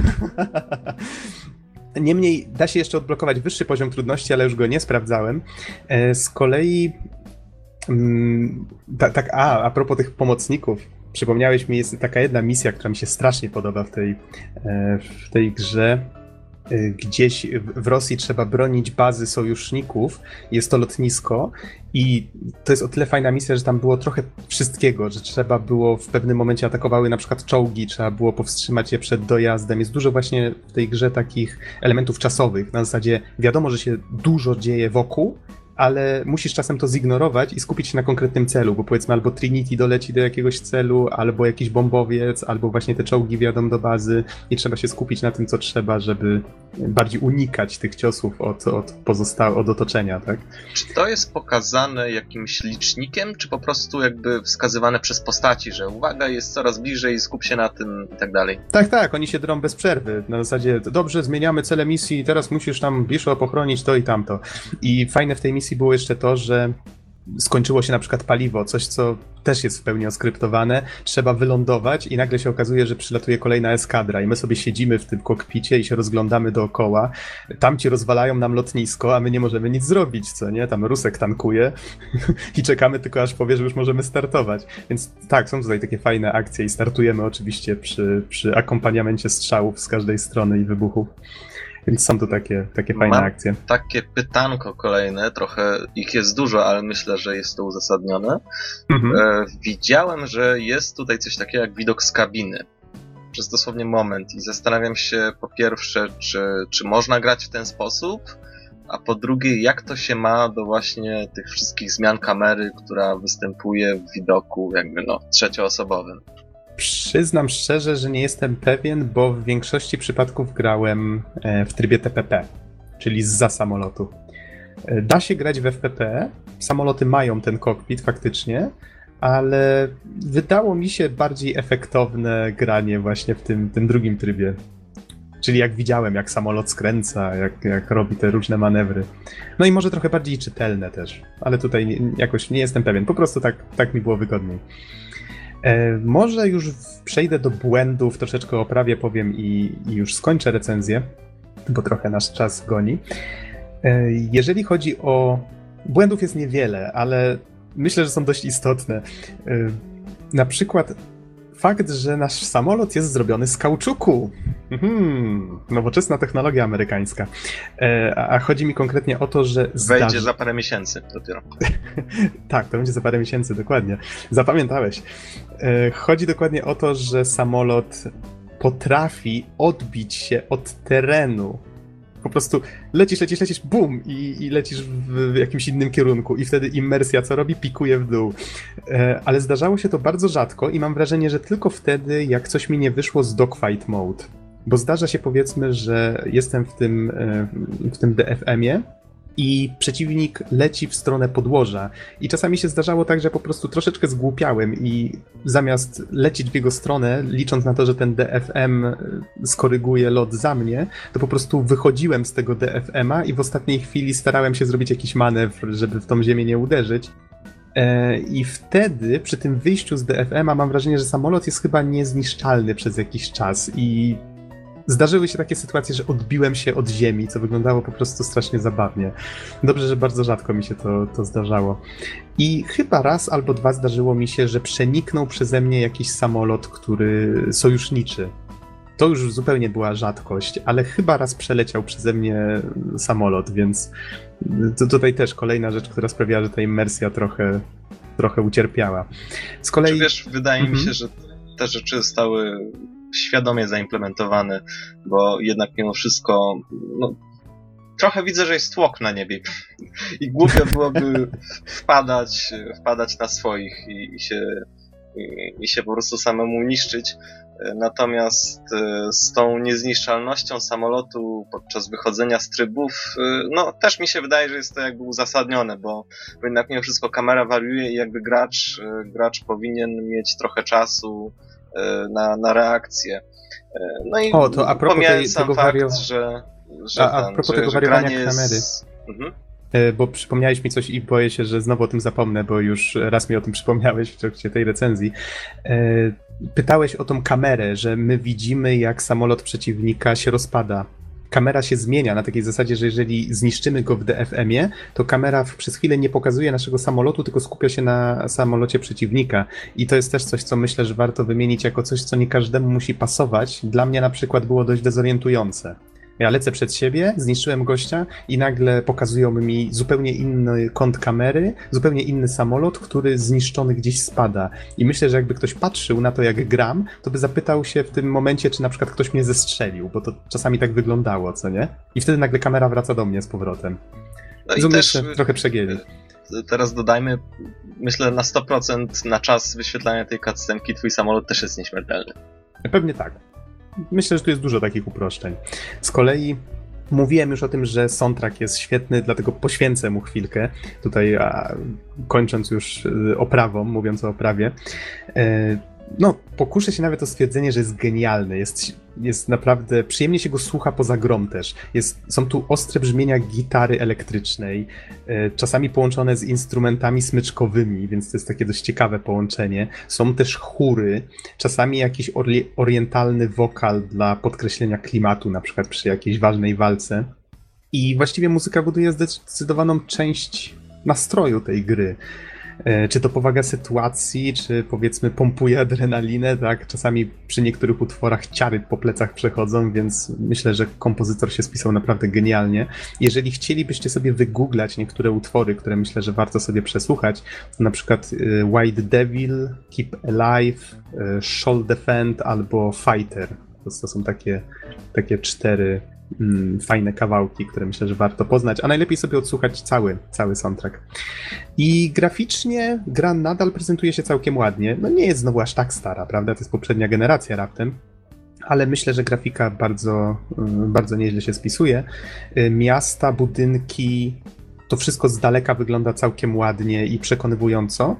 Niemniej da się jeszcze odblokować wyższy poziom trudności, ale już go nie sprawdzałem. Z kolei tak, tak a, a propos tych pomocników, przypomniałeś mi, jest taka jedna misja, która mi się strasznie podoba w tej, w tej grze. Gdzieś w Rosji trzeba bronić bazy sojuszników, jest to lotnisko i to jest o tyle fajna misja, że tam było trochę wszystkiego, że trzeba było w pewnym momencie atakowały na przykład czołgi, trzeba było powstrzymać je przed dojazdem. Jest dużo właśnie w tej grze takich elementów czasowych, na zasadzie wiadomo, że się dużo dzieje wokół, ale musisz czasem to zignorować i skupić się na konkretnym celu, bo powiedzmy albo Trinity doleci do jakiegoś celu, albo jakiś bombowiec, albo właśnie te czołgi wjadą do bazy i trzeba się skupić na tym, co trzeba, żeby bardziej unikać tych ciosów od, od pozostałego, od otoczenia, tak? Czy to jest pokazane jakimś licznikiem, czy po prostu jakby wskazywane przez postaci, że uwaga, jest coraz bliżej, skup się na tym i tak dalej? Tak, tak, oni się drą bez przerwy. Na zasadzie, dobrze, zmieniamy cele misji, teraz musisz tam Bishop ochronić to i tamto. I fajne w tej misji było jeszcze to, że skończyło się na przykład paliwo, coś co też jest w pełni oskryptowane, trzeba wylądować i nagle się okazuje, że przylatuje kolejna eskadra i my sobie siedzimy w tym kokpicie i się rozglądamy dookoła, tamci rozwalają nam lotnisko, a my nie możemy nic zrobić, co nie? Tam Rusek tankuje i czekamy tylko aż powie, że już możemy startować. Więc tak, są tutaj takie fajne akcje i startujemy oczywiście przy, przy akompaniamencie strzałów z każdej strony i wybuchów. Więc są to takie, takie fajne Mam akcje. Takie pytanko kolejne, trochę ich jest dużo, ale myślę, że jest to uzasadnione. Mhm. E, widziałem, że jest tutaj coś takiego jak widok z kabiny. Przez dosłownie moment i zastanawiam się po pierwsze, czy, czy można grać w ten sposób, a po drugie, jak to się ma do właśnie tych wszystkich zmian kamery, która występuje w widoku jakby no trzecioosobowym. Przyznam szczerze, że nie jestem pewien, bo w większości przypadków grałem w trybie T P P, czyli zza samolotu. Da się grać w F P P, samoloty mają ten kokpit faktycznie, ale wydało mi się bardziej efektowne granie właśnie w tym, tym drugim trybie. Czyli jak widziałem, jak samolot skręca, jak, jak robi te różne manewry. No i może trochę bardziej czytelne też, ale tutaj nie, jakoś nie jestem pewien, po prostu tak, tak mi było wygodniej. E, może już przejdę do błędów, troszeczkę o prawie powiem i, i już skończę recenzję, bo trochę nasz czas goni. E, jeżeli chodzi o... Błędów jest niewiele, ale myślę, że są dość istotne. E, na przykład fakt, że nasz samolot jest zrobiony z kauczuku. Hmm, nowoczesna technologia amerykańska. E, a, a chodzi mi konkretnie o to, że... Wejdzie zdarzy... za parę miesięcy dopiero. Tak, to będzie za parę miesięcy, dokładnie. Zapamiętałeś. E, chodzi dokładnie o to, że samolot potrafi odbić się od terenu. Po prostu lecisz, lecisz, lecisz, bum i, i lecisz w, w jakimś innym kierunku i wtedy immersja co robi? Pikuje w dół. E, ale zdarzało się to bardzo rzadko i mam wrażenie, że tylko wtedy, jak coś mi nie wyszło z dogfight mode. Bo zdarza się powiedzmy, że jestem w tym, e, w tym D F M-ie i przeciwnik leci w stronę podłoża. I czasami się zdarzało tak, że po prostu troszeczkę zgłupiałem i zamiast lecieć w jego stronę, licząc na to, że ten D F M skoryguje lot za mnie, to po prostu wychodziłem z tego D F M-a i w ostatniej chwili starałem się zrobić jakiś manewr, żeby w tą ziemię nie uderzyć. I wtedy przy tym wyjściu z D F M a mam wrażenie, że samolot jest chyba niezniszczalny przez jakiś czas i zdarzyły się takie sytuacje, że odbiłem się od ziemi, co wyglądało po prostu strasznie zabawnie. Dobrze, że bardzo rzadko mi się to, to zdarzało. I chyba raz albo dwa zdarzyło mi się, że przeniknął przeze mnie jakiś samolot, który sojuszniczy. To już zupełnie była rzadkość, ale chyba raz przeleciał przeze mnie samolot, więc to tutaj też kolejna rzecz, która sprawiała, że ta immersja trochę, trochę ucierpiała. Z kolei... Czy wiesz, wydaje mhm. mi się, że te rzeczy zostały świadomie zaimplementowane, bo jednak mimo wszystko no, trochę widzę, że jest tłok na niebie i głupio byłoby wpadać, wpadać na swoich i, i, się, i, i się po prostu samemu niszczyć. Natomiast z tą niezniszczalnością samolotu podczas wychodzenia z trybów, no też mi się wydaje, że jest to jakby uzasadnione, bo jednak mimo wszystko kamera wariuje i jakby gracz, gracz powinien mieć trochę czasu na, na reakcję. No i o, to a propos tej, sam tego fakt, wario... że, że, a, a ten, propos że, tego że wariowania granie kamery. jest... Mhm. Bo przypomniałeś mi coś i boję się, że znowu o tym zapomnę, bo już raz mi o tym przypomniałeś w trakcie tej recenzji. Pytałeś o tą kamerę, że my widzimy, jak samolot przeciwnika się rozpada. Kamera się zmienia na takiej zasadzie, że jeżeli zniszczymy go w D F M ie, to kamera przez chwilę nie pokazuje naszego samolotu, tylko skupia się na samolocie przeciwnika. I to jest też coś, co myślę, że warto wymienić jako coś, co nie każdemu musi pasować. Dla mnie na przykład było dość dezorientujące. Ja lecę przed siebie, zniszczyłem gościa i nagle pokazują mi zupełnie inny kąt kamery, zupełnie inny samolot, który zniszczony gdzieś spada. I myślę, że jakby ktoś patrzył na to, jak gram, to by zapytał się w tym momencie, czy na przykład ktoś mnie zestrzelił, bo to czasami tak wyglądało, co nie? I wtedy nagle kamera wraca do mnie z powrotem. No i Rozumiesz, też trochę przegięli. Teraz dodajmy, myślę na sto procent na czas wyświetlania tej cutscenki twój samolot też jest nieśmiertelny. Pewnie tak. Myślę, że tu jest dużo takich uproszczeń. Z kolei mówiłem już o tym, że soundtrack jest świetny, dlatego poświęcę mu chwilkę. Tutaj a, kończąc już oprawą, mówiąc o oprawie. E, no, pokuszę się nawet o stwierdzenie, że jest genialny. Jest, jest naprawdę, przyjemnie się go słucha poza grom też. Jest, są tu ostre brzmienia gitary elektrycznej, e, czasami połączone z instrumentami smyczkowymi, więc to jest takie dość ciekawe połączenie. Są też chóry, czasami jakiś ori- orientalny wokal dla podkreślenia klimatu, na przykład przy jakiejś ważnej walce. I właściwie muzyka buduje zdecydowaną część nastroju tej gry. Czy to powaga sytuacji, czy powiedzmy pompuje adrenalinę, tak? Czasami przy niektórych utworach ciary po plecach przechodzą, więc myślę, że kompozytor się spisał naprawdę genialnie. Jeżeli chcielibyście sobie wygooglać niektóre utwory, które myślę, że warto sobie przesłuchać, to na przykład White Devil, Keep Alive, Shoal Defend albo Fighter. To, to są takie, takie cztery Mm, fajne kawałki, które myślę, że warto poznać, a najlepiej sobie odsłuchać cały, cały soundtrack. I graficznie gra nadal prezentuje się całkiem ładnie. No nie jest znowu aż tak stara, prawda? To jest poprzednia generacja raptem, ale myślę, że grafika bardzo, bardzo nieźle się spisuje. Miasta, budynki, to wszystko z daleka wygląda całkiem ładnie i przekonywująco.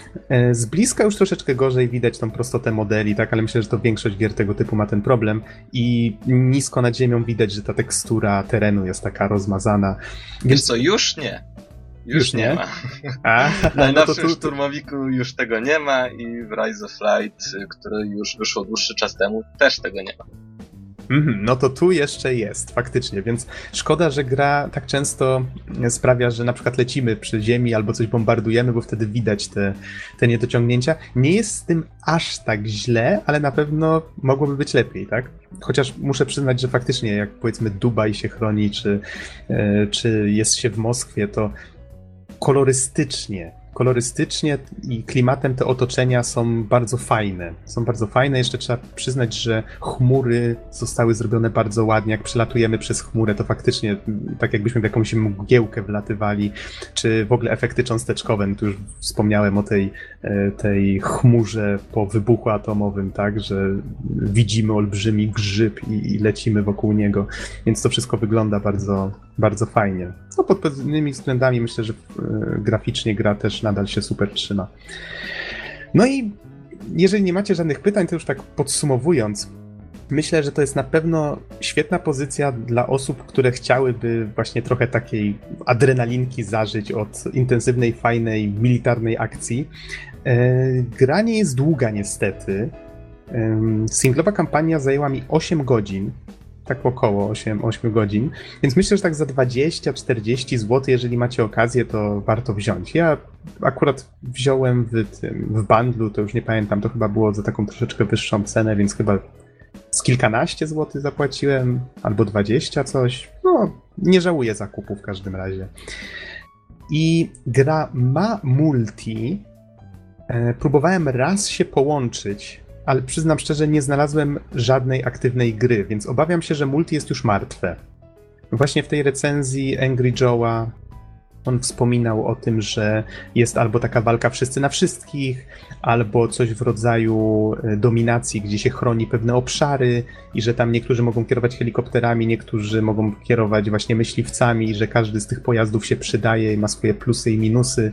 Z bliska już troszeczkę gorzej widać tą prostotę modeli, tak, ale myślę, że to większość gier tego typu ma ten problem i nisko nad ziemią widać, że ta tekstura terenu jest taka rozmazana. Wiesz Więc co, już nie. Już, już nie? nie ma. A, w najnowszym no tu... szturmowiku już tego nie ma i w Rise of Light, które już wyszło dłuższy czas temu, też tego nie ma. Mm, no to tu jeszcze jest, faktycznie, więc szkoda, że gra tak często sprawia, że na przykład lecimy przy ziemi albo coś bombardujemy, bo wtedy widać te, te niedociągnięcia. Nie jest z tym aż tak źle, ale na pewno mogłoby być lepiej, tak? Chociaż muszę przyznać, że faktycznie jak powiedzmy Dubaj się chroni, czy, yy, czy jest się w Moskwie, to kolorystycznie Kolorystycznie i klimatem te otoczenia są bardzo fajne. Są bardzo fajne. Jeszcze trzeba przyznać, że chmury zostały zrobione bardzo ładnie. Jak przelatujemy przez chmurę, to faktycznie tak jakbyśmy w jakąś mgiełkę wlatywali. Czy w ogóle efekty cząsteczkowe. No tu już wspomniałem o tej, tej chmurze po wybuchu atomowym, tak, że widzimy olbrzymi grzyb i, i lecimy wokół niego. Więc to wszystko wygląda bardzo, bardzo fajnie. No pod pewnymi względami myślę, że graficznie gra też nadal się super trzyma. No i jeżeli nie macie żadnych pytań, to już tak podsumowując, Myślę, że to jest na pewno świetna pozycja dla osób, które chciałyby właśnie trochę takiej adrenalinki zażyć od intensywnej, fajnej, militarnej akcji. Gra nie jest długa niestety. Singlowa kampania zajęła mi osiem godzin. Tak około osiem godzin, więc myślę, że tak za dwadzieścia czterdzieści złotych, jeżeli macie okazję, to warto wziąć. Ja akurat wziąłem w tym, w bundlu, to już nie pamiętam, to chyba było za taką troszeczkę wyższą cenę, więc chyba z kilkanaście złotych zapłaciłem, albo dwadzieścia coś. No, nie żałuję zakupu w każdym razie. I gra ma multi. E, próbowałem raz się połączyć, ale przyznam szczerze, nie znalazłem żadnej aktywnej gry, więc obawiam się, że multi jest już martwe. Właśnie w tej recenzji Angry Joe'a on wspominał o tym, że jest albo taka walka wszyscy na wszystkich, albo coś w rodzaju dominacji, gdzie się chroni pewne obszary i że tam niektórzy mogą kierować helikopterami, niektórzy mogą kierować właśnie myśliwcami, że każdy z tych pojazdów się przydaje i ma swoje plusy i minusy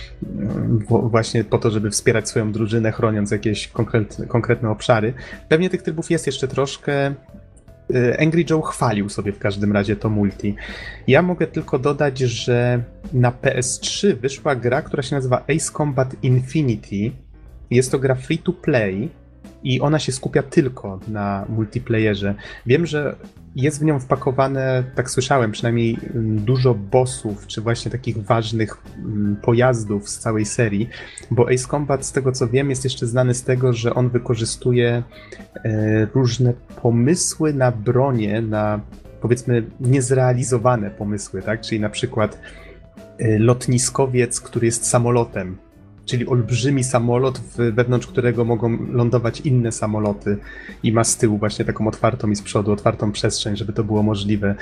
właśnie po to, żeby wspierać swoją drużynę, chroniąc jakieś konkretne, konkretne obszary. Pewnie tych trybów jest jeszcze troszkę. Angry Joe chwalił sobie w każdym razie to multi. Ja mogę tylko dodać, że na P S trzy wyszła gra, która się nazywa Ace Combat Infinity. Jest to gra free to play i ona się skupia tylko na multiplayerze. Wiem, że jest w nią wpakowane, tak słyszałem, przynajmniej dużo bossów, czy właśnie takich ważnych pojazdów z całej serii, bo Ace Combat, z tego co wiem, jest jeszcze znany z tego, że on wykorzystuje różne pomysły na bronię, na powiedzmy niezrealizowane pomysły, tak? Czyli na przykład lotniskowiec, który jest samolotem, czyli olbrzymi samolot, wewnątrz którego mogą lądować inne samoloty i ma z tyłu właśnie taką otwartą i z przodu otwartą przestrzeń, żeby to było możliwe.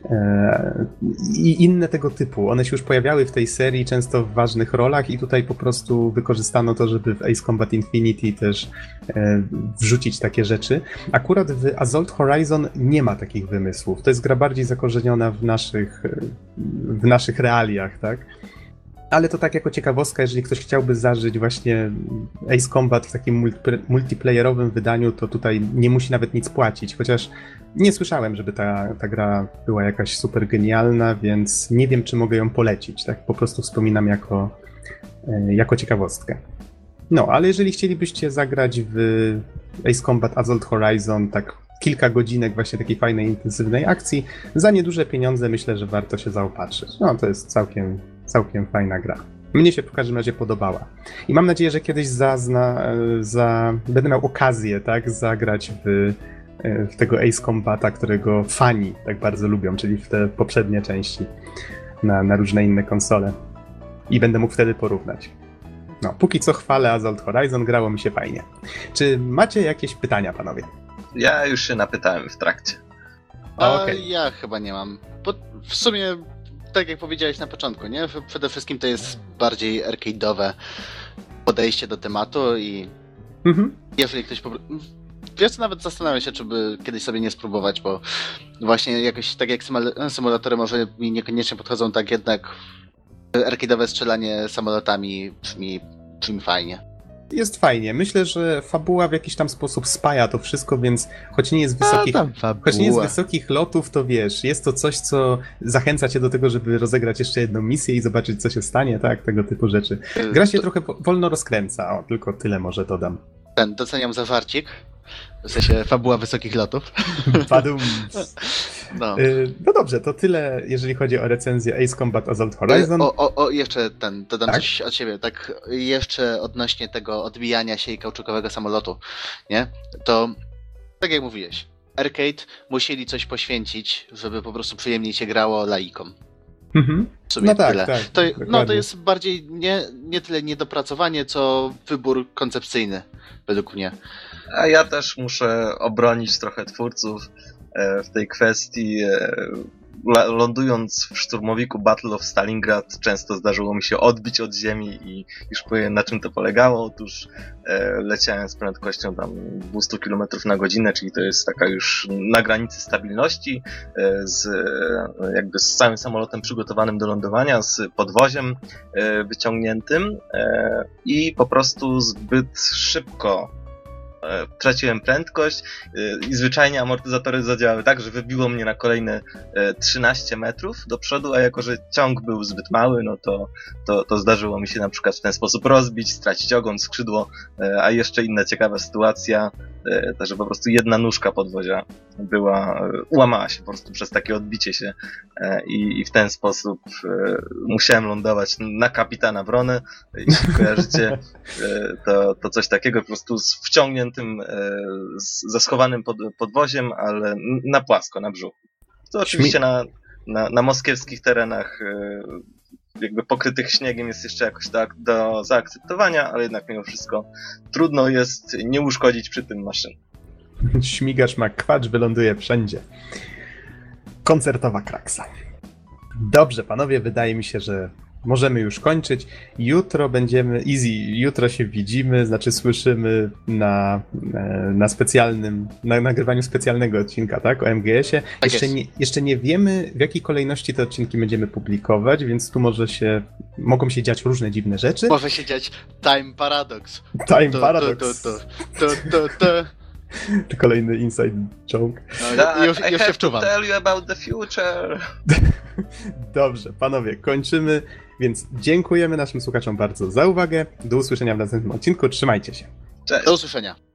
I inne tego typu. One się już pojawiały w tej serii, często w ważnych rolach i tutaj po prostu wykorzystano to, żeby w Ace Combat Infinity też wrzucić takie rzeczy. Akurat w Assault Horizon nie ma takich wymysłów. To jest gra bardziej zakorzeniona w naszych, w naszych realiach, tak? Ale to tak jako ciekawostka, jeżeli ktoś chciałby zażyć właśnie Ace Combat w takim multiplayerowym wydaniu, to tutaj nie musi nawet nic płacić, chociaż nie słyszałem, żeby ta, ta gra była jakaś super genialna, więc nie wiem, czy mogę ją polecić, tak po prostu wspominam jako, jako ciekawostkę. No, ale jeżeli chcielibyście zagrać w Ace Combat Assault Horizon, tak kilka godzinek właśnie takiej fajnej, intensywnej akcji, za nieduże pieniądze myślę, że warto się zaopatrzyć. No, to jest całkiem Całkiem fajna gra. Mnie się w każdym razie podobała. I mam nadzieję, że kiedyś zazna, za, będę miał okazję, tak, zagrać w, w tego Ace Combata, którego fani tak bardzo lubią, czyli w te poprzednie części na, na różne inne konsole. I będę mógł wtedy porównać. No, póki co chwalę Assault Horizon, grało mi się fajnie. Czy macie jakieś pytania, panowie? Ja już się napytałem w trakcie. A okay. Ja chyba nie mam. Bo w sumie tak jak powiedziałeś na początku, nie? Przede wszystkim to jest bardziej arcade'owe podejście do tematu i mhm. jeżeli ktoś po... Wiesz, nawet zastanawiam się, czy by kiedyś sobie nie spróbować, bo właśnie jakoś tak jak symulatory może mi niekoniecznie podchodzą, tak jednak arcade'owe strzelanie samolotami brzmi, brzmi fajnie. Jest fajnie. Myślę, że fabuła w jakiś tam sposób spaja to wszystko, więc choć nie jest wysokich, choć nie jest wysokich lotów, to wiesz, jest to coś, co zachęca cię do tego, żeby rozegrać jeszcze jedną misję i zobaczyć, co się stanie, tak? Tego typu rzeczy. Gra się to... trochę wolno rozkręca, o, tylko tyle może dodam. Ten, doceniam zawarcik. W sensie fabuła wysokich lotów. Padum. No. no dobrze, to tyle, jeżeli chodzi o recenzję Ace Combat Assault Horizon. O, o, o jeszcze ten, dodam tak? coś od siebie, tak jeszcze odnośnie tego odbijania się i kauczukowego samolotu, nie? To, tak jak mówiłeś, arcade musieli coś poświęcić, żeby po prostu przyjemniej się grało laikom. Mhm. No tak, tyle. tak. To, no to jest bardziej nie, nie tyle niedopracowanie, co wybór koncepcyjny, według mnie. A ja też muszę obronić trochę twórców w tej kwestii. Lądując w szturmowiku Battle of Stalingrad, często zdarzyło mi się odbić od ziemi i już powiem, na czym to polegało. Otóż leciałem z prędkością tam dwieście kilometrów na godzinę, czyli to jest taka już na granicy stabilności, z, jakby z całym samolotem przygotowanym do lądowania, z podwoziem wyciągniętym i po prostu zbyt szybko e, traciłem prędkość e, i zwyczajnie amortyzatory zadziałały tak, że wybiło mnie na kolejne e, trzynaście metrów do przodu, a jako, że ciąg był zbyt mały, no to, to, to zdarzyło mi się na przykład w ten sposób rozbić, stracić ogon, skrzydło, e, a jeszcze inna ciekawa sytuacja, e, to, że po prostu jedna nóżka podwozia była, e, ułamała się po prostu przez takie odbicie się e, i, i w ten sposób e, musiałem lądować na kapitana Wronę. Jeśli kojarzycie, e, to, to coś takiego po prostu z wciągniętym, e, z, ze schowanym pod, podwoziem, ale na płasko, na brzuchu. To oczywiście na, na, na moskiewskich terenach e, jakby pokrytych śniegiem jest jeszcze jakoś tak do zaakceptowania, ale jednak mimo wszystko trudno jest nie uszkodzić przy tym maszyn. Śmigacz ma kwacz, wyląduje wszędzie. Koncertowa kraksa. Dobrze, panowie, wydaje mi się, że możemy już kończyć. Jutro będziemy, easy, jutro się widzimy, znaczy słyszymy na, na specjalnym, na nagrywaniu specjalnego odcinka, tak, o M G S-ie. Tak jeszcze, nie, jeszcze nie wiemy, w jakiej kolejności te odcinki będziemy publikować, więc tu może się, mogą się dziać różne dziwne rzeczy. Może się dziać Time Paradox. Time To, Paradox. to, to, to, to, to. To kolejny inside joke. No, już, I już się have wczuwam. to tell you about the future. Dobrze, panowie, kończymy, więc dziękujemy naszym słuchaczom bardzo za uwagę. Do usłyszenia w następnym odcinku. Trzymajcie się. Cześć. Do usłyszenia.